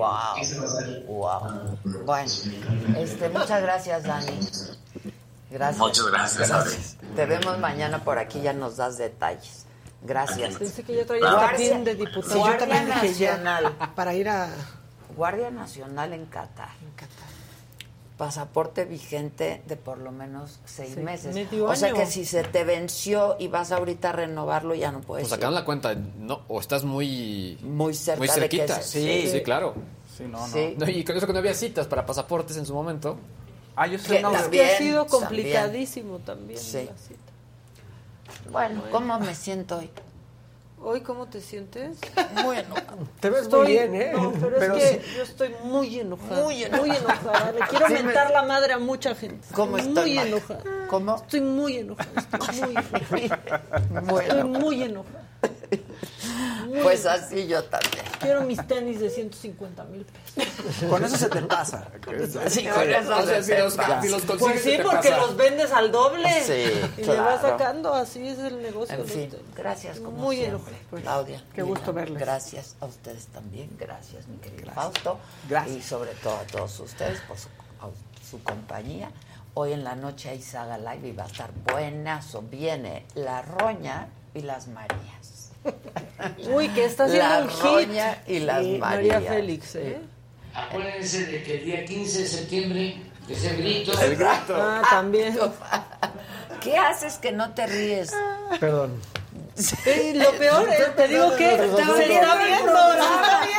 Wow. Bueno, muchas gracias, Dani. Gracias. Muchas gracias, Adri. Te vemos mañana por aquí, ya nos das detalles. Gracias. Pensé que ya traía tapín de diputado. Sí, yo Guardia también dije ya, Nacional. para ir a... Guardia Nacional en Qatar. Pasaporte vigente de por lo menos 6 meses. medio O sea año. que si se te venció y vas ahorita a renovarlo, ya no puedes. Pues sacaron la cuenta, no, o estás muy cerca muy de que cerquita. se- Sí, claro. Sí, no. No, y con eso que no había citas para pasaportes en su momento. Yo Que Es que ha sido complicadísimo también. Sí. la cita. Bueno, ¿cómo me siento hoy? ¿Hoy cómo te sientes? Muy enojada. Te ves muy bien, ¿eh? No, pero es que yo estoy muy enojada. Muy enojada. Le quiero mentar la madre a mucha gente. ¿Cómo estoy, Muy Maca? enojada. ¿Cómo? Estoy muy enojada. Estoy muy enojada. Muy Pues enojada. así yo también. Quiero mis tenis de 150,000 pesos. Con eso se te pasa. Sí, con eso O sea, se si los pasa. consigues, Pues sí, te porque pasa. los vendes al doble. Sí, Y le vas claro. sacando, así es el negocio. En de fin, usted. gracias como Muy siempre, enojada. Pues, Claudia. qué gusto verles. Gracias a ustedes también, gracias mi querido Fausto. Gracias. Y sobre todo a todos ustedes por su compañía. Hoy en la noche hay Saga Live y va a estar buenazo. Viene La Roña y Las Marías. Uy, que está haciendo La un hit. Roña y Las Sí, Marías. María Félix, ¿eh? Acuérdense de que el día 15 de septiembre es el grito. El grito. Ah, también. ¿Qué haces que no te ríes? Perdón. Y lo peor es, te digo que se está viendo.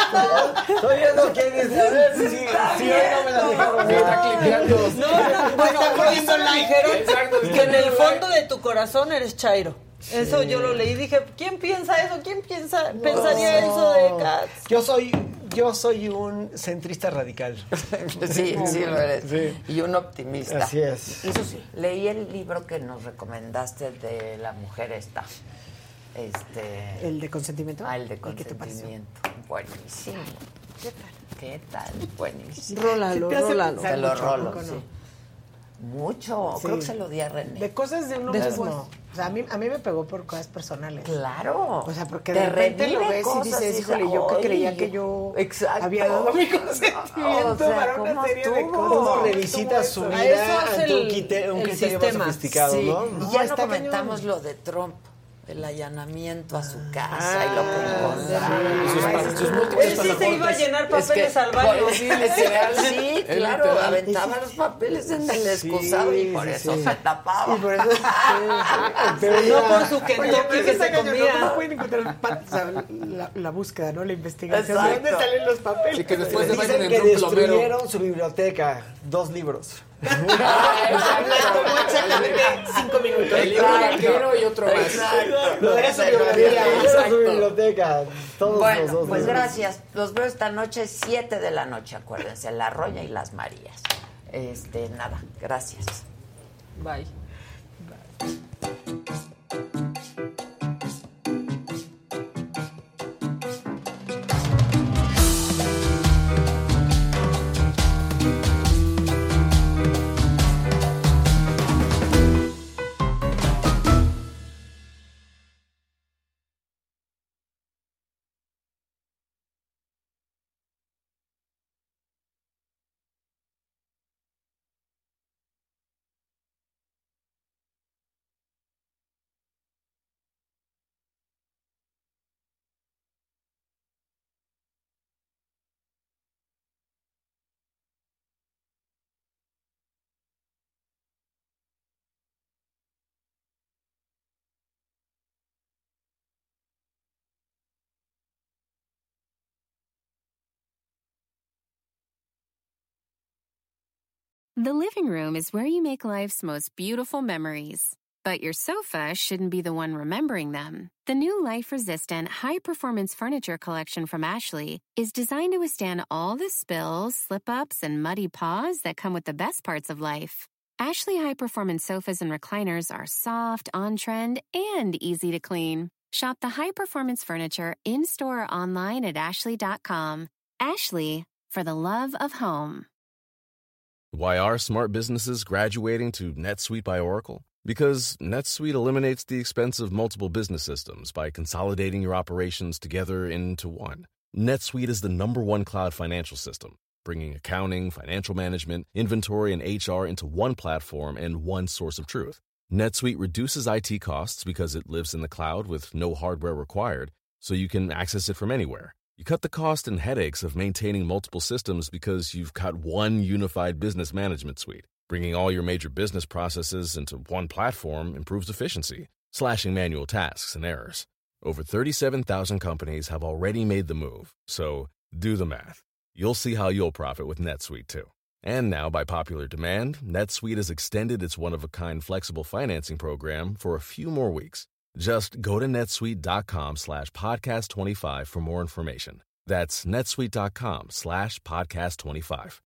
Estoy viendo quién es. A ver si no me la dejaron. Está clipeando. Bueno, cuando le dijeron que en el fondo de tu corazón eres Chairo. Eso yo lo leí y dije, ¿quién piensa eso? ¿Quién pensaría eso de Katz? Yo soy un centrista radical. Sí, lo eres. Sí. Y un optimista. Así es. Eso sí. Leí el libro que nos recomendaste de la mujer esta. ¿El de consentimiento? El de consentimiento. Buenísimo. ¿Qué tal? Buenísimo. Rólalo. Se lo rolo, ¿no? sí. Mucho. Sí. Creo que se lo di a René. De cosas de uno mismo. O sea, a mí me pegó por cosas personales. Claro. O sea, porque de repente lo ves y dices, híjole, yo que creía que yo había dado mi consentimiento para una serie de cosas. Uno revisita su vida ante un criterio más sofisticado, sí. ¿no? Y ya no comentamos lo de Trump. El allanamiento a su casa y lo que encontraron. Sus múltiples pasaportes. Sí se iba a llenar papeles al baño. Sí, claro, aventaba los papeles en el excusado y por eso se tapaba. Y por eso, pero no por su Kentucky que se comía. No pueden encontrar la búsqueda, ¿no? La investigación. Exacto. ¿De dónde salen los papeles? Y que después de dicen que destruyeron su biblioteca. 2 libros. Hablando exactamente 5 minutos. El libro vaquero y otro más. Lo de su biblioteca. Todos bueno, los 2 pues libros. gracias. Los veo esta noche, 7 de la noche, acuérdense. La Roya y las Marías. Nada, gracias. Bye. The living room is where you make life's most beautiful memories. But your sofa shouldn't be the one remembering them. The new life-resistant, high-performance furniture collection from Ashley is designed to withstand all the spills, slip-ups, and muddy paws that come with the best parts of life. Ashley high-performance sofas and recliners are soft, on-trend, and easy to clean. Shop the high-performance furniture in-store or online at ashley.com. Ashley, for the love of home. Why are smart businesses graduating to NetSuite by Oracle? Because NetSuite eliminates the expense of multiple business systems by consolidating your operations together into one. NetSuite is the #1 cloud financial system, bringing accounting, financial management, inventory, and HR into one platform and one source of truth. NetSuite reduces IT costs because it lives in the cloud with no hardware required, so you can access it from anywhere. You cut the cost and headaches of maintaining multiple systems because you've got one unified business management suite. Bringing all your major business processes into one platform improves efficiency, slashing manual tasks and errors. Over 37,000 companies have already made the move, so do the math. You'll see how you'll profit with NetSuite too. And now, by popular demand, NetSuite has extended its one-of-a-kind flexible financing program for a few more weeks. Just go to netsuite.com/podcast25 for more information. That's netsuite.com/podcast25.